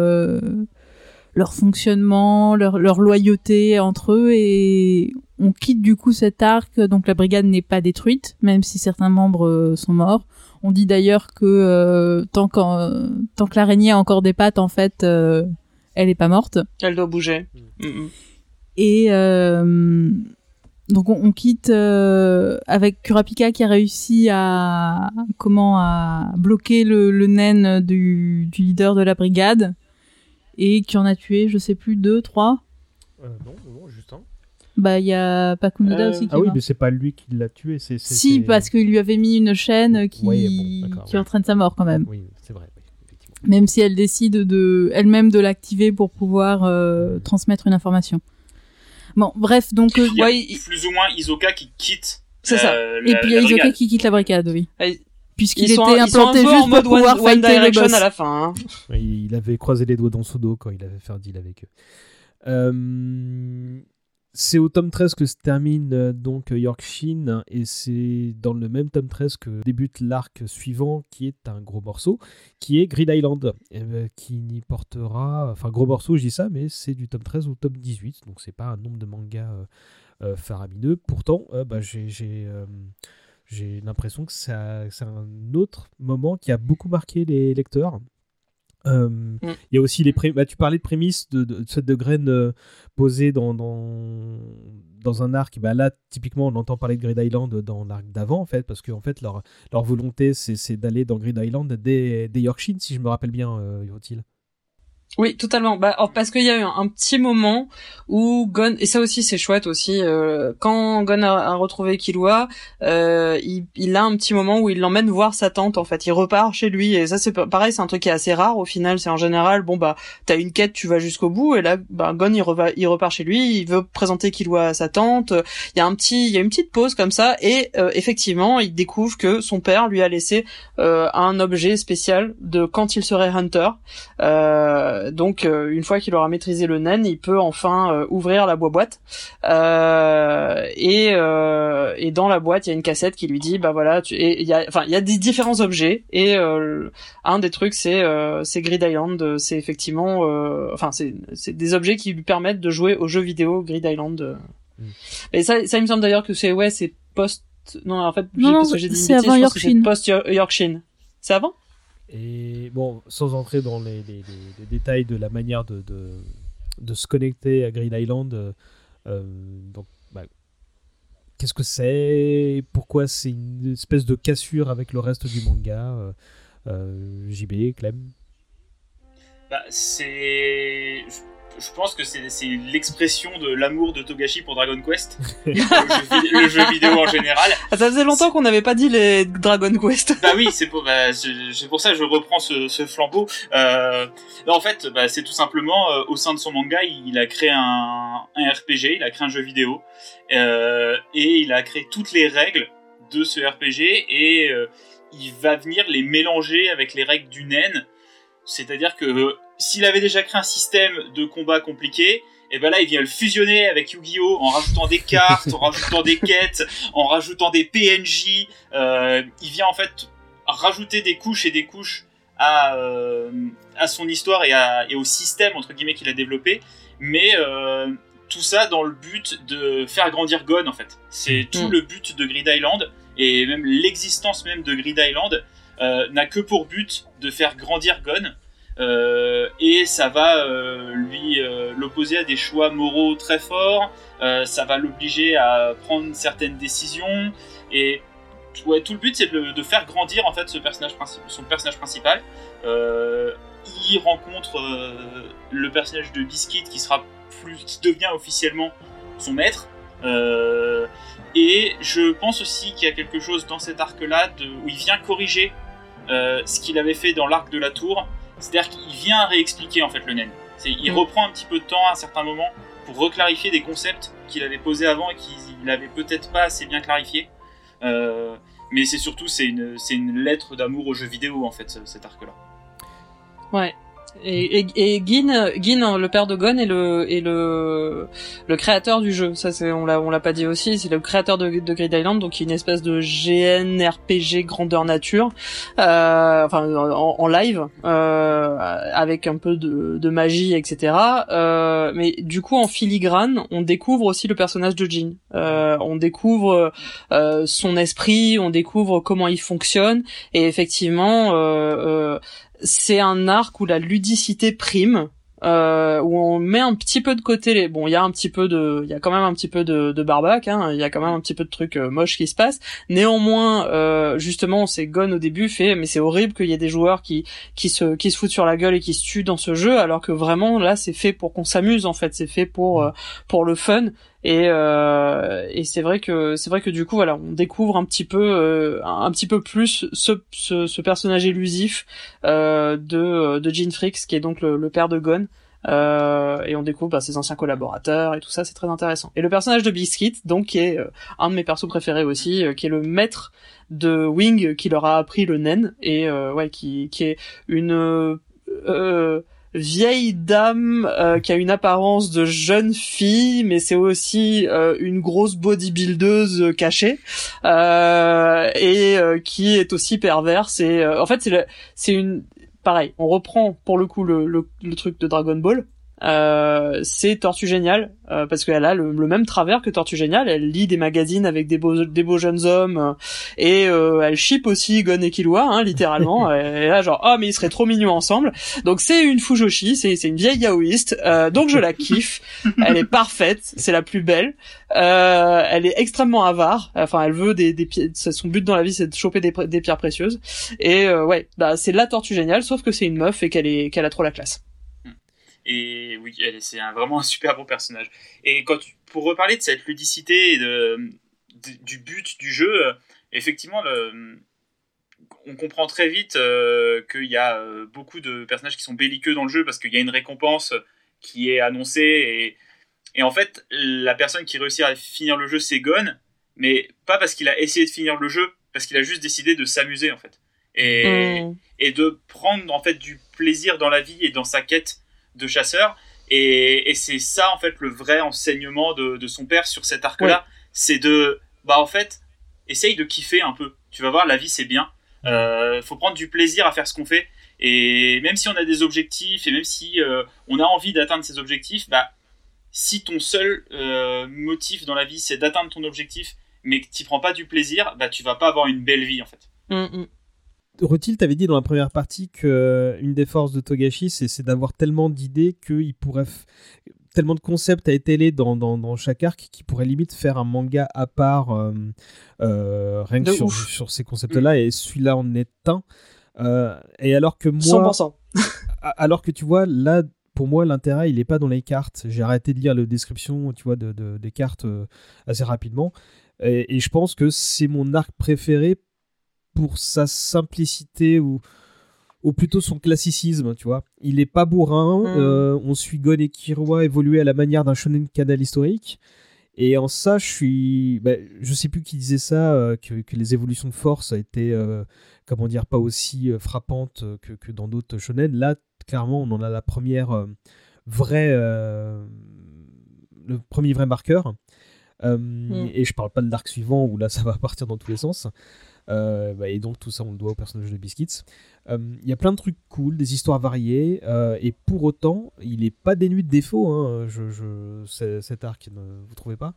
fonctionnement, leur loyauté entre eux, et on quitte du coup cet arc. Donc la brigade n'est pas détruite même si certains membres sont morts. On dit d'ailleurs que tant que l'araignée a encore des pattes en fait elle est pas morte. Elle doit bouger. Et donc on quitte avec Kurapika qui a réussi à bloquer le nen du leader de la brigade et qui en a tué, je sais plus, 2, 3. Non, juste un. Bah, il y a Pakunoda aussi qui est Ah oui, mort. mais c'est pas lui qui l'a tué, c'est... Si, parce qu'il lui avait mis une chaîne qui, Ouais, bon, d'accord, qui entraîne sa mort quand même. Oui, c'est vrai, oui, effectivement. Même si elle décide elle-même de l'activer pour pouvoir transmettre une information. Bon, bref, donc... Il y a Ouais, plus ou moins Hisoka qui quitte. C'est ça. et puis il y a la Hisoka brigade. qui quitte la brigade, oui. Ouais, Puisqu'il ils sont était un implanté peu en juste pour mode pouvoir One fighter le Direction boss. à la fin. Hein. Oui, il avait croisé les doigts dans son dos quand il avait fait un deal avec eux. C'est au tome 13 que se termine donc Yorkshin, et c'est dans le même tome 13 que débute l'arc suivant, qui est un gros morceau, qui est Grid Island, qui n'y portera... Enfin, gros morceau, je dis ça, mais c'est du tome 13 au tome 18, donc c'est pas un nombre de mangas faramineux. Pourtant, j'ai l'impression que c'est un autre moment qui a beaucoup marqué les lecteurs. Il y a aussi tu parlais de prémices de graines posées dans un arc. Bah là, typiquement, on entend parler de Grid Island dans l'arc d'avant, en fait, parce que en fait, leur volonté, c'est d'aller dans Grid Island dès Yorkshin, si je me rappelle bien, Yotil. Oui, totalement. Bah, parce qu'il y a eu un petit moment où Gon, et ça aussi c'est chouette aussi, quand Gon a retrouvé Killua, il a un petit moment où il l'emmène voir sa tante, en fait. Il repart chez lui, et ça c'est pareil, c'est un truc qui est assez rare au final. C'est en général, bon bah, t'as une quête, tu vas jusqu'au bout, et là, bah, Gon il repart chez lui, il veut présenter Killua à sa tante. Il y a une petite pause comme ça, et effectivement, il découvre que son père lui a laissé un objet spécial de quand il serait Hunter. Donc une fois qu'il aura maîtrisé le nen, il peut enfin ouvrir la boîte. Et dans la boîte, il y a une cassette qui lui dit bah voilà, il y a des différents objets, et un des trucs c'est Grid Island, c'est effectivement c'est des objets qui lui permettent de jouer au jeu vidéo Grid Island. Et ça il me semble d'ailleurs que c'est post parce que j'ai dit une bêtise, je pense que c'est post Yorkshin. C'est avant? Et bon, sans entrer dans les détails de la manière de se connecter à Grid Island, donc, qu'est-ce que c'est? Pourquoi c'est une espèce de cassure avec le reste du manga? JB, Clem? Je pense que c'est l'expression de l'amour de Togashi pour Dragon Quest, le jeu vidéo en général. Ça faisait longtemps qu'on n'avait pas dit les Dragon Quest. Bah oui, c'est pour ça que je reprends ce flambeau. En fait, c'est tout simplement au sein de son manga, il a créé un RPG, il a créé un jeu vidéo, et il a créé toutes les règles de ce RPG, et il va venir les mélanger avec les règles du nen. C'est-à-dire que s'il avait déjà créé un système de combat compliqué, et ben là il vient le fusionner avec Yu-Gi-Oh! En rajoutant des cartes, en rajoutant des quêtes, en rajoutant des PNJ. Il vient en fait rajouter des couches et des couches à son histoire et au système entre guillemets qu'il a développé. Mais tout ça dans le but de faire grandir Gon en fait. C'est tout le but de Grid Island, et même l'existence même de Grid Island n'a que pour but de faire grandir Gon. Et ça va l'opposer à des choix moraux très forts, ça va l'obliger à prendre certaines décisions, et tout le but c'est de faire grandir en fait son personnage principal. Il rencontre le personnage de Biscuit qui devient officiellement son maître, et je pense aussi qu'il y a quelque chose dans cet arc là où il vient corriger ce qu'il avait fait dans l'arc de la tour. C'est-à-dire qu'il vient réexpliquer en fait le nen. Il reprend un petit peu de temps à un certain moment pour reclarifier des concepts qu'il avait posés avant et qu'il n'avait peut-être pas assez bien clarifiés. Mais c'est surtout c'est une lettre d'amour au jeu vidéo en fait cet arc-là. Ouais. Et Gin, le père de Gon, est le créateur du jeu. Ça, on l'a pas dit aussi. C'est le créateur de Grid Island, donc une espèce de GN RPG grandeur nature, en live, avec un peu de magie, etc. Mais du coup, en filigrane, on découvre aussi le personnage de Gin. On découvre son esprit, on découvre comment il fonctionne, et effectivement. C'est un arc où la ludicité prime, où on met un petit peu de côté il y a quand même un petit peu de barbac, hein, il y a quand même un petit peu de trucs moches qui se passent. Néanmoins, justement, c'est Gon au début mais c'est horrible qu'il y ait des joueurs qui se foutent sur la gueule et qui se tuent dans ce jeu, alors que vraiment là c'est fait pour qu'on s'amuse, en fait, c'est fait pour le fun. Et c'est vrai que du coup voilà, on découvre un petit peu plus ce personnage élusif de Gene Freaks, qui est donc le père de Gon, et on découvre ses anciens collaborateurs et tout ça, c'est très intéressant. Et le personnage de Biscuit, donc, qui est un de mes persos préférés aussi, qui est le maître de Wing, qui leur a appris le nen, et qui est une vieille dame qui a une apparence de jeune fille, mais c'est aussi une grosse bodybuildeuse cachée, et qui est aussi perverse. Et en fait c'est une pareil, on reprend pour le coup le truc de Dragon Ball. C'est Tortue Géniale, parce qu'elle a le même travers que Tortue Géniale. Elle lit des magazines avec des beaux jeunes hommes, et elle ship aussi Gon et Killua, hein, littéralement. Et là, genre, mais ils seraient trop mignons ensemble. Donc c'est une Fujoshi, c'est une vieille yaoïste, donc je la kiffe. Elle est parfaite, c'est la plus belle. Elle est extrêmement avare. Enfin, elle veut des son but dans la vie, c'est de choper des pierres précieuses. Et c'est la Tortue Géniale, sauf que c'est une meuf et qu'elle a trop la classe. Et oui, c'est vraiment un super bon personnage. Et pour reparler de cette ludicité et du but du jeu, effectivement, on comprend très vite qu'il y a beaucoup de personnages qui sont belliqueux dans le jeu, parce qu'il y a une récompense qui est annoncée. Et en fait, la personne qui réussit à finir le jeu, c'est Gon, mais pas parce qu'il a essayé de finir le jeu, parce qu'il a juste décidé de s'amuser, en fait. Et de prendre, en fait, du plaisir dans la vie et dans sa quête de chasseur, et c'est ça, en fait, le vrai enseignement de son père sur cet arc-là. C'est en fait, essaye de kiffer un peu, tu vas voir, la vie c'est bien, faut prendre du plaisir à faire ce qu'on fait, et même si on a des objectifs, et même si on a envie d'atteindre ces objectifs, si ton seul motif dans la vie c'est d'atteindre ton objectif, mais que tu prends pas du plaisir, tu vas pas avoir une belle vie, en fait. Rutil, t'avais dit dans la première partie que une des forces de Togashi, c'est d'avoir tellement d'idées qu'il pourrait tellement de concepts à étaler dans chaque arc qu'il pourrait limite faire un manga à part rien que sur ces concepts-là, et celui-là en est un. Et alors que moi, 100%. Alors que tu vois, là, pour moi, l'intérêt, il est pas dans les cartes. J'ai arrêté de lire la description, tu vois, des cartes assez rapidement, et je pense que c'est mon arc préféré pour sa simplicité ou plutôt son classicisme, tu vois. Il est pas bourrin, on suit Gon et Killua évoluer à la manière d'un shonen canal historique, et en ça, je sais plus qui disait ça, que les évolutions de force étaient, pas aussi frappantes que dans d'autres shonen. Là, clairement, on en a la première le premier vrai marqueur, et je parle pas de l'arc suivant où là, ça va partir dans tous les sens. Et donc tout ça on le doit au personnage de Biscuits. Il y a plein de trucs cool, des histoires variées, et pour autant il est pas dénué de défauts, hein. Cet arc, vous trouvez pas?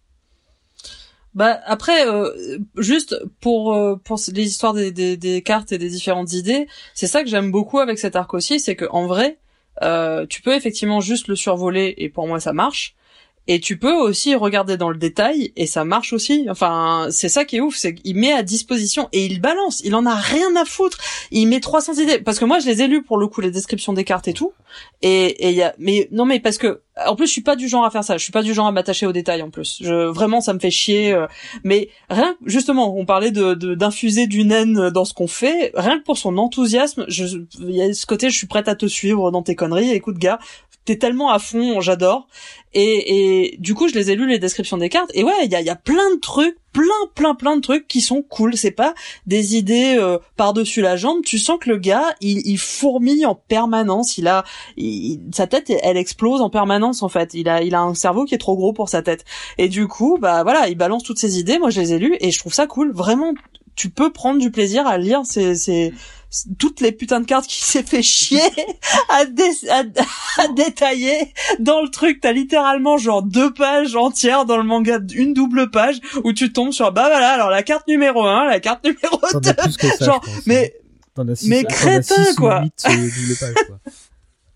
Après, juste pour les histoires des cartes et des différentes idées, c'est ça que j'aime beaucoup avec cet arc aussi, c'est que en vrai, tu peux effectivement juste le survoler, et pour moi ça marche. Et tu peux aussi regarder dans le détail, et ça marche aussi. Enfin, c'est ça qui est ouf, c'est qu'il met à disposition, et il balance, il en a rien à foutre. Il met 300 idées. Parce que moi, je les ai lus, pour le coup, les descriptions des cartes et tout. Et il y a, mais parce que, en plus, je suis pas du genre à faire ça. Je suis pas du genre à m'attacher aux détails, en plus. Vraiment, ça me fait chier. Mais rien, justement, on parlait d'infuser du nen dans ce qu'on fait. Rien que pour son enthousiasme, il y a ce côté, je suis prête à te suivre dans tes conneries. Écoute, gars, t'es tellement à fond, j'adore. Et du coup, je les ai lus, les descriptions des cartes, et ouais, il y a plein de trucs, plein de trucs qui sont cool. C'est pas des idées par-dessus la jambe. Tu sens que le gars, il fourmille en permanence. Sa tête, elle explose en permanence, en fait. Il a un cerveau qui est trop gros pour sa tête. Et du coup, voilà, il balance toutes ses idées. Moi, je les ai lues, et je trouve ça cool. Vraiment, tu peux prendre du plaisir à lire toutes les putains de cartes qui s'est fait chier à détailler dans le truc. T'as littéralement genre 2 pages entières dans le manga, une double page où tu tombes sur alors la carte numéro 1, la carte numéro 2. T'en as plus que ça, genre, je pense, mais crétin, quoi. 8 double pages, quoi.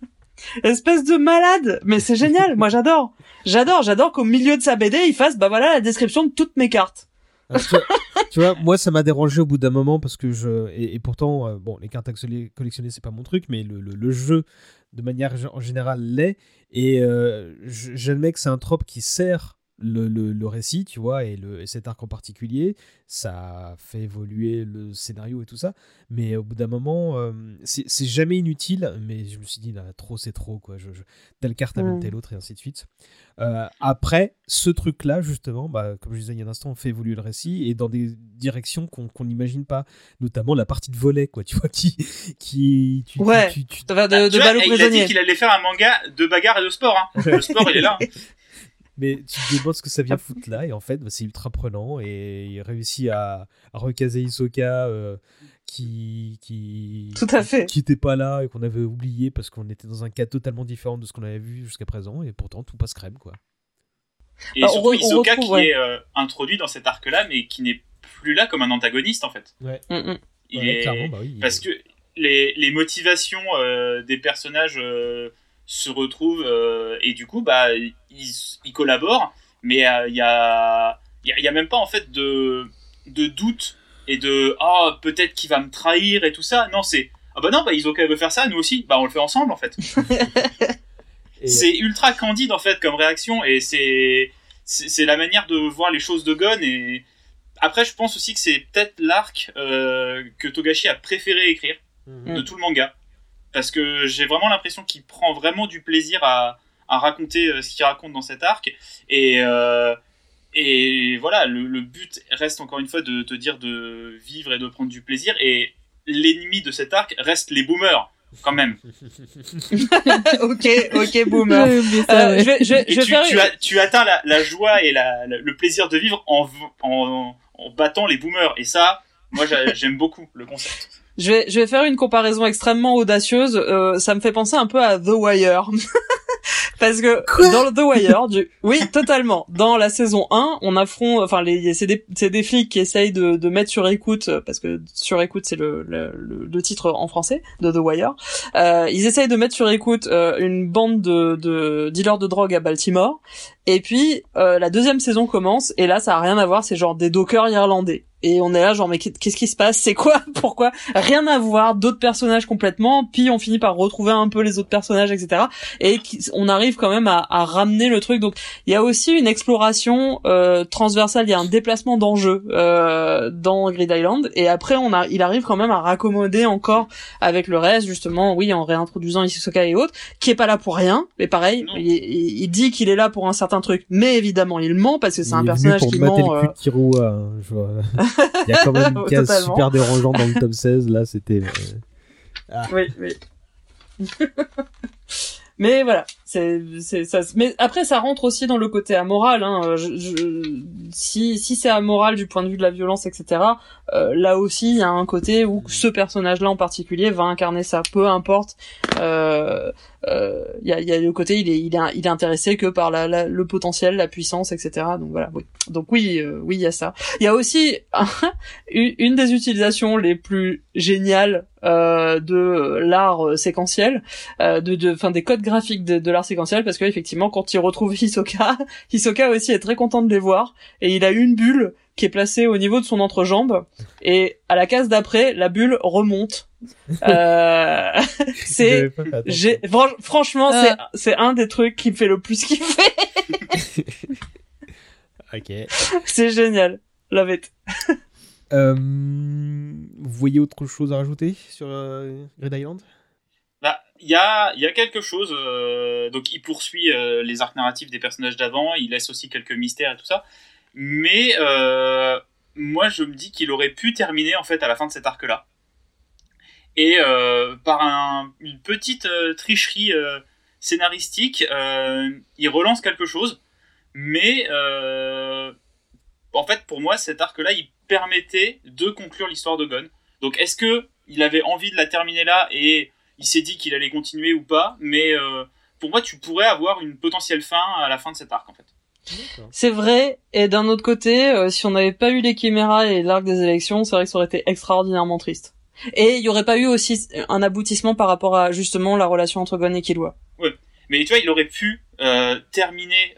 Espèce de malade. Mais c'est génial. Moi, j'adore. J'adore qu'au milieu de sa BD, il fasse, bah voilà, la description de toutes mes cartes. Tu vois, moi ça m'a dérangé au bout d'un moment parce que et pourtant bon, les cartes à collectionner c'est pas mon truc, mais le jeu de manière en général l'est, et j'admets que c'est un trope qui sert le récit, tu vois, et cet arc en particulier, ça fait évoluer le scénario et tout ça, mais au bout d'un moment c'est jamais inutile, mais je me suis dit là, trop c'est trop quoi, telle carte amène telle autre et ainsi de suite. Après ce truc là justement, bah, comme je disais il y a un instant, on fait évoluer le récit et dans des directions qu'on n'imagine pas, notamment la partie de volley quoi, tu vois, de balle au prisonnier. Il a dit qu'il allait faire un manga de bagarre et de sport, hein. Le sport il est là. Mais tu te demandes ce que ça vient foutre là, et en fait, bah, c'est ultra prenant, et il réussit à recaser Hisoka qui tout à fait, qui était pas là et qu'on avait oublié parce qu'on était dans un cas totalement différent de ce qu'on avait vu jusqu'à présent, et pourtant tout passe crème quoi. Et surtout Hisoka qui est introduit dans cet arc-là, mais qui n'est plus là comme un antagoniste en fait. Ouais. Il est clairement, bah oui. Parce que les motivations des personnages se retrouvent et du coup bah ils collaborent, mais il y a même pas en fait de doute et de peut-être qu'il va me trahir et tout ça. Non, c'est Hisoka veut faire ça, nous aussi, bah on le fait ensemble en fait. C'est ultra candide en fait comme réaction, et c'est la manière de voir les choses de Gon. Et après je pense aussi que c'est peut-être l'arc que Togashi a préféré écrire de tout le manga, parce que j'ai vraiment l'impression qu'il prend vraiment du plaisir à raconter ce qu'il raconte dans cet arc, et voilà, le but reste encore une fois de te dire de vivre et de prendre du plaisir, et l'ennemi de cet arc reste les boomers quand même. ok boomer. Tu atteins la joie et le plaisir de vivre en battant les boomers, et ça moi j'aime beaucoup le concept. Je vais faire une comparaison extrêmement audacieuse. Ça me fait penser un peu à The Wire. Parce que dans The Wire, oui, totalement. Dans la saison 1, on affronte, enfin, c'est des flics qui essayent de mettre sur écoute, parce que sur écoute, c'est le titre en français de The Wire. Ils essayent de mettre sur écoute une bande de dealers de drogue à Baltimore. Et puis, la deuxième saison commence, et là, ça a rien à voir, c'est genre des dockers irlandais. Et on est là genre, mais qu'est-ce qui se passe? C'est quoi? Pourquoi? Rien à voir, d'autres personnages complètement, puis on finit par retrouver un peu les autres personnages, etc. Et on arrive quand même à ramener le truc. Donc, il y a aussi une exploration transversale, il y a un déplacement d'enjeux dans Grid Island, et après, il arrive quand même à raccommoder encore avec le reste, justement, oui, en réintroduisant Hisoka et autres, qui est pas là pour rien, mais pareil, il dit qu'il est là pour un certain truc, mais évidemment, il ment, parce que c'est un personnage qui ment... le cul de Kirua, je vois... Il y a quand même une case super dérangeante dans le tome 16, là, c'était... Oui. Mais voilà, c'est ça. Mais après, ça rentre aussi dans le côté amoral, hein. Si c'est amoral du point de vue de la violence, etc., là aussi, il y a un côté où ce personnage-là en particulier va incarner ça, peu importe. Il y a le côté, il est intéressé que par le potentiel, la puissance, etc. Donc voilà, oui. Donc oui, il y a ça. Il y a aussi une des utilisations les plus géniales de l'art séquentiel, des codes graphiques de l'art séquentiel, parce que effectivement, quand il retrouve Hisoka aussi est très content de les voir, et il a une bulle qui est placée au niveau de son entrejambe, et à la case d'après, la bulle remonte. Franchement, c'est un des trucs qui me fait le plus kiffer. Ok. C'est génial. Love it. Vous voyez autre chose à rajouter sur Grid Island? Bah, il y a quelque chose. Donc, il poursuit les arcs narratifs des personnages d'avant. Il laisse aussi quelques mystères et tout ça. Mais moi, je me dis qu'il aurait pu terminer en fait à la fin de cet arc-là. Et par une petite tricherie scénaristique, il relance quelque chose. Mais en fait, pour moi, cet arc-là, il permettait de conclure l'histoire de Gon. Donc, est-ce que il avait envie de la terminer là et il s'est dit qu'il allait continuer ou pas? Mais pour moi, tu pourrais avoir une potentielle fin à la fin de cet arc, en fait. C'est vrai, et d'un autre côté, si on n'avait pas eu les chiméras et l'arc des élections, c'est vrai que ça aurait été extraordinairement triste. Et il y aurait pas eu aussi un aboutissement par rapport à justement la relation entre Gon et Killua. Mais tu vois, il aurait pu terminer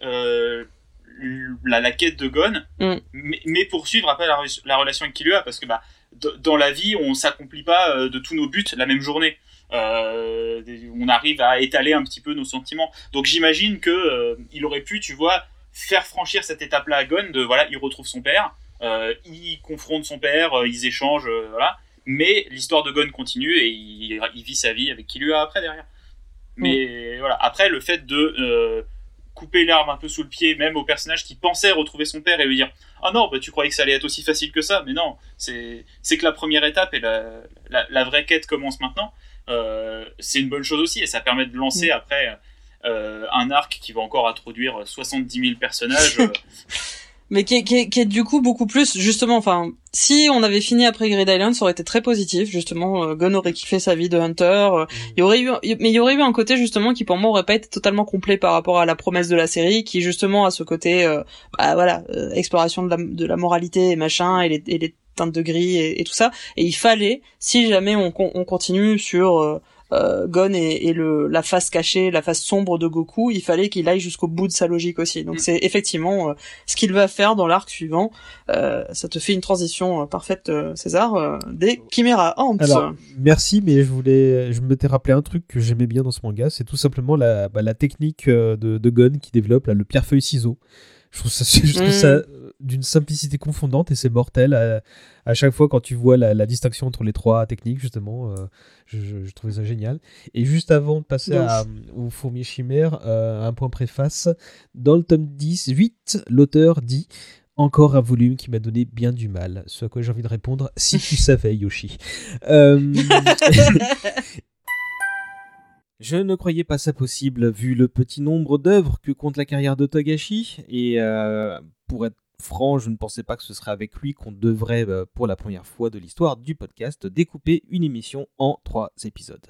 la quête de Gon, mais poursuivre après la relation avec Killua, parce que dans la vie, on s'accomplit pas de tous nos buts la même journée. On arrive à étaler un petit peu nos sentiments. Donc j'imagine que il aurait pu, tu vois, faire franchir cette étape-là à Gon, il retrouve son père, il confronte son père, ils échangent, voilà. Mais l'histoire de Gon continue et il vit sa vie avec Killua après derrière. Mais voilà, après le fait de couper l'herbe un peu sous le pied, même au personnage qui pensait retrouver son père et lui dire « Ah non, tu croyais que ça allait être aussi facile que ça ?» Mais non, c'est que la première étape et la vraie quête commence maintenant. C'est une bonne chose aussi et ça permet de lancer après un arc qui va encore introduire 70 000 personnages. Mais qui est du coup beaucoup plus, justement, enfin, si on avait fini après Grid Island, ça aurait été très positif, justement, Gon aurait kiffé sa vie de Hunter, il y aurait eu un côté, justement, qui pour moi aurait pas été totalement complet par rapport à la promesse de la série, qui justement a ce côté, exploration de la moralité et machin, et les teintes de gris et tout ça, et il fallait, si jamais on continue sur, Gon et la face cachée, la face sombre de Goku, il fallait qu'il aille jusqu'au bout de sa logique aussi. Donc c'est effectivement ce qu'il va faire dans l'arc suivant. Ça te fait une transition parfaite, César, des Chimera Ants. Alors, merci, mais je m'étais rappelé un truc que j'aimais bien dans ce manga, c'est tout simplement la technique de Gon qui développe là, le pierre-feuille-ciseau. Je trouve ça d'une simplicité confondante et c'est mortel à chaque fois quand tu vois la distinction entre les trois techniques, justement. Je trouvais ça génial. Et juste avant de passer aux fourmis chimères, un point préface. Dans le tome 8, l'auteur dit « Encore un volume qui m'a donné bien du mal. » Ce à quoi j'ai envie de répondre « Si tu savais, Yoshi. » Je ne croyais pas ça possible, vu le petit nombre d'œuvres que compte la carrière de Togashi, et pour être franc, je ne pensais pas que ce serait avec lui qu'on devrait, pour la première fois de l'histoire du podcast, découper une émission en 3 épisodes.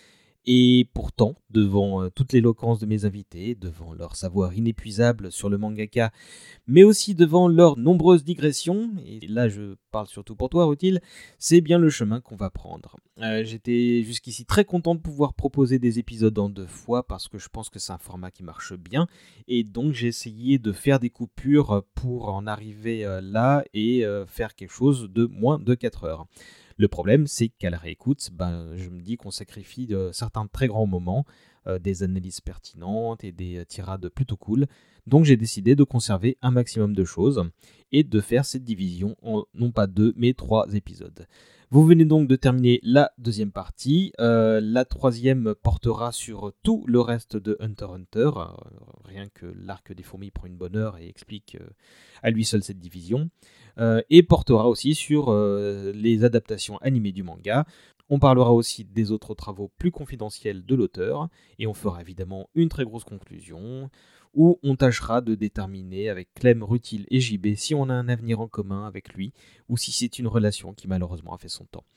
Et pourtant, devant toute l'éloquence de mes invités, devant leur savoir inépuisable sur le mangaka, mais aussi devant leurs nombreuses digressions, et là je parle surtout pour toi Rutil, c'est bien le chemin qu'on va prendre. J'étais jusqu'ici très content de pouvoir proposer des épisodes en 2 fois, parce que je pense que c'est un format qui marche bien, et donc j'ai essayé de faire des coupures pour en arriver là et faire quelque chose de moins de 4 heures. Le problème, c'est qu'à la réécoute, je me dis qu'on sacrifie certains très grands moments, des analyses pertinentes et des tirades plutôt cool. Donc j'ai décidé de conserver un maximum de choses et de faire cette division en non pas 2 mais 3 épisodes. Vous venez donc de terminer la 2e partie. La 3e portera sur tout le reste de Hunter x Hunter. Rien que l'arc des fourmis prend une bonne heure et explique à lui seul cette division. Et portera aussi sur les adaptations animées du manga. On parlera aussi des autres travaux plus confidentiels de l'auteur. Et on fera évidemment une très grosse conclusion où on tâchera de déterminer avec Clem, Rutil et JB si on a un avenir en commun avec lui ou si c'est une relation qui malheureusement a fait son temps.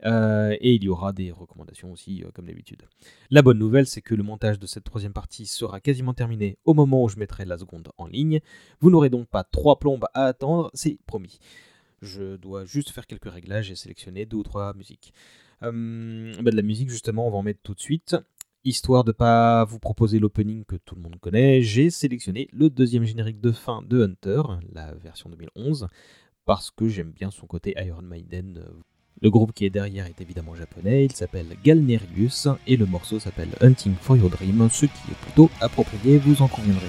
Et il y aura des recommandations aussi comme d'habitude. La bonne nouvelle, c'est que le montage de cette 3e partie sera quasiment terminé au moment où je mettrai la seconde en ligne. Vous n'aurez donc pas 3 plombes à attendre, c'est promis. Je dois juste faire quelques réglages et sélectionner 2 ou 3 musiques. De la musique justement, on va en mettre tout de suite. Histoire de ne pas vous proposer l'opening que tout le monde connaît, j'ai sélectionné le 2e générique de fin de Hunter, la version 2011, parce que j'aime bien son côté Iron Maiden. Le groupe qui est derrière est évidemment japonais, il s'appelle Galnerius, et le morceau s'appelle Hunting for Your Dream, ce qui est plutôt approprié, vous en conviendrez.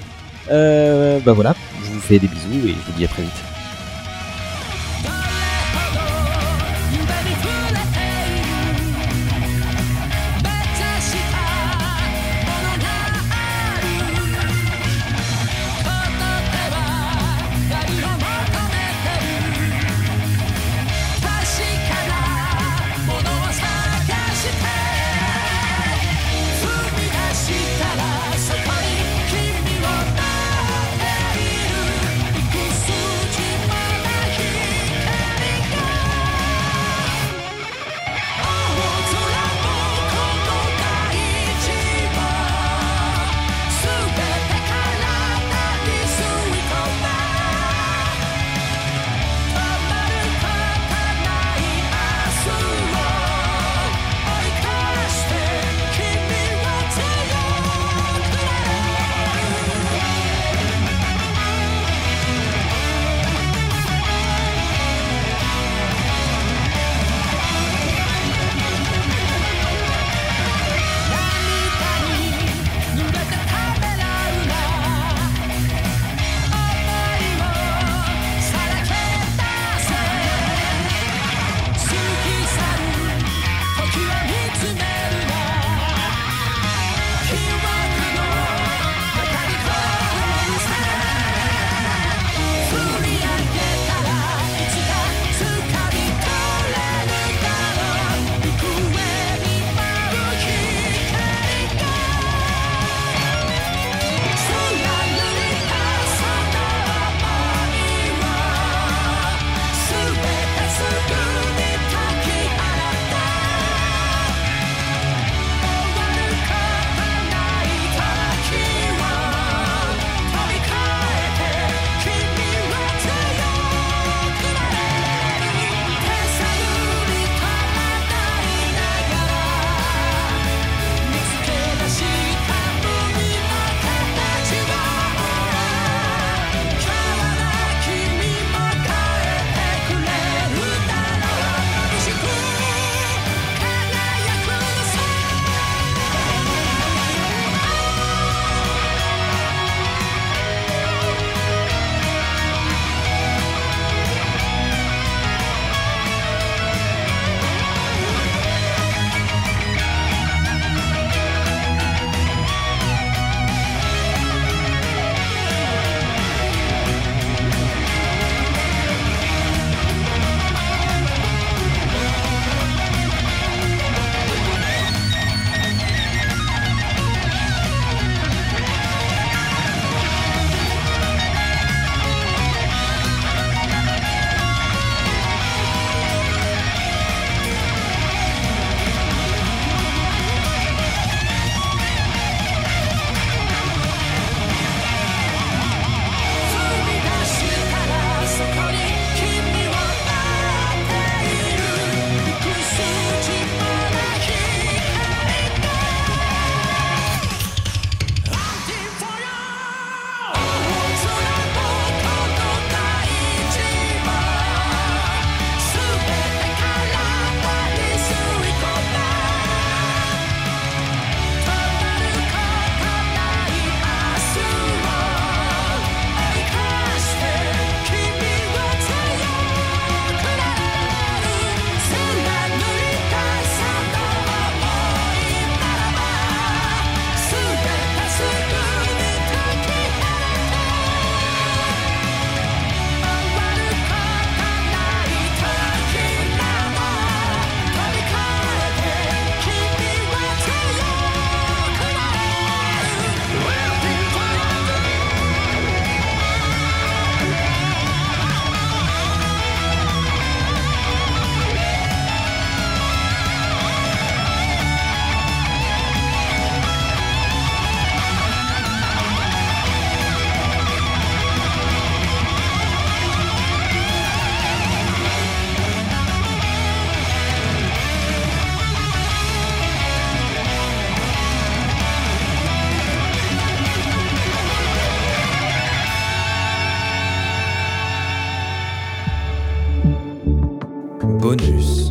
Voilà, je vous fais des bisous et je vous dis à très vite. そこに君を待っているいくつ bonus.